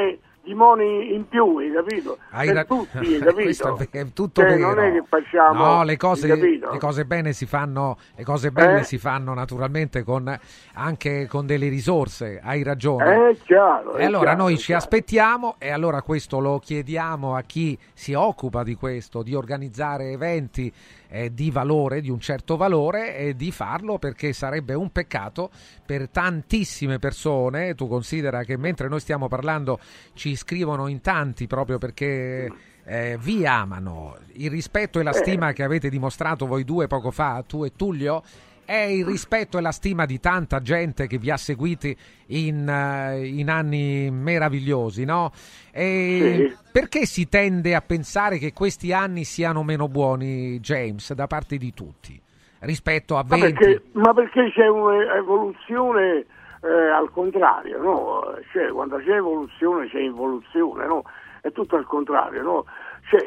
timoni in più, hai capito? Hai per ra- tutti, hai capito? Questo è, è tutto cioè, vero. non è che facciamo, no, le cose, hai capito? le cose bene si fanno, le cose belle Eh? si fanno naturalmente con, anche con delle risorse, hai ragione. È chiaro, è E allora chiaro, noi è ci chiaro. aspettiamo, e allora questo lo chiediamo a chi si occupa di questo, di organizzare eventi eh, di valore, di un certo valore, e di farlo, perché sarebbe un peccato per tantissime persone. Tu considera che mentre noi stiamo parlando ci scrivono in tanti proprio perché eh, vi amano. Il rispetto e la stima che avete dimostrato voi due poco fa, tu e Tullio, è il rispetto e la stima di tanta gente che vi ha seguiti in, uh, in anni meravigliosi, no? E Sì. Perché si tende a pensare che questi anni siano meno buoni, James, da parte di tutti, rispetto a Ma venti? perché, ma perché c'è un'evoluzione eh, al contrario, no? Cioè, quando c'è evoluzione c'è involuzione, no? È tutto al contrario, no? Cioè,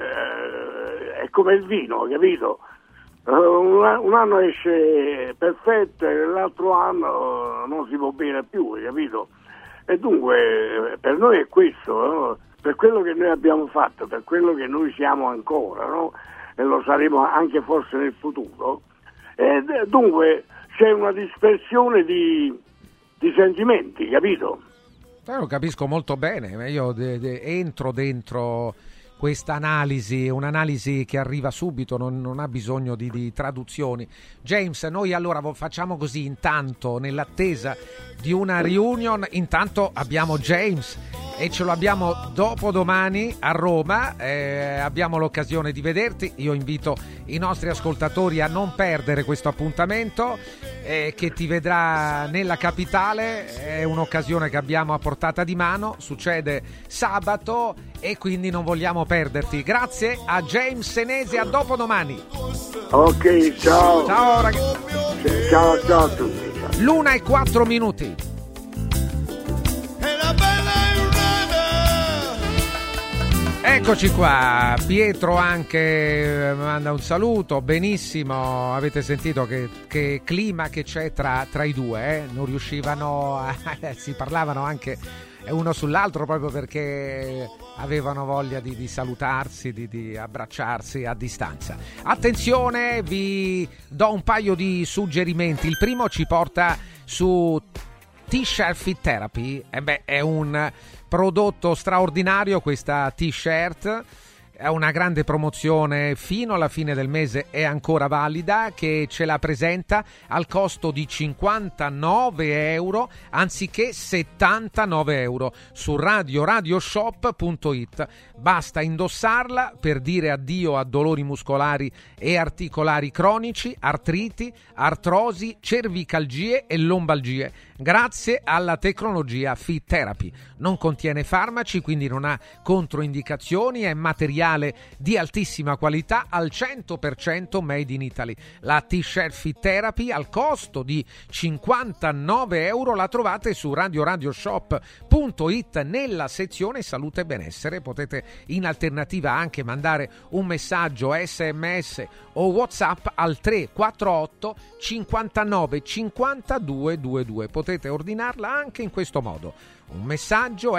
eh, è come il vino, capito? Un anno esce perfetto e l'altro anno non si può bere più, hai capito? E dunque per noi è questo, no? Per quello che noi abbiamo fatto, per quello che noi siamo ancora, no? E lo saremo anche forse nel futuro. E dunque c'è una dispersione di, di sentimenti, capito? Eh, lo capisco molto bene, io de- de- entro dentro questa analisi, un'analisi che arriva subito, non, non ha bisogno di, di traduzioni. James, noi allora facciamo così, intanto nell'attesa di una reunion, intanto abbiamo James e ce lo abbiamo dopodomani a Roma, eh, abbiamo l'occasione di vederti. Io invito i nostri ascoltatori a non perdere questo appuntamento eh, che ti vedrà nella capitale. È un'occasione che abbiamo a portata di mano, succede sabato e quindi non vogliamo perderti. Grazie a James Senesi, a dopodomani. Ok, ciao. Ciao ragazzi. Ciao, ciao a tutti. L'una e quattro minuti. Eccoci qua, Pietro anche manda un saluto, benissimo, avete sentito che, che clima che c'è tra, tra i due, eh? Non riuscivano, a, si parlavano anche uno sull'altro proprio perché avevano voglia di, di salutarsi, di, di abbracciarsi a distanza. Attenzione, vi do un paio di suggerimenti. Il primo ci porta su T-Shirt Fit Therapy. Eh beh, è un prodotto straordinario questa T-shirt, è una grande promozione fino alla fine del mese, è ancora valida, che ce la presenta al costo di cinquantanove euro anziché settantanove euro su radio radio shop punto it. Basta indossarla per dire addio a dolori muscolari e articolari cronici, artriti, artrosi, cervicalgie e lombalgie, grazie alla tecnologia Fit Therapy. Non contiene farmaci, quindi non ha controindicazioni, è materiale di altissima qualità al cento per cento made in Italy. La T-shirt Fit Therapy al costo di cinquantanove euro la trovate su radio radio shop punto it nella sezione salute e benessere. Potete in alternativa anche mandare un messaggio sms o WhatsApp al tre quattro otto cinquantanove cinquantadue ventidue. Potete ordinarla anche in questo modo. Un messaggio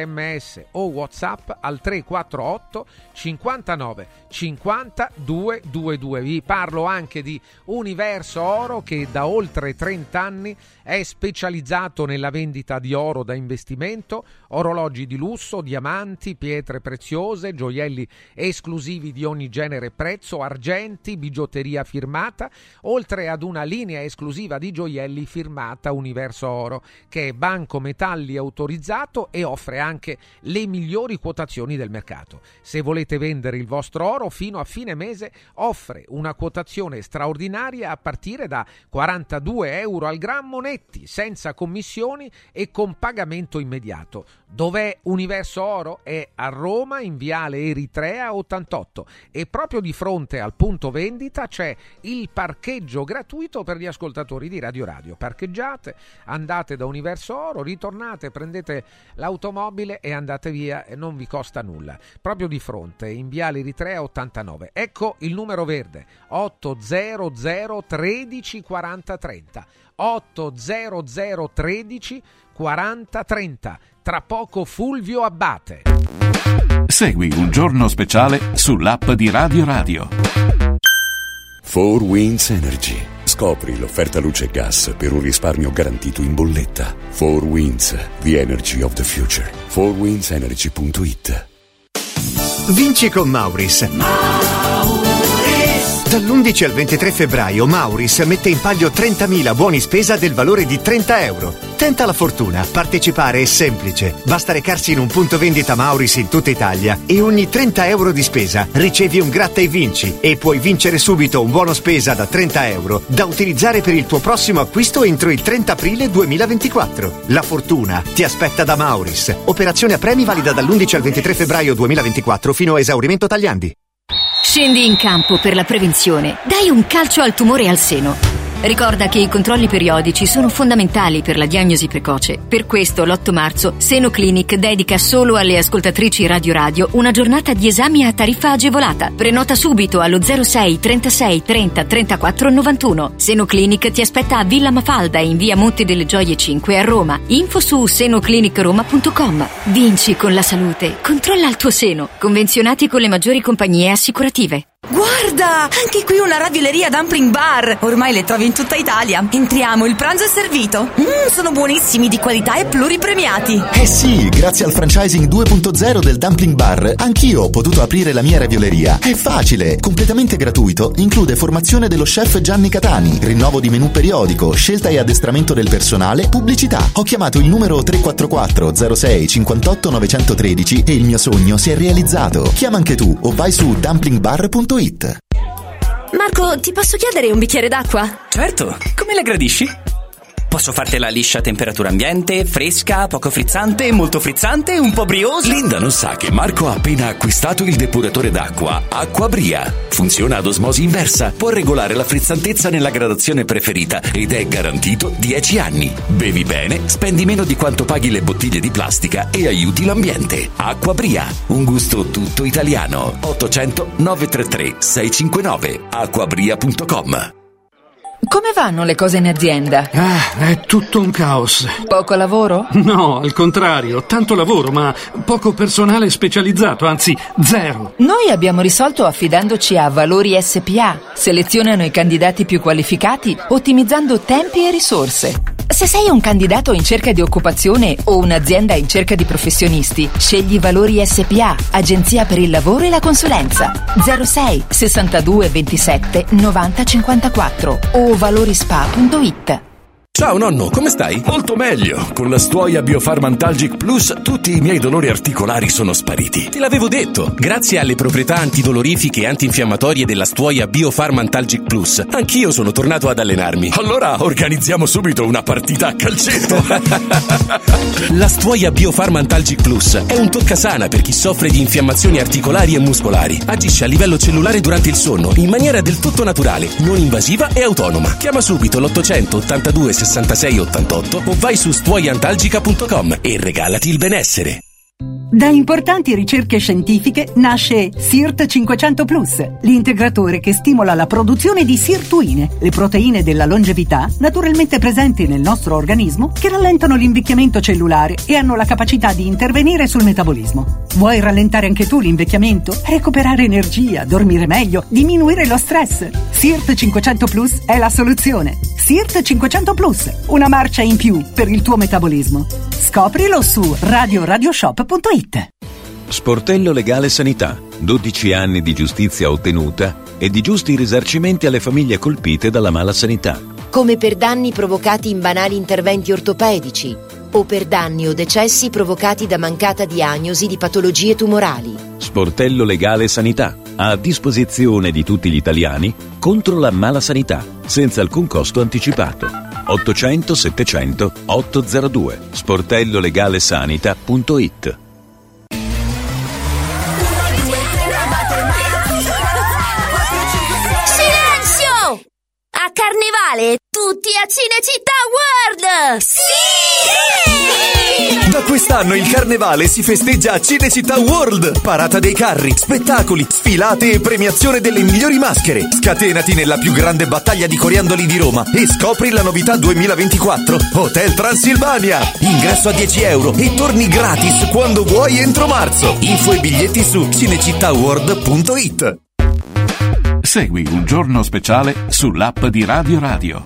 sms o WhatsApp al tre quattro otto cinquantanove cinquantadue ventidue. Vi parlo anche di Universo Oro, che da oltre trenta anni è specializzato nella vendita di oro da investimento, orologi di lusso, diamanti, pietre preziose, gioielli esclusivi di ogni genere e prezzo, argenti, bigiotteria firmata, oltre ad una linea esclusiva di gioielli firmata Universo Oro, che è banco metalli autorizzato e offre anche le migliori quotazioni del mercato. Se volete vendere il vostro oro, fino a fine mese offre una quotazione straordinaria a partire da quarantadue euro al grammo netti, senza commissioni e con pagamento immediato. Dov'è Universo Oro? È a Roma, in viale Eritrea ottantotto, e proprio di fronte al punto vendita c'è il parcheggio gratuito per gli ascoltatori di Radio Radio. Parcheggiate, andate da Universo Oro, ritornate, prendete l'automobile e andate via, e non vi costa nulla. Proprio di fronte Abate in Viale Eritrea ottantanove. Ecco il numero verde ottocento tredici quaranta trenta ottocento tredici quaranta trenta. Tra poco Fulvio Abate. Segui Un Giorno Speciale sull'app di Radio Radio. four Winds Energy. Scopri l'offerta luce e gas per un risparmio garantito in bolletta. four Winds, the energy of the future. four winds energy punto it. Vinci con Mauris. Dall'undici al ventitré febbraio Mauris mette in palio trentamila buoni spesa del valore di trenta euro. Tenta la fortuna, partecipare è semplice. Basta recarsi in un punto vendita Mauris in tutta Italia e ogni trenta euro di spesa ricevi un gratta e vinci e puoi vincere subito un buono spesa da trenta euro da utilizzare per il tuo prossimo acquisto entro il trenta aprile duemilaventiquattro. La fortuna ti aspetta da Mauris. Operazione a premi valida dall'undici al ventitré febbraio duemilaventiquattro fino a esaurimento tagliandi. Scendi in campo per la prevenzione. Dai un calcio al tumore al seno. Ricorda che i controlli periodici sono fondamentali per la diagnosi precoce. Per questo l'otto marzo Seno Clinic dedica solo alle ascoltatrici Radio Radio una giornata di esami a tariffa agevolata. Prenota subito allo zero sei trentasei trenta trentaquattro novantuno. Seno Clinic ti aspetta a Villa Mafalda in via Monte delle Gioie cinque a Roma. Info su senoclinicroma punto com. Vinci con la salute. Controlla il tuo seno. Convenzionati con le maggiori compagnie assicurative. Guarda, anche qui una ravioleria Dumpling Bar. Ormai le trovi in tutta Italia. Entriamo, il pranzo è servito. Mmm, sono buonissimi, di qualità e pluripremiati. Eh sì, grazie al franchising due punto zero del Dumpling Bar, anch'io ho potuto aprire la mia ravioleria. È facile, completamente gratuito, include formazione dello chef Gianni Catani, rinnovo di menù periodico, scelta e addestramento del personale, pubblicità. Ho chiamato il numero tre quattro quattro zero sei cinquantotto novecentotredici e il mio sogno si è realizzato. Chiama anche tu o vai su dumpling bar punto it. Marco, ti posso chiedere un bicchiere d'acqua? Certo, come la gradisci? Posso fartela liscia a temperatura ambiente, fresca, poco frizzante, molto frizzante, un po' briosa? Linda non sa che Marco ha appena acquistato il depuratore d'acqua Acquabria. Funziona ad osmosi inversa, può regolare la frizzantezza nella gradazione preferita ed è garantito dieci anni. Bevi bene, spendi meno di quanto paghi le bottiglie di plastica e aiuti l'ambiente. Acquabria, un gusto tutto italiano. ottocento nove tre tre sei cinque nove acquabria punto com. Come vanno le cose in azienda? Ah, è tutto un caos. Poco lavoro? No, al contrario, tanto lavoro, ma poco personale specializzato, anzi zero. Noi abbiamo risolto affidandoci a Valori S P A. Selezionano i candidati più qualificati, ottimizzando tempi e risorse. Se sei un candidato in cerca di occupazione o un'azienda in cerca di professionisti, scegli Valori S P A, agenzia per il lavoro e la consulenza. zero sei sessantadue ventisette novanta cinquantaquattro o valorispa punto it. Ciao nonno, come stai? Molto meglio. Con la Stuoia Biofarm Antalgic Plus tutti i miei dolori articolari sono spariti. Te l'avevo detto. Grazie alle proprietà antidolorifiche e antinfiammatorie della Stuoia Biofarm Antalgic Plus, anch'io sono tornato ad allenarmi. Allora organizziamo subito una partita a calcetto. La Stuoia Biofarm Antalgic Plus è un toccasana per chi soffre di infiammazioni articolari e muscolari. Agisce a livello cellulare durante il sonno in maniera del tutto naturale, non invasiva e autonoma. Chiama subito l'ottocento ottantadue sessantasei ottantotto o vai su stuoiantalgica punto com e regalati il benessere. Da importanti ricerche scientifiche nasce SIRT cinquecento plus, l'integratore che stimola la produzione di sirtuine, le proteine della longevità naturalmente presenti nel nostro organismo che rallentano l'invecchiamento cellulare e hanno la capacità di intervenire sul metabolismo. Vuoi rallentare anche tu l'invecchiamento? Recuperare energia, dormire meglio, diminuire lo stress? SIRT cinquecento plus è la soluzione. SIRT cinquecento plus, una marcia in più per il tuo metabolismo. Scoprilo su radio radioshop punto it. Sportello Legale Sanità. dodici anni di giustizia ottenuta e di giusti risarcimenti alle famiglie colpite dalla mala sanità. Come per danni provocati in banali interventi ortopedici o per danni o decessi provocati da mancata diagnosi di patologie tumorali. Sportello Legale Sanità. A disposizione di tutti gli italiani contro la mala sanità, senza alcun costo anticipato. ottocento settecento ottocentodue sportellolegalesanita punto it. Silenzio! A Carnevale tutti a Cinecittà World! Sì! Da quest'anno il carnevale si festeggia a Cinecittà World. Parata dei carri, spettacoli, sfilate e premiazione delle migliori maschere. Scatenati nella più grande battaglia di coriandoli di Roma e scopri la novità duemilaventiquattro Hotel Transilvania. Ingresso a dieci euro e torni gratis quando vuoi entro marzo. Info e biglietti su cinecittàworld punto it. Segui Un Giorno Speciale sull'app di Radio Radio.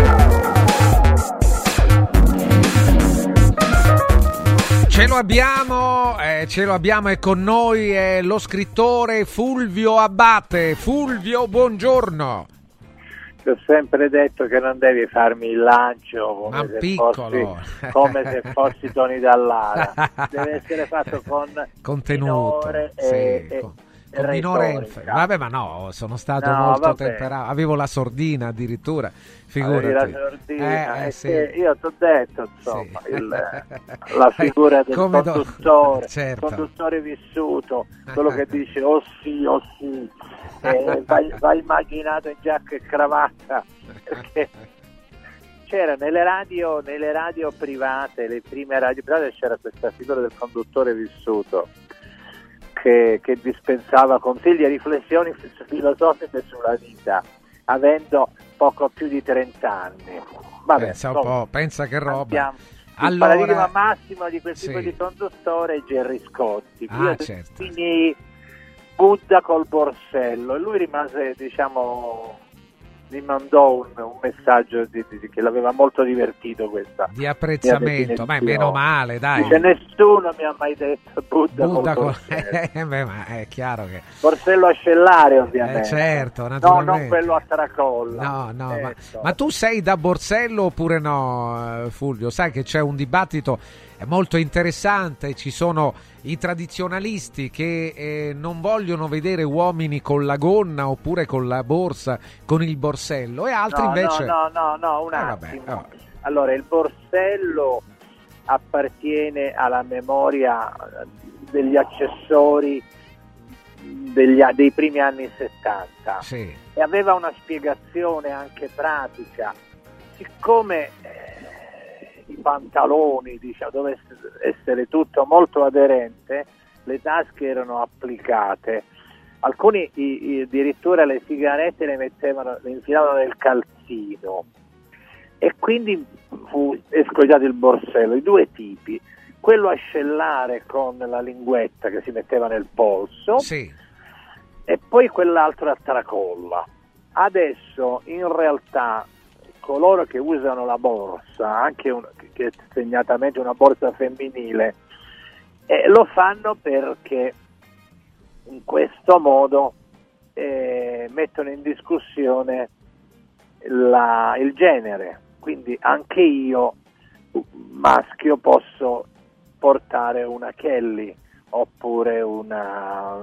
Ce lo abbiamo, eh, ce lo abbiamo e con noi è lo scrittore Fulvio Abbate. Fulvio, buongiorno. Ti ho sempre detto che non devi farmi il lancio come, Ma se, piccolo. Fossi, come se fossi Tony Dallara. Deve essere fatto con contenuto, minore sì, e, e, con, con minore enfasi. Vabbè, ma no, sono stato no, molto temperato. Avevo la sordina addirittura. Figurati. La sordina, eh, eh, sì. sì. Io ti ho detto, insomma, sì. il, la figura del come conduttore, do... certo. conduttore vissuto, quello che dice oh sì, oh sì, eh, va, va immaginato in giacca e cravatta, perché c'era nelle radio, nelle radio private, le prime radio private, c'era questa figura del conduttore vissuto che, che dispensava consigli e riflessioni filosofiche sulla vita, avendo poco più di trenta anni. Vabbè, pensa un po', pensa che roba. Abbiamo, allora, il paradigma massimo di quel sì. tipo di conduttore è Gerry Scotti. Ah, Io certo. definii Buddha col borsello e lui rimase, diciamo, mi mandò un, un messaggio di, di, che l'aveva molto divertito questa di apprezzamento, ma meno male, dai. Dice, nessuno mi ha mai detto Buddha, Buddha col col... eh, beh, ma è chiaro che borsello ascellare, ovviamente. Eh, certo, No, naturalmente. non quello a tracolla. No, no, ma, Ecco. ma tu sei da borsello oppure no, Fulvio? Sai che c'è un dibattito molto interessante, ci sono i tradizionalisti che eh, non vogliono vedere uomini con la gonna oppure con la borsa, con il borsello, e altri no, invece... No, no, no, no, un eh, attimo. vabbè, oh. Allora, il borsello appartiene alla memoria degli accessori degli, dei primi anni settanta. Sì. E aveva una spiegazione anche pratica. Siccome eh, i pantaloni, diciamo, dovesse essere tutto molto aderente, le tasche erano applicate. Alcuni i, i, addirittura le sigarette le mettevano, le infilavano nel calzino, e quindi fu escluso il borsello. I due tipi, quello ascellare con la linguetta che si metteva nel polso, sì. e poi quell'altro a tracolla. Adesso in realtà coloro che usano la borsa, anche un, che è segnatamente una borsa femminile, eh, lo fanno perché in questo modo eh, mettono in discussione la, il genere. Quindi anche io, maschio, posso portare una Kelly oppure una,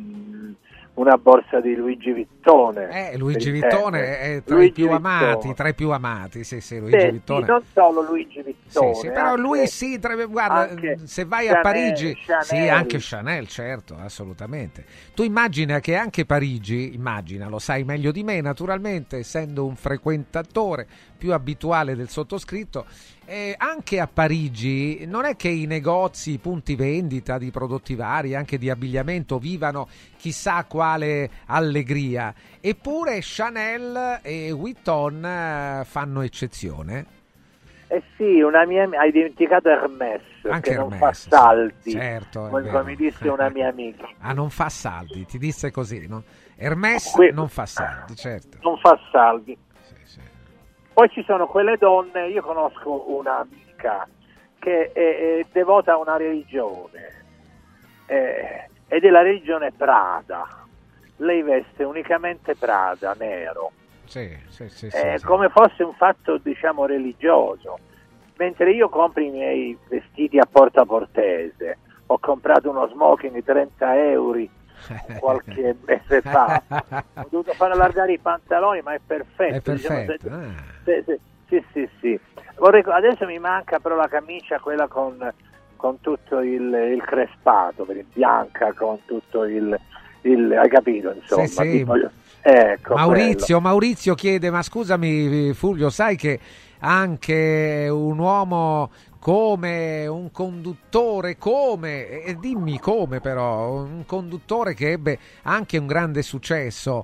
una borsa di Luigi Vittone. Eh, Luigi Vittone è tra Luigi i più Vittone. amati, tra i più amati, sì, sì, Luigi Beh, Vittone. sì, non solo Luigi Vittone. Sì, sì, però anche, lui sì, tra, guarda, se vai Chanel, a Parigi, Chanel. sì, anche Chanel, certo, assolutamente. Tu immagina che anche Parigi, immagina, lo sai meglio di me, naturalmente, essendo un frequentatore più abituale del sottoscritto, eh, anche a Parigi non è che i negozi, i punti vendita di prodotti vari, anche di abbigliamento, vivano chissà quale allegria, eppure Chanel e Vuitton eh, fanno eccezione. Eh sì, una mia, hai dimenticato Hermès, anche che Hermès, non fa saldi, certo, è come, vero. come disse una mia amica. Ah, non fa saldi, ti disse così, no? Hermès Que- non fa saldi, certo. Non fa saldi. Sì, sì. Poi ci sono quelle donne, io conosco un'amica che è, è devota a una religione, eh, ed è la religione Prada. Lei veste unicamente Prada, nero. Sì, sì, sì, eh, sì, sì. Come fosse un fatto, diciamo, religioso, mentre io compro i miei vestiti a Porta Portese. Ho comprato uno smoking di trenta euro qualche mese fa, ho dovuto fare allargare i pantaloni, ma è perfetto, È perfetto. Diciamo, Ah. se, se, sì sì sì Vorrei, adesso mi manca però la camicia, quella con, con tutto il, il crespato, per il bianca, con tutto il, il hai capito, insomma. Sì, sì. Tipo, ecco, Maurizio, quello. Maurizio chiede, ma scusami Fulvio, sai che anche un uomo come un conduttore, come, e dimmi come però, un conduttore che ebbe anche un grande successo.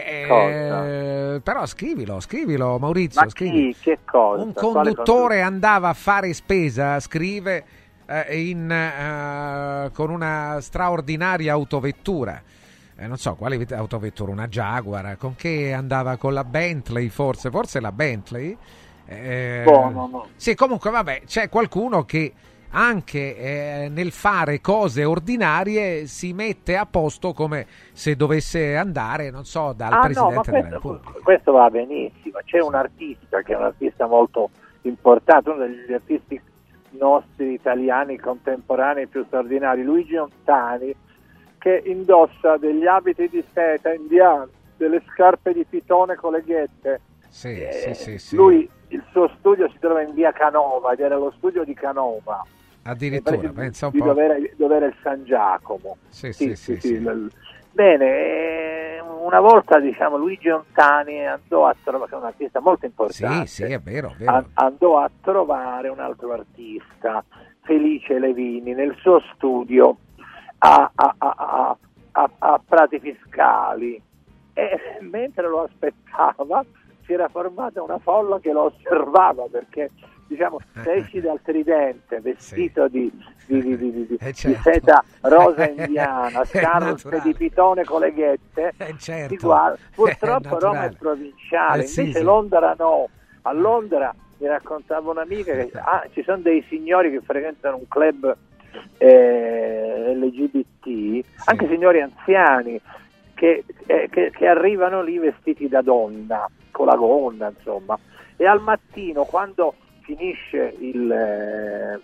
Eh, però scrivilo, scrivilo Maurizio. Ma scrivi. Chi? Che cosa? Un conduttore andava a fare spesa, scrive, eh, in, eh, con una straordinaria autovettura. Eh, non so quale autovettura, una Jaguar, con che andava, con la Bentley forse, forse la Bentley. Eh, no, no, no. Sì, comunque vabbè, c'è qualcuno che anche eh, nel fare cose ordinarie si mette a posto come se dovesse andare, non so, dal ah, Presidente no, della questo, Repubblica. Questo va benissimo. C'è un artista che è un artista molto importante, uno degli artisti nostri italiani contemporanei più straordinari, Luigi Ontani, che indossa degli abiti di seta indiani, delle scarpe di pitone con le ghette. Sì, eh, sì, sì, sì. Lui, il suo studio si trova in via Canova ed era lo studio di Canova. Addirittura, pensa un di po'. Dove era, dove era il San Giacomo. Sì, sì, sì. sì, sì. L- Bene, eh, una volta diciamo Luigi Ontani andò a trovare, che è un artista molto importante. Sì, sì, è vero, è vero. A- andò a trovare un altro artista, Felice Levini, nel suo studio a, a, a, a, a, a Prati Fiscali, e mentre lo aspettava si era formata una folla che lo osservava, perché diciamo se esci dal tridente vestito sì. di, di, di, di, di, eh certo. di seta rosa indiana, scarpe di pitone con le ghette, eh certo. si guarda. Purtroppo è Roma è provinciale, eh sì, invece sì. Londra no. A Londra mi raccontava un'amica che ah, ci sono dei signori che frequentano un club eh, L G B T, sì. anche signori anziani che, eh, che, che arrivano lì vestiti da donna, con la gonna, insomma, e al mattino quando finisce il eh,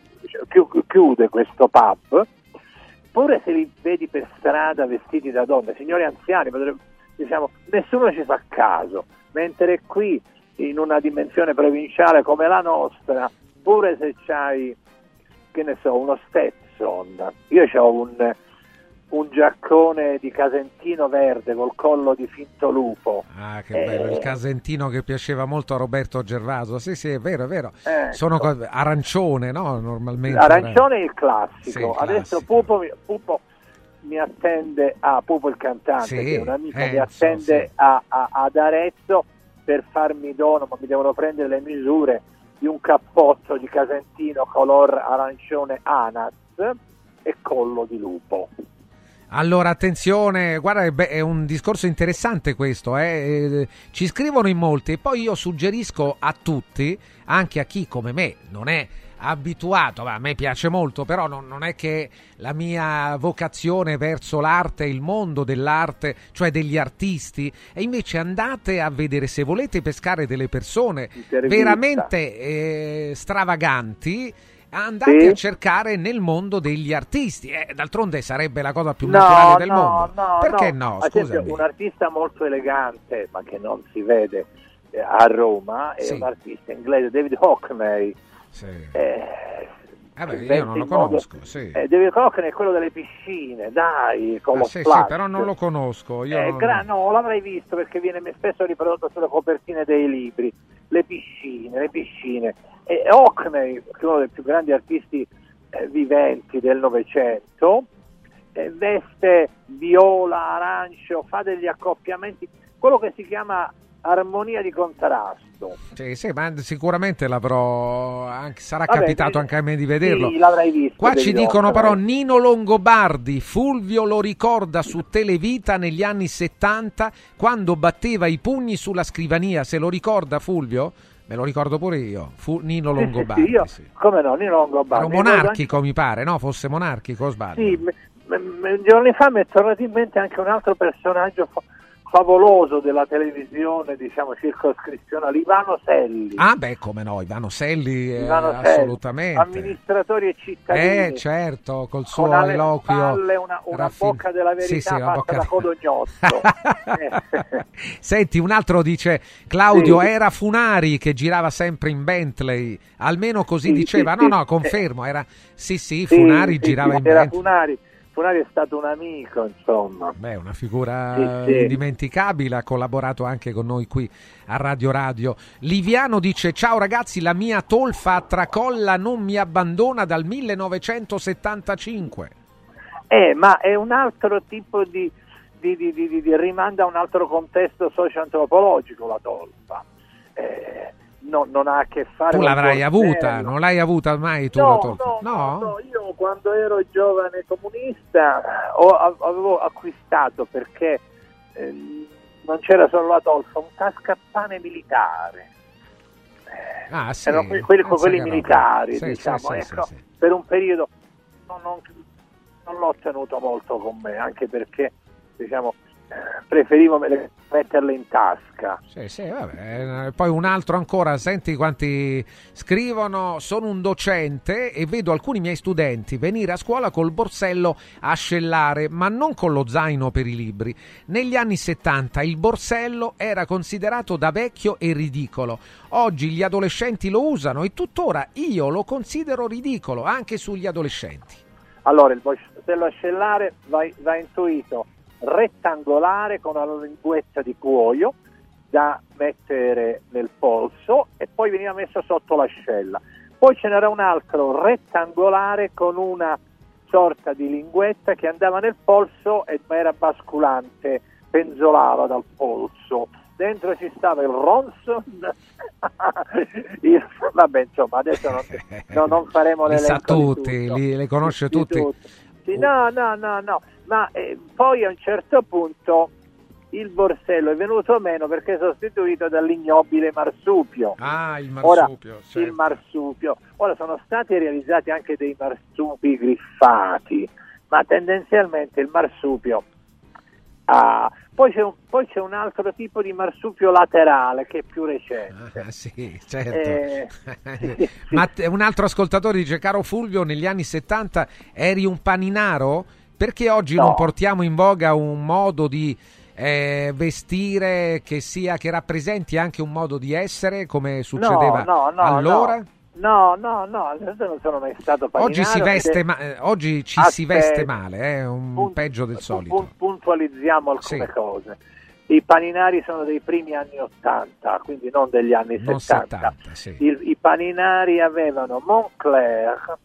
chiude questo pub, pure se li vedi per strada vestiti da donne, signori anziani, diciamo, nessuno ci fa caso, mentre qui in una dimensione provinciale come la nostra, pure se c'hai, che ne so, uno Stetson, io c'ho un un giaccone di Casentino verde col collo di finto lupo. Ah, che bello, eh, il Casentino che piaceva molto a Roberto Gervaso. Sì, sì, è vero, è vero. Eh, Sono co- arancione, no? Normalmente. Arancione è il classico. Sì, il Adesso classico. Pupo, Pupo mi attende, ah, Pupo il cantante, sì, che è un amico, eh, mi attende so, sì. a, a, ad Arezzo per farmi dono, ma mi devono prendere le misure di un cappotto di Casentino color arancione Anas e collo di lupo. Allora, attenzione, guarda, è un discorso interessante questo, eh? Ci scrivono in molti e poi io suggerisco a tutti, anche a chi come me non è abituato, a me piace molto, però non, non è che la mia vocazione verso l'arte, il mondo dell'arte, cioè degli artisti, e invece andate a vedere, se volete pescare delle persone veramente eh, stravaganti, andate sì. a cercare nel mondo degli artisti, eh, d'altronde sarebbe la cosa più naturale no, del no, mondo. No, perché no? no? Ad Scusami. esempio, un artista molto elegante, ma che non si vede eh, a Roma, è sì. un artista inglese, David Hockney. Sì. Eh, eh beh, io non lo conosco. Modo, sì. eh, David Hockney è quello delle piscine, dai, con ah, lo sì, splash. sì, però non lo conosco. Io eh, non... gra- no, l'avrei visto perché viene spesso riprodotto sulle copertine dei libri. Le piscine, le piscine. E Hockney, che è uno dei più grandi artisti eh, viventi del Novecento, eh, veste viola, arancio, fa degli accoppiamenti, quello che si chiama armonia di contrasto. Sì, sì, ma sicuramente l'avrò anche, sarà Vabbè, capitato anche a me di vederlo. Sì, l'avrei visto. Qua ci dicono occhi, però Nino Longobardi, Fulvio lo ricorda su Televita negli anni settanta quando batteva i pugni sulla scrivania, se lo ricorda Fulvio? Me lo ricordo pure io, fu Nino Longobardi. Sì, sì, io, sì. Come no, Nino Longobardi. Era monarchico, mi pare, no? Fosse monarchico, o sbaglio? Sì, m- m- giorni fa mi è tornato in mente anche un altro personaggio fa- favoloso della televisione, diciamo, circoscrizionale, Ivano Selli. Ah, beh, come no, Ivano Selli, eh, Ivano Selli, assolutamente. Amministratori e cittadini. Eh, certo, col suo con alle eloquio. spalle una, una raffin- bocca della verità sì, sì, fatta bocca da di... Codognozzo. Senti, un altro dice, Claudio, sì. era Funari che girava sempre in Bentley, almeno così sì, diceva, sì, no, sì, no, confermo, era, sì, sì, Funari sì, girava sì, in era Bentley. Funari. Funari è stato un amico, insomma. Beh, una figura sì, sì. indimenticabile, ha collaborato anche con noi qui a Radio Radio. Liviano dice: ciao ragazzi, la mia tolfa a tracolla non mi abbandona dal millenovecentosettantacinque. Eh, ma è un altro tipo di, di, di, di, di rimanda a un altro contesto socio-antropologico la tolfa. Eh, no, non ha a che fare tu con l'avrai il avuta, bordello. non l'hai avuta mai tu No, la tolfa? no, no, no, io quando ero giovane comunista ho, avevo acquistato, perché eh, non c'era solo la tolfa, un tascapane militare. Ah, sì. Erano quelli, quelli, quelli militari, sì, diciamo, sì, sì, ecco, sì, sì. Per un periodo non, non, non l'ho tenuto molto con me, anche perché, diciamo, preferivo metterle in tasca. Sì, sì, vabbè. Poi un altro ancora, senti quanti scrivono: sono un docente e vedo alcuni miei studenti venire a scuola col borsello a ascellare, ma non con lo zaino per i libri. Negli anni settanta il borsello era considerato da vecchio e ridicolo. Oggi gli adolescenti lo usano e tuttora io lo considero ridicolo anche sugli adolescenti. Allora, il borsello a ascellare va, va intuito rettangolare con una linguetta di cuoio da mettere nel polso e poi veniva messo sotto l'ascella. Poi ce n'era un altro rettangolare con una sorta di linguetta che andava nel polso e era basculante, penzolava dal polso. Dentro ci stava il Ronson, il, vabbè, insomma, adesso non, no, non faremo le sa tutti, tutto. Li, le conosce Di, tutti. Di sì, no, no, no, no, ma eh, poi a un certo punto il borsello è venuto meno perché è sostituito dall'ignobile marsupio. Ah, il marsupio. Ora, certo. il marsupio. Ora sono stati realizzati anche dei marsupi griffati, ma tendenzialmente il marsupio ha... Poi c'è, un, poi c'è un altro tipo di marsupio laterale che è più recente. Ah, sì, certo. Eh, sì, sì. Ma t- un altro ascoltatore dice: caro Fulvio, negli anni settanta eri un paninaro? Perché oggi no. non portiamo in voga un modo di eh, vestire che sia che rappresenti anche un modo di essere, come succedeva no, no, no, allora? No. No, no, no, adesso non sono mai stato paninaro. Oggi si veste ed... ma- oggi ci Aspetta, si veste male, è eh? un punt- peggio del solito. Punt- puntualizziamo alcune sì. cose. I paninari sono dei primi anni ottanta, quindi non degli anni non settanta. settanta sì. Il, I paninari avevano Moncler,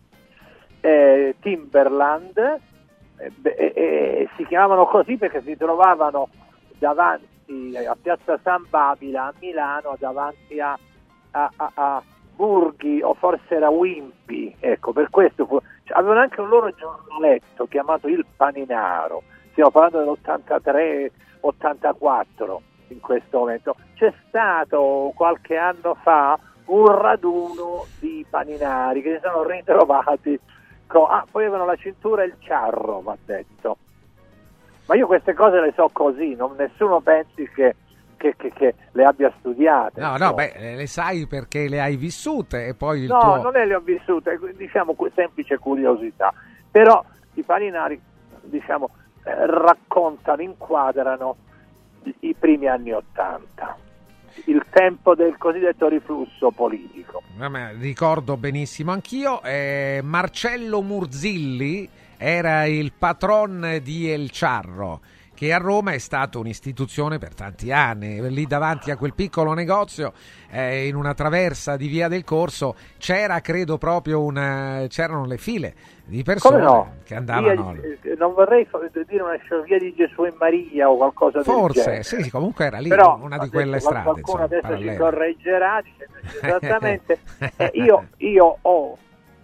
eh, Timberland, eh, eh, eh, si chiamavano così perché si trovavano davanti a Piazza San Babila a Milano, davanti a, a, a, a Burghi, o forse era Wimpy, ecco, per questo fu... cioè, avevano anche un loro giornaletto chiamato Il Paninaro. Stiamo parlando dell'ottantatré ottantaquattro in questo momento. C'è stato qualche anno fa un raduno di paninari che si sono ritrovati con... ah, poi avevano la cintura e il ciarro, va detto. Ma io queste cose le so così, non nessuno pensi che Che, che, che le abbia studiate. No, no, beh, le sai perché le hai vissute e poi il no, tuo... non le ho vissute, diciamo semplice curiosità. Però i paninari, diciamo, eh, raccontano, inquadrano i, i primi anni Ottanta, il tempo del cosiddetto riflusso politico. Vabbè, ricordo benissimo anch'io. Eh, Marcello Murzilli era il patron di El Ciarro, che a Roma è stato un'istituzione per tanti anni. Lì davanti a quel piccolo negozio, eh, in una traversa di Via del Corso, c'era credo proprio una, c'erano le file di persone no? che andavano. Via, non vorrei dire una via di Gesù e Maria o qualcosa Forse, del genere. sì, comunque era lì, però, una di quelle strade. Qualcuno insomma, adesso parallele. ci correggerà dicendo esattamente. eh, io, io ho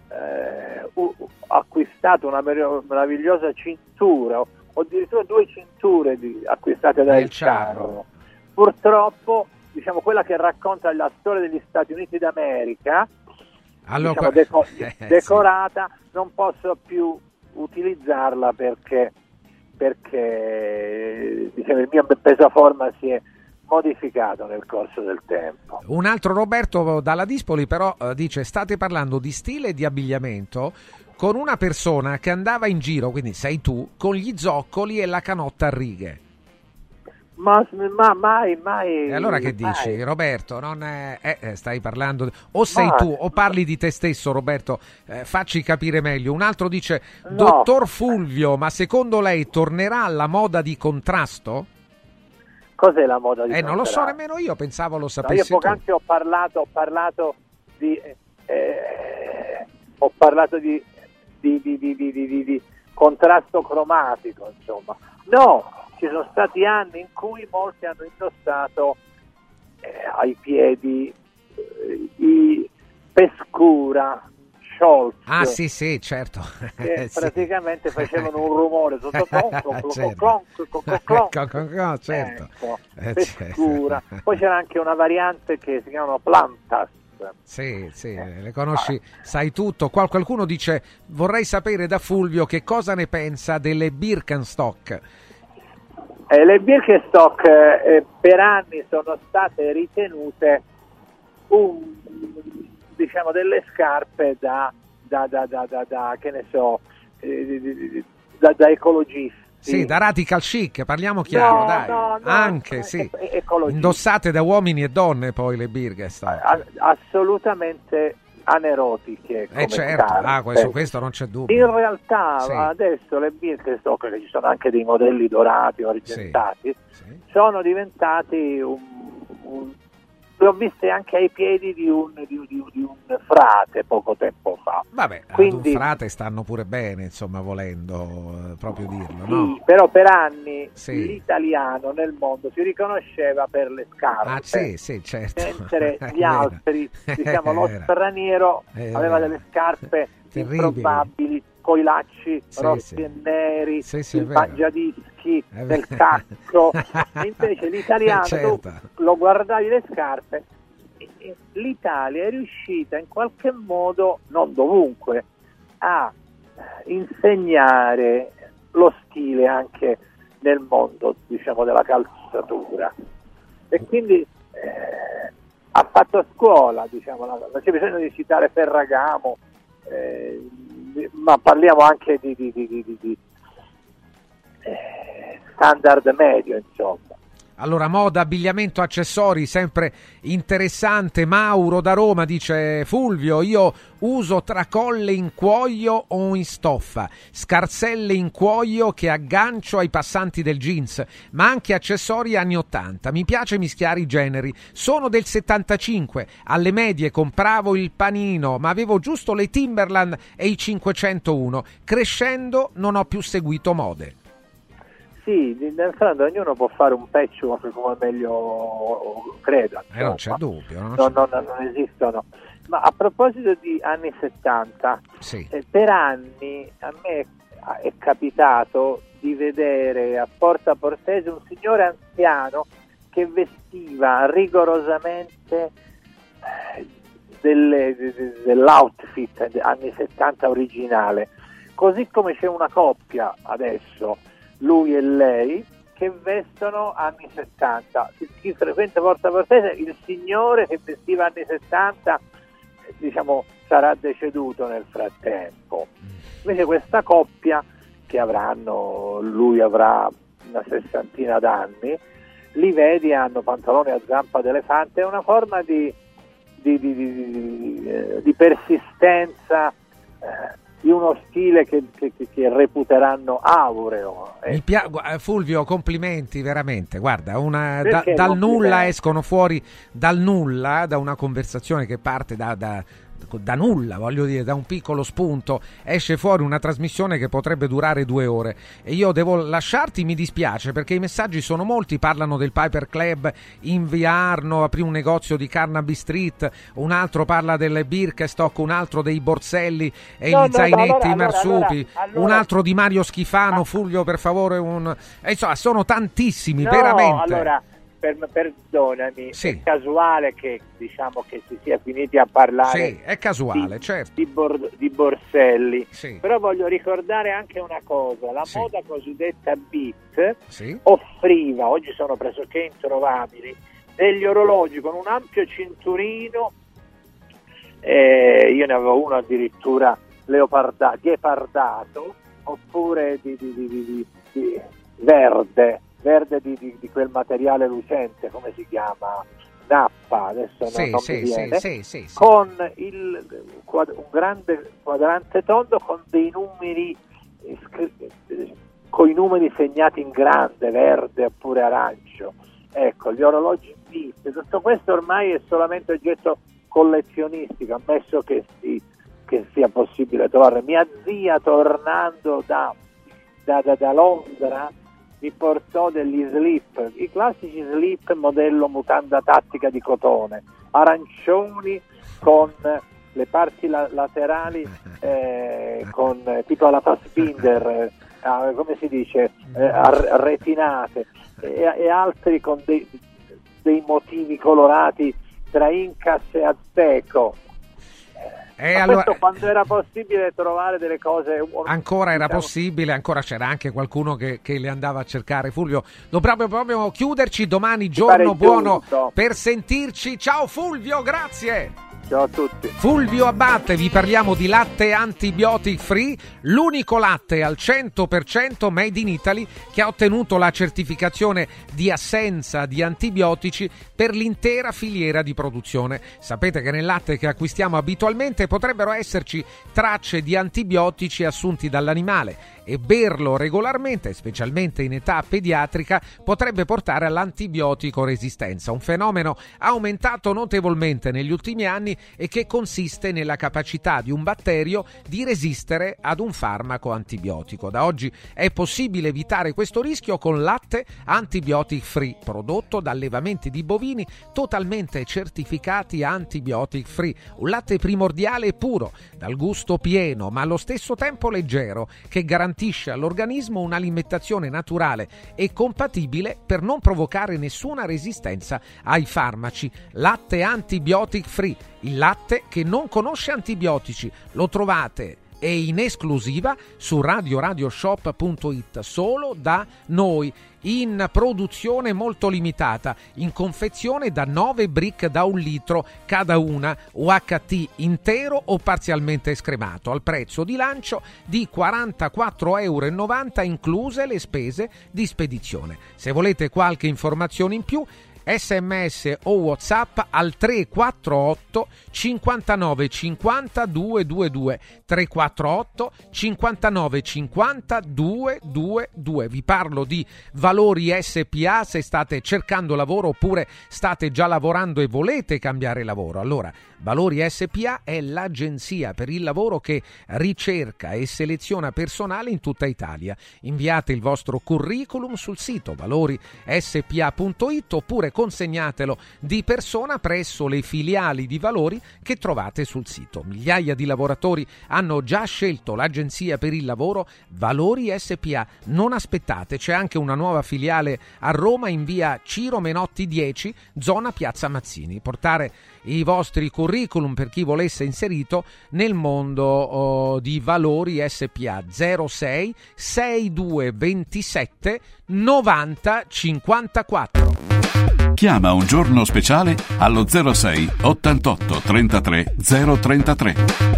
eh, uh, acquistato una meravigliosa cintura, ho addirittura due cinture di, acquistate da El Ciarro. Purtroppo, diciamo, quella che racconta la storia degli Stati Uniti d'America, allora, diciamo, deco- eh, decorata, sì. Non posso più utilizzarla perché, perché diciamo, il mio pesaforma si è modificato nel corso del tempo. Un altro Roberto dalla Dispoli però eh, dice: state parlando di stile e di abbigliamento con una persona che andava in giro, quindi sei tu, con gli zoccoli e la canotta a righe. Ma, ma mai, mai. E allora che mai. dici, Roberto? Non è, eh, stai parlando. O sei Ma- tu o parli di te stesso, Roberto. Eh, facci capire meglio. Un altro dice: No. Dottor Fulvio, ma secondo lei tornerà la moda di contrasto? Cos'è la moda di Eh, non lo so contrasto? nemmeno io, pensavo lo No, io sapessi tu. poc'anzi ho parlato, ho parlato di, eh, ho parlato di, di, di, di, di, di, di, di contrasto cromatico, insomma. No, ci sono stati anni in cui molti hanno indossato eh, ai piedi eh, i pescura, sciolti. Ah, sì, sì, certo. Che Sì. praticamente facevano un rumore sotto clonco, Certo. clonco, clonco, clonco. Co- co- co- certo. Ecco, Eh, pescura. certo. Poi c'era anche una variante che si chiamano plantas. Sì, sì, le conosci, sai tutto. Qual- qualcuno dice: vorrei sapere da Fulvio che cosa ne pensa delle Birkenstock. Eh, le Birkenstock eh, per anni sono state ritenute un, diciamo delle scarpe da, da, da, da, da, da che ne so, eh, da, da ecologisti. Sì, da radical chic, parliamo chiaro, No, dai. no, no, Anche, e- sì. e- ecologisti. Indossate da uomini e donne poi le Birkenstock. A- assolutamente anerotiche come Eh certo, scarpe. ah, questo, questo non c'è dubbio. In realtà Sì. adesso le Birkenstock, che ci sono anche dei modelli dorati o argentati, sono diventati un, un le ho viste anche ai piedi di un, di, di- di un frate poco tempo fa. Vabbè, Quindi, ad un frate stanno pure bene, insomma, volendo eh, proprio dirlo, sì, no? però per anni Sì. l'italiano nel mondo si riconosceva per le scarpe. Ah, sì, sì, certo. Mentre È gli vero. altri, diciamo, lo Era. straniero È aveva vero. delle scarpe Terribili. improbabili, coi lacci Sì, rossi sì. e neri, Sì, sì, è il vero. mangiadischi È del vero. cacco. Invece l'italiano, Certo. tu lo guardavi le scarpe, e- e l'Italia è riuscita in qualche modo, non dovunque, a insegnare lo stile anche nel mondo, diciamo, della calzatura. E quindi eh, ha fatto scuola, diciamo, la- non c'è bisogno di citare Ferragamo, eh, ma parliamo anche di, di, di, di, di- di, eh, standard medio, insomma. Allora, moda, abbigliamento, accessori, sempre interessante. Mauro da Roma dice: Fulvio, io uso tracolle in cuoio o in stoffa, scarselle in cuoio che aggancio ai passanti del jeans, ma anche accessori anni ottanta. Mi piace mischiare i generi. Sono del settantacinque, alle medie compravo il panino, ma avevo giusto le Timberland e i cinquecentouno. Crescendo non ho più seguito mode. Sì, nel fondo ognuno può fare un patchwork come meglio creda. Eh, non c'è insomma. dubbio. Non No, c'è- no, no, non esistono. Ma a proposito di anni settanta, Sì. eh, per anni a me è capitato di vedere a Porta Portese un signore anziano che vestiva rigorosamente eh, delle- de- de- dell'outfit anni settanta originale, così come c'è una coppia adesso, lui e lei, che vestono anni settanta. Chi, chi frequenta Porta Portese, il signore che vestiva anni settanta, eh, diciamo, sarà deceduto nel frattempo. Invece questa coppia, che avranno, lui avrà una sessantina d'anni, li vedi, hanno pantaloni a zampa d'elefante, è una forma di, di, di, di, di, eh, di persistenza eh, di uno stile che, che, che- che reputeranno aureo. Mi pia- gu- eh, Fulvio, complimenti veramente. Guarda, una- da- Perché dal complimenti? nulla escono fuori, dal nulla, da una conversazione che parte da, da- da nulla, voglio dire, da un piccolo spunto, esce fuori una trasmissione che potrebbe durare due ore. E io devo lasciarti, mi dispiace, perché i messaggi sono molti. Parlano del Piper Club in via Arno, aprì un negozio di Carnaby Street, un altro parla delle Birkenstock, un altro dei borselli e No, gli no, zainetti, allora, i allora, marsupi, allora, un allora- altro di Mario Schifano. Fulvio, per favore, un... eh, insomma, sono tantissimi, No, veramente. allora, per, perdonami, Sì. è casuale che, diciamo, che si sia finiti a parlare Sì, è casuale, di, certo. di, bor- di borselli. Sì. Però voglio ricordare anche una cosa: la Sì. moda cosiddetta beat Sì. offriva, oggi sono pressoché introvabili, degli orologi con un ampio cinturino, eh, io ne avevo uno addirittura leoparda, ghepardato, oppure di, di, di, di- di- di verde, verde di, di, di quel materiale lucente, come si chiama? Nappa, adesso sì, non sì, mi viene, sì, sì, sì. con il, un grande quadrante tondo con dei numeri, con i numeri segnati in grande, verde oppure arancio. Ecco, gli orologi viste, tutto questo ormai è solamente oggetto collezionistico, ammesso che, si, che sia possibile trovare. Mia zia, tornando da, da, da, da Londra, mi portò degli slip, i classici slip modello mutanda tattica di cotone, arancioni con le parti la- laterali eh, con eh, tipo alla Fassbinder, eh, come si dice, eh, ar- retinate, e, e altri con dei, dei motivi colorati tra Incas e Azteco. E Ma allora, questo quando era possibile trovare delle cose, ancora era diciamo, possibile, ancora c'era anche qualcuno che, che le andava a cercare. Fulvio, dobbiamo proprio chiuderci, domani giorno buono giusto. per sentirci. Ciao Fulvio, grazie. Ciao a tutti. Fulvio Abate, vi parliamo di latte antibiotic free, l'unico latte al cento per cento made in Italy che ha ottenuto la certificazione di assenza di antibiotici per l'intera filiera di produzione. Sapete che nel latte che acquistiamo abitualmente potrebbero esserci tracce di antibiotici assunti dall'animale e berlo regolarmente, specialmente in età pediatrica, potrebbe portare all'antibiotico resistenza, un fenomeno aumentato notevolmente negli ultimi anni e che consiste nella capacità di un batterio di resistere ad un farmaco antibiotico. Da oggi è possibile evitare questo rischio con latte antibiotic free, prodotto da allevamenti di bovini totalmente certificati antibiotic free, un latte primordiale e puro, dal gusto pieno ma allo stesso tempo leggero, che garantisce all'organismo un'alimentazione naturale e compatibile per non provocare nessuna resistenza ai farmaci. Latte antibiotic free, il latte che non conosce antibiotici. Lo trovate e in esclusiva su radio radio shop punto it, solo da noi, in produzione molto limitata, in confezione da nove brick da un litro cada una, U H T intero o parzialmente scremato, al prezzo di lancio di quarantaquattro virgola novanta euro, incluse le spese di spedizione. Se volete qualche informazione in più, sms o WhatsApp al tre quattro otto cinquantanove cinquanta duecentoventidue, tre quattro otto cinquantanove cinquanta duecentoventidue. Vi parlo di Valori S P A se state cercando lavoro oppure state già lavorando e volete cambiare lavoro. Allora, Valori S P A è l'agenzia per il lavoro che ricerca e seleziona personale in tutta Italia. Inviate il vostro curriculum sul sito valori s p a punto it oppure consegnatelo di persona presso le filiali di Valori che trovate sul sito. Migliaia di lavoratori hanno già scelto l'agenzia per il lavoro Valori S P A. Non aspettate, c'è anche una nuova filiale a Roma in via Ciro Menotti dieci, zona Piazza Mazzini. Portare i vostri curriculum per chi volesse inserito nel mondo oh, di Valori S P A. Zero sei sessantadue ventisette novanta cinquantaquattro. Chiama un giorno speciale allo zero sei ottantotto trentatré zero trentatré.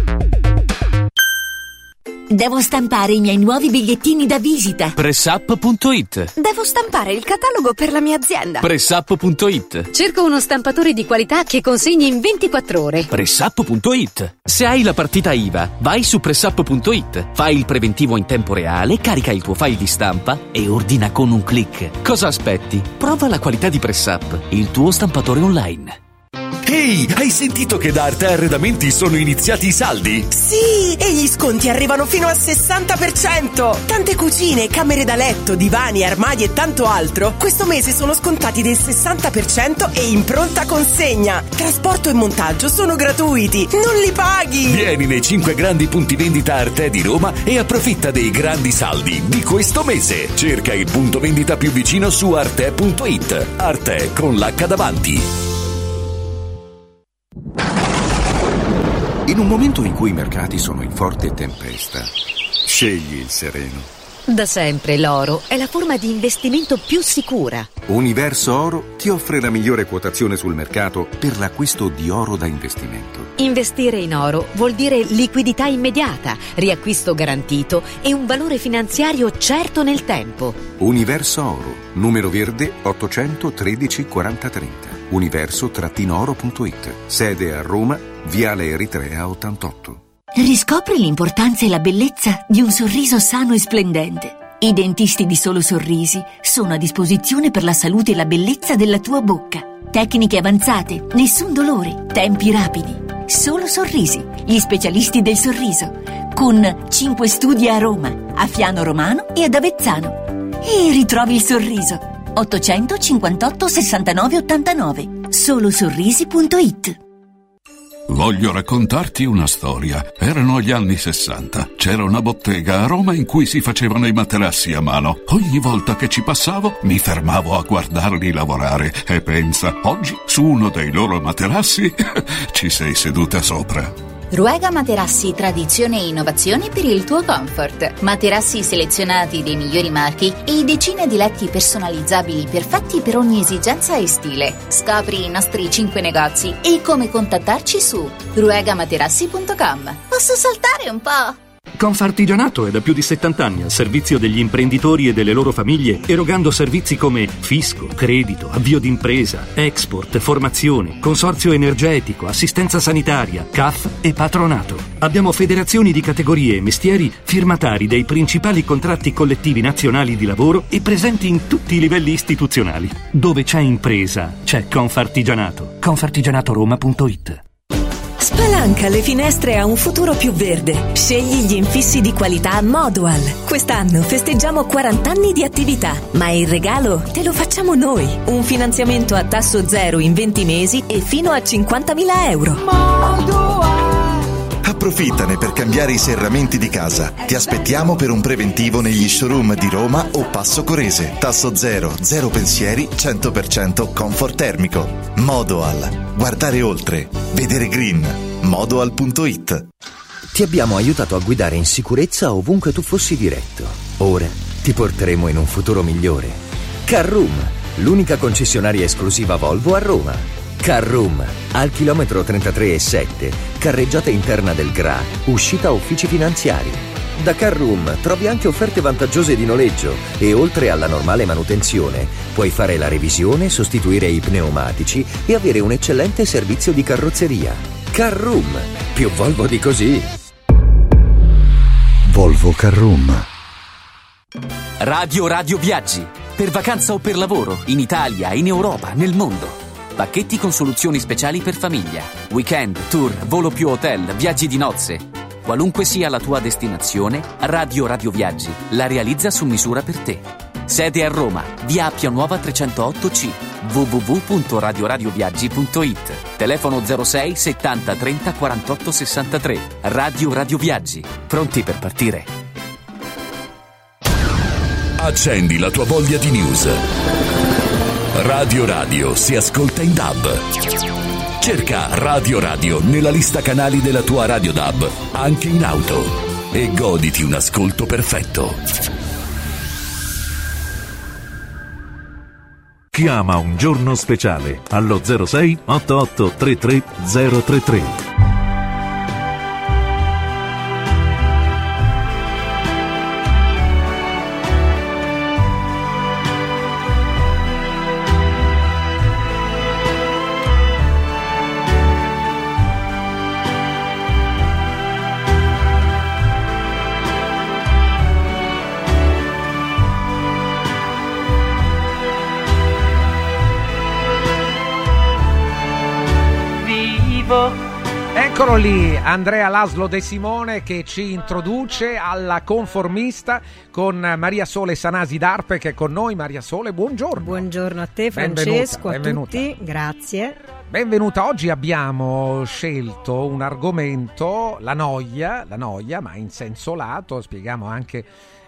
Devo stampare i miei nuovi bigliettini da visita. Pressup punto it. Devo stampare il catalogo per la mia azienda. Pressup punto it. Cerco uno stampatore di qualità che consegni in ventiquattro ore. Pressup punto it. Se hai la partita I V A, vai su Pressup punto it. Fai il preventivo in tempo reale, carica il tuo file di stampa e ordina con un click. Cosa aspetti? Prova la qualità di Pressup, il tuo stampatore online. Ehi, hey, hai sentito che da Arte Arredamenti sono iniziati i saldi? Sì, e gli sconti arrivano fino al sessanta per cento. Tante cucine, camere da letto, divani, armadi e tanto altro questo mese sono scontati del sessanta per cento e in pronta consegna. Trasporto e montaggio sono gratuiti, non li paghi. Vieni nei cinque grandi punti vendita Arte di Roma e approfitta dei grandi saldi di questo mese. Cerca il punto vendita più vicino su arte punto it. Arte con l'H davanti. In un momento in cui i mercati sono in forte tempesta, scegli il sereno. Da sempre l'oro è la forma di investimento più sicura. Universo Oro ti offre la migliore quotazione sul mercato per l'acquisto di oro da investimento. Investire in oro vuol dire liquidità immediata, riacquisto garantito e un valore finanziario certo nel tempo. Universo Oro, numero verde ottocentotredici quaranta trenta. universo oro punto it. Sede a Roma, Viale Eritrea ottantotto. Riscopri l'importanza e la bellezza di un sorriso sano e splendente. I dentisti di Solo Sorrisi sono a disposizione per la salute e la bellezza della tua bocca. Tecniche avanzate, nessun dolore, tempi rapidi. Solo Sorrisi, gli specialisti del sorriso. Con cinque studi a Roma, a Fiano Romano e ad Avezzano. E ritrovi il sorriso. ottocentocinquantotto sessantanove ottantanove. solo sorrisi punto it. Voglio raccontarti una storia. Erano gli anni sessanta. C'era una bottega a Roma in cui si facevano i materassi a mano. Ogni volta che ci passavo mi fermavo a guardarli lavorare e pensa, oggi su uno dei loro materassi ci sei seduta sopra. Ruega Materassi, tradizione e innovazione per il tuo comfort. Materassi selezionati dei migliori marchi e decine di letti personalizzabili perfetti per ogni esigenza e stile. Scopri i nostri cinque negozi e come contattarci su ruega materassi punto com. Posso saltare un po'? Confartigianato è da più di settanta anni al servizio degli imprenditori e delle loro famiglie, erogando servizi come fisco, credito, avvio d'impresa, export, formazione, consorzio energetico, assistenza sanitaria, C A F e patronato. Abbiamo federazioni di categorie e mestieri firmatari dei principali contratti collettivi nazionali di lavoro e presenti in tutti i livelli istituzionali. Dove c'è impresa, c'è Confartigianato. confartigianato roma punto it. Spalanca le finestre a un futuro più verde. Scegli gli infissi di qualità Modual. Quest'anno festeggiamo quaranta anni di attività, ma il regalo te lo facciamo noi. Un finanziamento a tasso zero in venti mesi e fino a cinquantamila euro. Approfittane per cambiare i serramenti di casa. Ti aspettiamo per un preventivo negli showroom di Roma o Passo Corese. Tasso zero, zero pensieri, cento per cento comfort termico. Modoal. Guardare oltre. Vedere green. modoal punto it. Ti abbiamo aiutato a guidare in sicurezza ovunque tu fossi diretto. Ora ti porteremo in un futuro migliore. Carroom, l'unica concessionaria esclusiva Volvo a Roma. Carroom, al chilometro trentatré e sette, carreggiata interna del Gra, uscita uffici finanziari. Da Carroom trovi anche offerte vantaggiose di noleggio e oltre alla normale manutenzione puoi fare la revisione, sostituire i pneumatici e avere un eccellente servizio di carrozzeria. Carroom, più Volvo di così. Volvo Carroom. Radio Radio Viaggi. Per vacanza o per lavoro, in Italia, in Europa, nel mondo. Pacchetti con soluzioni speciali per famiglia. Weekend, tour, volo più hotel, viaggi di nozze. Qualunque sia la tua destinazione, Radio Radio Viaggi la realizza su misura per te. Sede a Roma, via Appia Nuova trecentootto C, w w w punto radio radio viaggi punto it. Telefono zero sei settanta trenta quarantotto sessantatré. Radio Radio Viaggi, pronti per partire. Accendi la tua voglia di news. Radio Radio si ascolta in D A B. Cerca Radio Radio nella lista canali della tua radio D A B, anche in auto, e goditi un ascolto perfetto. Chiama un giorno speciale allo zero sei otto otto tre tre zero tre tre. Eccolo lì, Andrea Laszlo De Simone che ci introduce alla Conformista con Maria Sole Sanasi d'Arpe che è con noi. Maria Sole, buongiorno. Buongiorno a te Francesco, benvenuta, a tutti, grazie. Benvenuta, oggi abbiamo scelto un argomento, la noia, la noia ma in senso lato, spieghiamo anche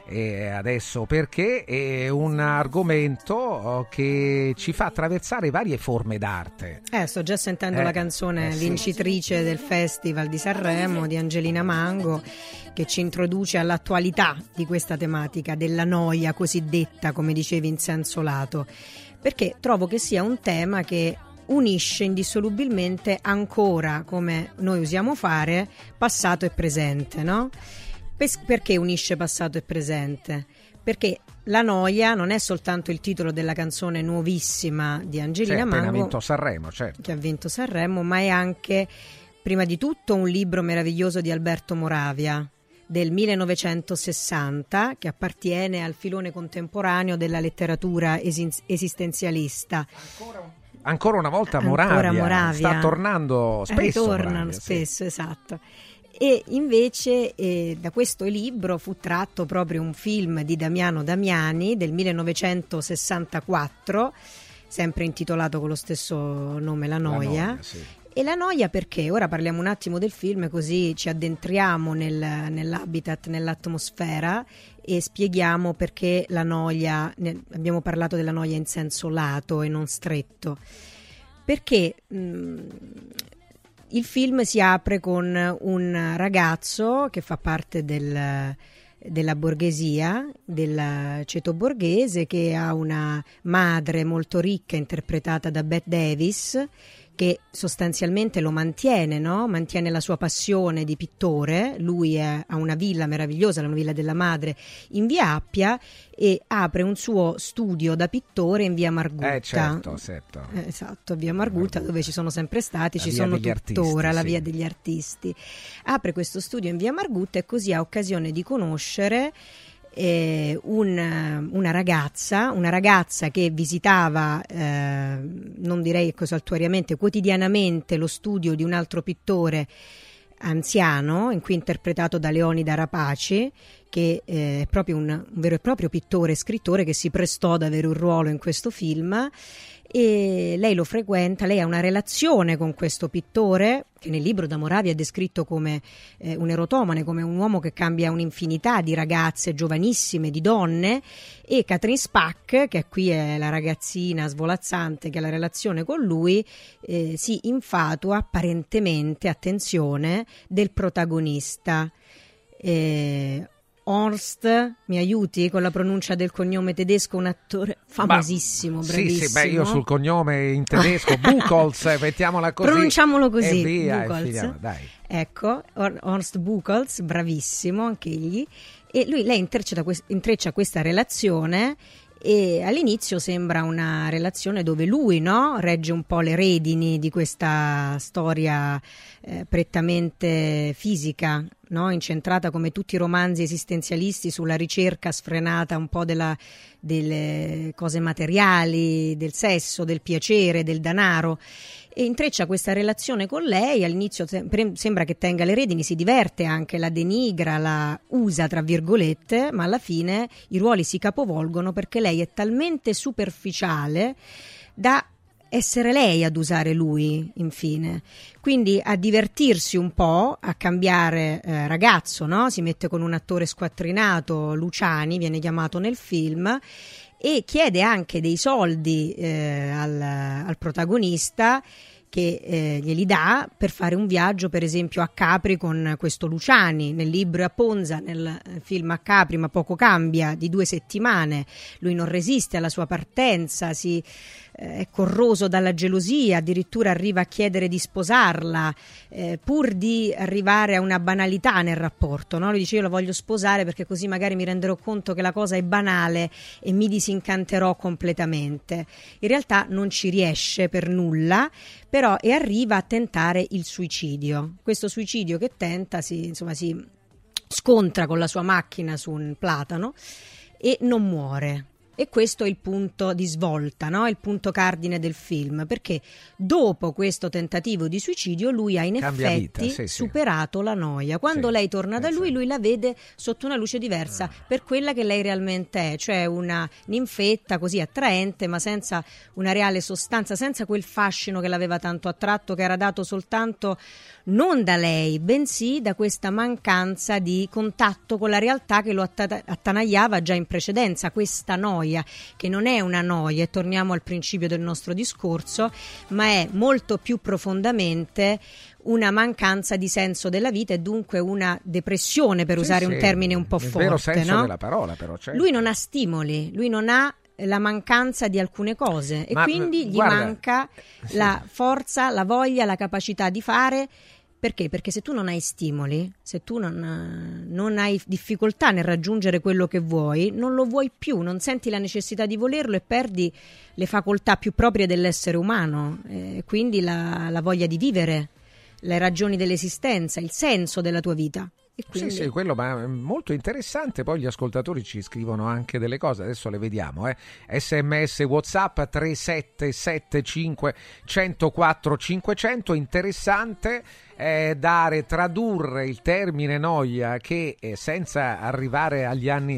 e adesso perché è un argomento che ci fa attraversare varie forme d'arte. Eh, sto già sentendo Eh, la canzone eh, sì. vincitrice del Festival di Sanremo di Angelina Mango, che ci introduce all'attualità di questa tematica della noia cosiddetta, come dicevi, in senso lato, perché trovo che sia un tema che unisce indissolubilmente ancora, come noi usiamo fare, passato e presente, no? Pes- perché unisce passato e presente? Perché la noia non è soltanto il titolo della canzone nuovissima di Angelina Sì, appena Mango, vinto Sanremo, certo. che ha vinto Sanremo, ma è anche, prima di tutto, un libro meraviglioso di Alberto Moravia del millenovecentosessanta, che appartiene al filone contemporaneo della letteratura esi- esistenzialista. Ancora una volta Ancora Moravia, Moravia. sta tornando spesso. Ritornano Moravia, sì. spesso, esatto. E invece eh, da questo libro fu tratto proprio un film di Damiano Damiani del millenovecentosessantaquattro, sempre intitolato con lo stesso nome, La Noia. La noia, sì. E la noia perché? Ora parliamo un attimo del film, così ci addentriamo nel, nell'habitat, nell'atmosfera, e spieghiamo perché la noia, ne, abbiamo parlato della noia in senso lato e non stretto. Perché mh, il film si apre con un ragazzo che fa parte del, della borghesia, del ceto borghese, che ha una madre molto ricca interpretata da Bette Davis, che sostanzialmente lo mantiene, no? Mantiene la sua passione di pittore. Lui è, ha una villa meravigliosa, la villa della madre, in via Appia, e apre un suo studio da pittore in via Margutta. Eh certo, certo. Eh, esatto, via Margutta, Margutta, dove ci sono sempre stati, la ci via sono degli tuttora, artisti, la sì. via degli artisti. Apre questo studio in via Margutta e così ha occasione di conoscere Eh, un, una ragazza una ragazza che visitava, eh, non direi saltuariamente, quotidianamente lo studio di un altro pittore anziano, in cui interpretato da Leonida Rapaci, che eh, è proprio un, un vero e proprio pittore e scrittore che si prestò ad avere un ruolo in questo film. E lei lo frequenta, lei ha una relazione con questo pittore, che nel libro da Moravia è descritto come eh, un erotomane, come un uomo che cambia un'infinità di ragazze giovanissime, di donne, e Catherine Spack, che qui è la ragazzina svolazzante che ha la relazione con lui, eh, si infatua apparentemente, attenzione, del protagonista. Eh, Horst, mi aiuti con la pronuncia del cognome tedesco, un attore famosissimo, bah, bravissimo. Sì, sì, beh, io sul cognome in tedesco, Buchholz, mettiamola così. Pronunciamolo così, E via, Buchholz. e finiamo, dai. Ecco, Horst Buchholz, bravissimo anche egli. E lui, lei intreccia, intreccia questa relazione, e all'inizio sembra una relazione dove lui, no, regge un po' le redini di questa storia eh, prettamente fisica, no, incentrata, come tutti i romanzi esistenzialisti, sulla ricerca sfrenata un po' della, delle cose materiali, del sesso, del piacere, del denaro. E intreccia questa relazione con lei. All'inizio sembra che tenga le redini, si diverte anche, la denigra, la usa tra virgolette, ma alla fine i ruoli si capovolgono, perché lei è talmente superficiale da essere lei ad usare lui, infine. Quindi a divertirsi un po', a cambiare eh, ragazzo, no? Si mette con un attore squattrinato, Luciani viene chiamato nel film, e chiede anche dei soldi eh, al, al protagonista, che eh, glieli dà per fare un viaggio, per esempio a Capri con questo Luciani. Nel libro è a Ponza, nel film a Capri, ma poco cambia, di due settimane. Lui non resiste alla sua partenza, si eh, è corroso dalla gelosia, addirittura arriva a chiedere di sposarla, eh, pur di arrivare a una banalità nel rapporto, no? Lui dice: io la voglio sposare perché così magari mi renderò conto che la cosa è banale e mi disincanterò completamente. In realtà non ci riesce per nulla, però, e arriva a tentare il suicidio. Questo suicidio che tenta si, insomma, si scontra con la sua macchina su un platano e non muore. E questo è il punto di svolta, no? Il punto cardine del film, perché dopo questo tentativo di suicidio lui ha in Cambia effetti vita, sì, sì. superato la noia. Quando Sì, lei torna da eh, lui, sì. lui la vede sotto una luce diversa, Ah. per quella che lei realmente è, cioè una ninfetta così attraente, ma senza una reale sostanza, senza quel fascino che l'aveva tanto attratto, che era dato soltanto non da lei, bensì da questa mancanza di contatto con la realtà che lo atta- attanagliava già in precedenza, questa noia, che non è una noia, e torniamo al principio del nostro discorso, ma è molto più profondamente una mancanza di senso della vita e dunque una depressione, per Sì, usare sì, un termine un po' nel forte, vero senso no? della parola, però, certo. Lui non ha stimoli, lui non ha la mancanza di alcune cose e Ma, quindi gli guarda, manca sì. la forza, la voglia, la capacità di fare. Perché? Perché se tu non hai stimoli, se tu non, non hai difficoltà nel raggiungere quello che vuoi, non lo vuoi più, non senti la necessità di volerlo e perdi le facoltà più proprie dell'essere umano, eh, quindi la, la voglia di vivere, le ragioni dell'esistenza, il senso della tua vita. E quindi... Sì, sì, quello, ma è molto interessante. Poi gli ascoltatori ci scrivono anche delle cose, adesso le vediamo. Eh. sms WhatsApp tre sette sette cinque uno zero quattro cinquecento. Interessante eh, dare, tradurre il termine noia, che eh, senza arrivare agli anni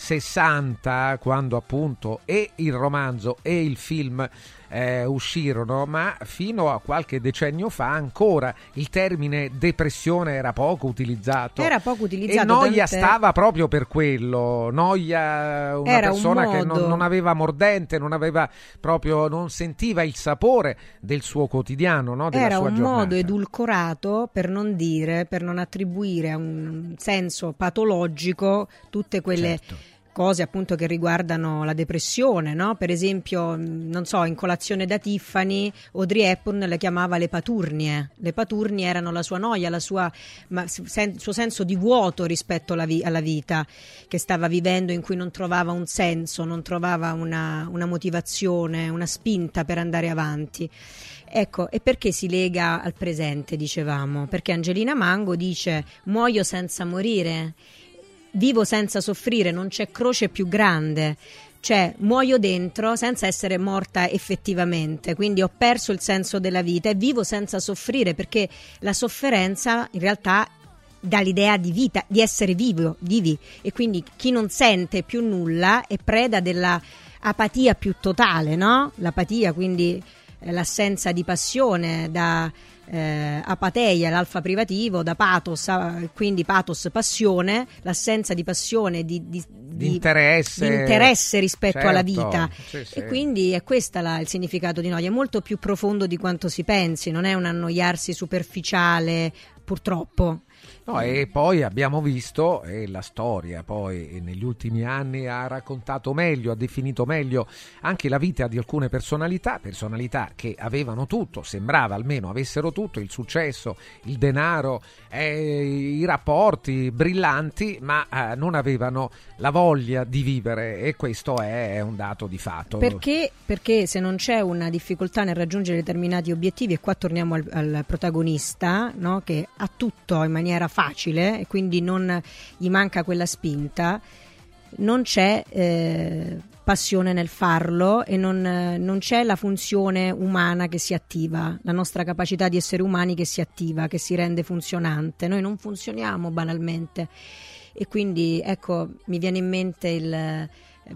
sessanta, quando appunto e il romanzo e il film Eh, uscirono, ma fino a qualche decennio fa ancora il termine depressione era poco utilizzato. Era poco utilizzato. E noia tant'è... stava proprio per quello. Noia, una Era persona un che modo... non, non aveva mordente, non aveva proprio, non sentiva il sapore del suo quotidiano, no? Della Era sua un giornata. modo edulcorato per non dire, per non attribuire a un senso patologico tutte quelle Certo. cose appunto che riguardano la depressione, no? Per esempio, non so, in Colazione da Tiffany Audrey Hepburn le chiamava le paturnie. Le paturnie erano la sua noia, la sua, ma, sen, il suo senso di vuoto rispetto alla, vi, alla vita che stava vivendo, in cui non trovava un senso, non trovava una, una motivazione, una spinta per andare avanti. Ecco, e perché si lega al presente, dicevamo? Perché Angelina Mango dice: muoio senza morire, vivo senza soffrire, non c'è croce più grande, cioè muoio dentro senza essere morta effettivamente, quindi ho perso il senso della vita e vivo senza soffrire, perché la sofferenza in realtà dà l'idea di vita, di essere vivo, vivi, e quindi chi non sente più nulla è preda della apatia più totale, no? L'apatia, quindi eh, l'assenza di passione, da Eh, apateia, l'alfa privativo, da pathos, a, quindi pathos, passione, l'assenza di passione, di, di, di, interesse. di interesse rispetto certo. alla vita. Sì, sì. E quindi è questo la, il significato di noia, è molto più profondo di quanto si pensi, non è un annoiarsi superficiale, purtroppo. No, e poi abbiamo visto, e la storia poi negli ultimi anni ha raccontato meglio, ha definito meglio anche la vita di alcune personalità, personalità che avevano tutto, sembrava almeno avessero tutto, il successo, il denaro, eh, i rapporti brillanti, ma eh, non avevano la voglia di vivere, e questo è, è un dato di fatto. Perché? Perché se non c'è una difficoltà nel raggiungere determinati obiettivi, e qua torniamo al, al protagonista, no? Che ha tutto in maniera facile e quindi non gli manca quella spinta, non c'è eh, passione nel farlo e non, eh, non c'è la funzione umana che si attiva, la nostra capacità di essere umani che si attiva, che si rende funzionante. Noi non funzioniamo banalmente, e quindi ecco, mi viene in mente il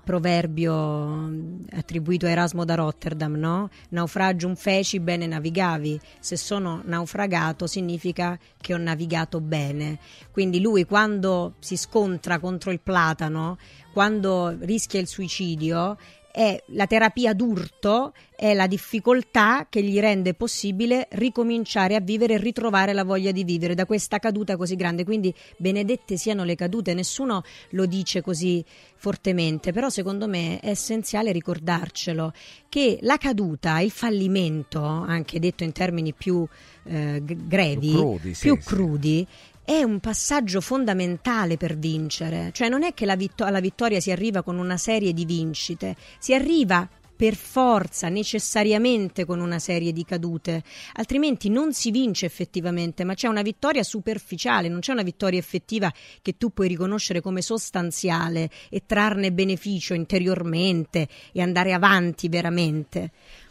proverbio attribuito a Erasmo da Rotterdam, no? Naufragium feci, bene navigavi. Se sono naufragato significa che ho navigato bene. Quindi lui, quando si scontra contro il platano, quando rischia il suicidio, è la terapia d'urto, è la difficoltà che gli rende possibile ricominciare a vivere e ritrovare la voglia di vivere da questa caduta così grande. Quindi benedette siano le cadute, nessuno lo dice così fortemente, però secondo me è essenziale ricordarcelo, che la caduta, il fallimento, anche detto in termini più eh, grevi, più crudi, sì, più sì. crudi, è un passaggio fondamentale per vincere. Cioè non è che la vitto- alla vittoria si arriva con una serie di vincite, si arriva per forza, necessariamente con una serie di cadute, altrimenti non si vince effettivamente, ma c'è una vittoria superficiale, non c'è una vittoria effettiva che tu puoi riconoscere come sostanziale e trarne beneficio interiormente e andare avanti veramente.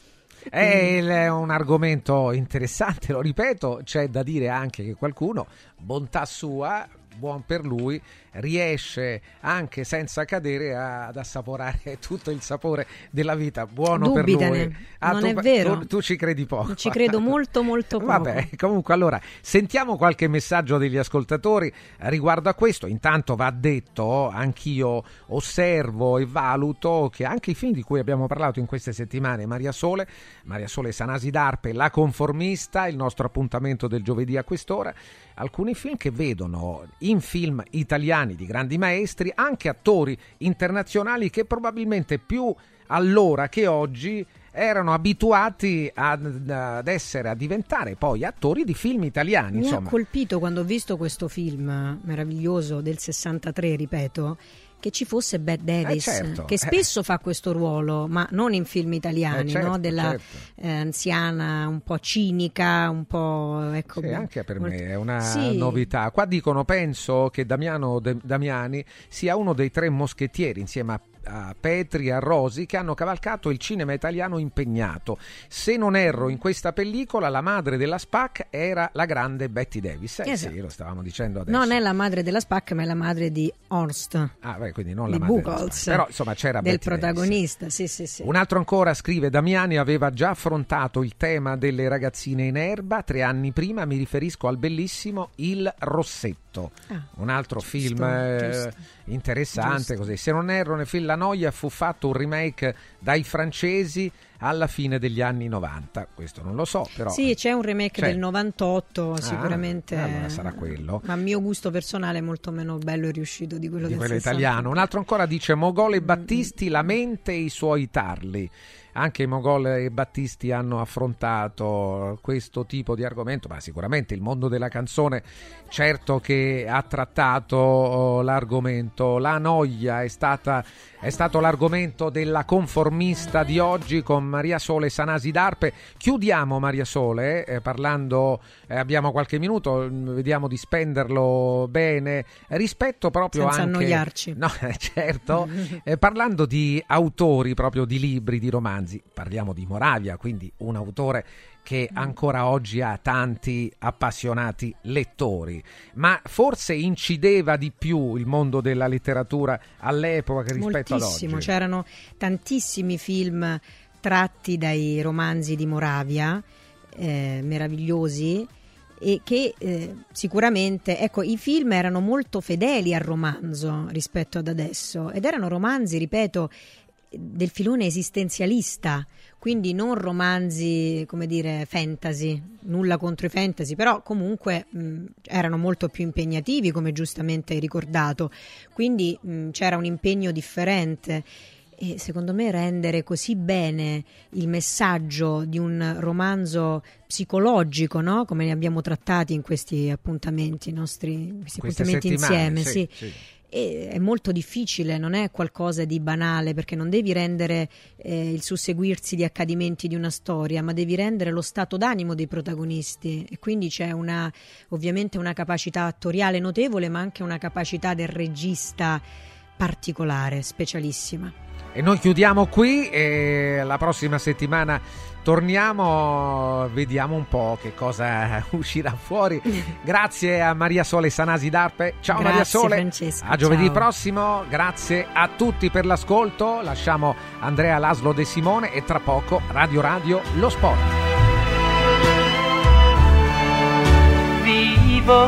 È un argomento interessante, lo ripeto, c'è da dire anche che qualcuno, bontà sua, buon per lui, riesce anche senza cadere a, ad assaporare tutto il sapore della vita. Buono Dubitane. per lui. Ah, non tu, è vero. Tu, tu ci credi poco. Ci credo molto molto poco. Vabbè, comunque allora sentiamo qualche messaggio degli ascoltatori riguardo a questo. Intanto va detto, anch'io osservo e valuto che anche i film di cui abbiamo parlato in queste settimane, Maria Sole, Maria Sole Sanasi d'Arpe, La Conformista, il nostro appuntamento del giovedì a quest'ora, alcuni film che vedono in film italiani di grandi maestri anche attori internazionali che probabilmente più allora che oggi erano abituati ad, ad essere, a diventare poi attori di film italiani. Mi insomma. ha colpito quando ho visto questo film meraviglioso del sessantatré, ripeto, che ci fosse Bette Davis, eh certo, che spesso eh. fa questo ruolo, ma non in film italiani, eh certo, no? Della certo. eh, anziana un po' cinica, un po'... Ecco, sì, anche per molto... me è una sì. novità. Qua dicono, penso che Damiano De- Damiani sia uno dei tre moschettieri insieme a a Petri e a Rosi che hanno cavalcato il cinema italiano impegnato. Se non erro, in questa pellicola la madre della SPAC era la grande Bette Davis. Eh esatto. Sì, lo stavamo dicendo adesso. Non è la madre della SPAC, ma è la madre di Horst. Ah, beh, quindi non la di madre Buchholz, della SPAC. Però insomma c'era del Bette protagonista. Davis. Sì, sì, sì. Un altro ancora scrive: Damiani aveva già affrontato il tema delle ragazzine in erba tre anni prima. Mi riferisco al bellissimo Il Rossetto. Ah, un altro giusto, film eh, interessante. Giusto. Così. Se non erro, nel film La Noia fu fatto un remake dai francesi alla fine degli anni novanta. Questo non lo so, però sì, c'è un remake c'è. del novantotto, ah, sicuramente. Allora sarà quello. Ma a mio gusto personale è molto meno bello e riuscito di quello di del quello sessanta. Italiano. Un altro ancora dice: Mogol e Battisti, la mente e i suoi tarli. Anche Mogol e Battisti hanno affrontato questo tipo di argomento, ma sicuramente il mondo della canzone certo che ha trattato l'argomento. La noia è stata è stato l'argomento della Conformista di oggi con Maria Sole Sanasi d'Arpe. Chiudiamo Maria Sole eh, parlando, eh, abbiamo qualche minuto, vediamo di spenderlo bene rispetto proprio senza anche annoiarci. No, certo, eh, parlando di autori proprio di libri, di romanzi. Parliamo di Moravia, quindi un autore che ancora oggi ha tanti appassionati lettori, ma forse incideva di più il mondo della letteratura all'epoca che rispetto Moltissimo, ad oggi. C'erano tantissimi film tratti dai romanzi di Moravia, eh, meravigliosi, e che eh, sicuramente, ecco, i film erano molto fedeli al romanzo rispetto ad adesso, ed erano romanzi, ripeto, del filone esistenzialista, quindi non romanzi, come dire, fantasy, nulla contro i fantasy, però comunque mh, erano molto più impegnativi, come giustamente hai ricordato, quindi mh, c'era un impegno differente. E secondo me rendere così bene il messaggio di un romanzo psicologico, no? Come ne abbiamo trattati in questi appuntamenti, i nostri questi appuntamenti insieme, sì, sì. sì. E è molto difficile, non è qualcosa di banale, perché non devi rendere eh, il susseguirsi di accadimenti di una storia, ma devi rendere lo stato d'animo dei protagonisti, e quindi c'è una ovviamente una capacità attoriale notevole, ma anche una capacità del regista particolare, specialissima. E noi chiudiamo qui e la prossima settimana torniamo, vediamo un po' che cosa uscirà fuori. Grazie a Maria Sole Sanasi d'Arpe. Ciao. Grazie, Maria Sole. Francesco, a giovedì ciao. prossimo. Grazie a tutti per l'ascolto. Lasciamo Andrea Laszlo De Simone e tra poco Radio Radio Lo Sport. Vivo,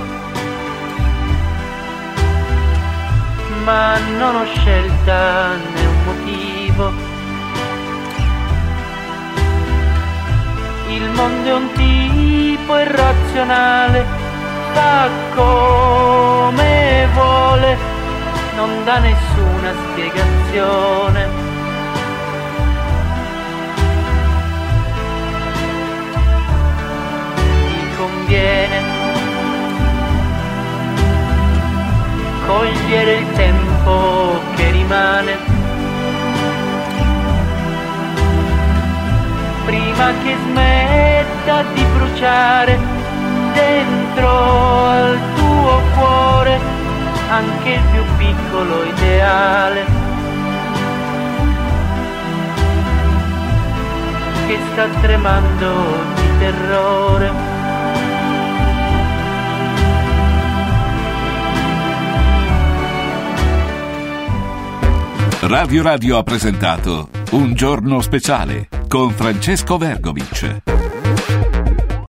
ma non ho scelta né un motivo. Il mondo è un tipo irrazionale, fa come vuole, non dà nessuna spiegazione. Mi conviene cogliere il tempo che rimane prima che smetta di bruciare dentro al tuo cuore anche il più piccolo ideale che sta tremando di terrore. Radio Radio ha presentato Un giorno speciale con Francesco Vergovic.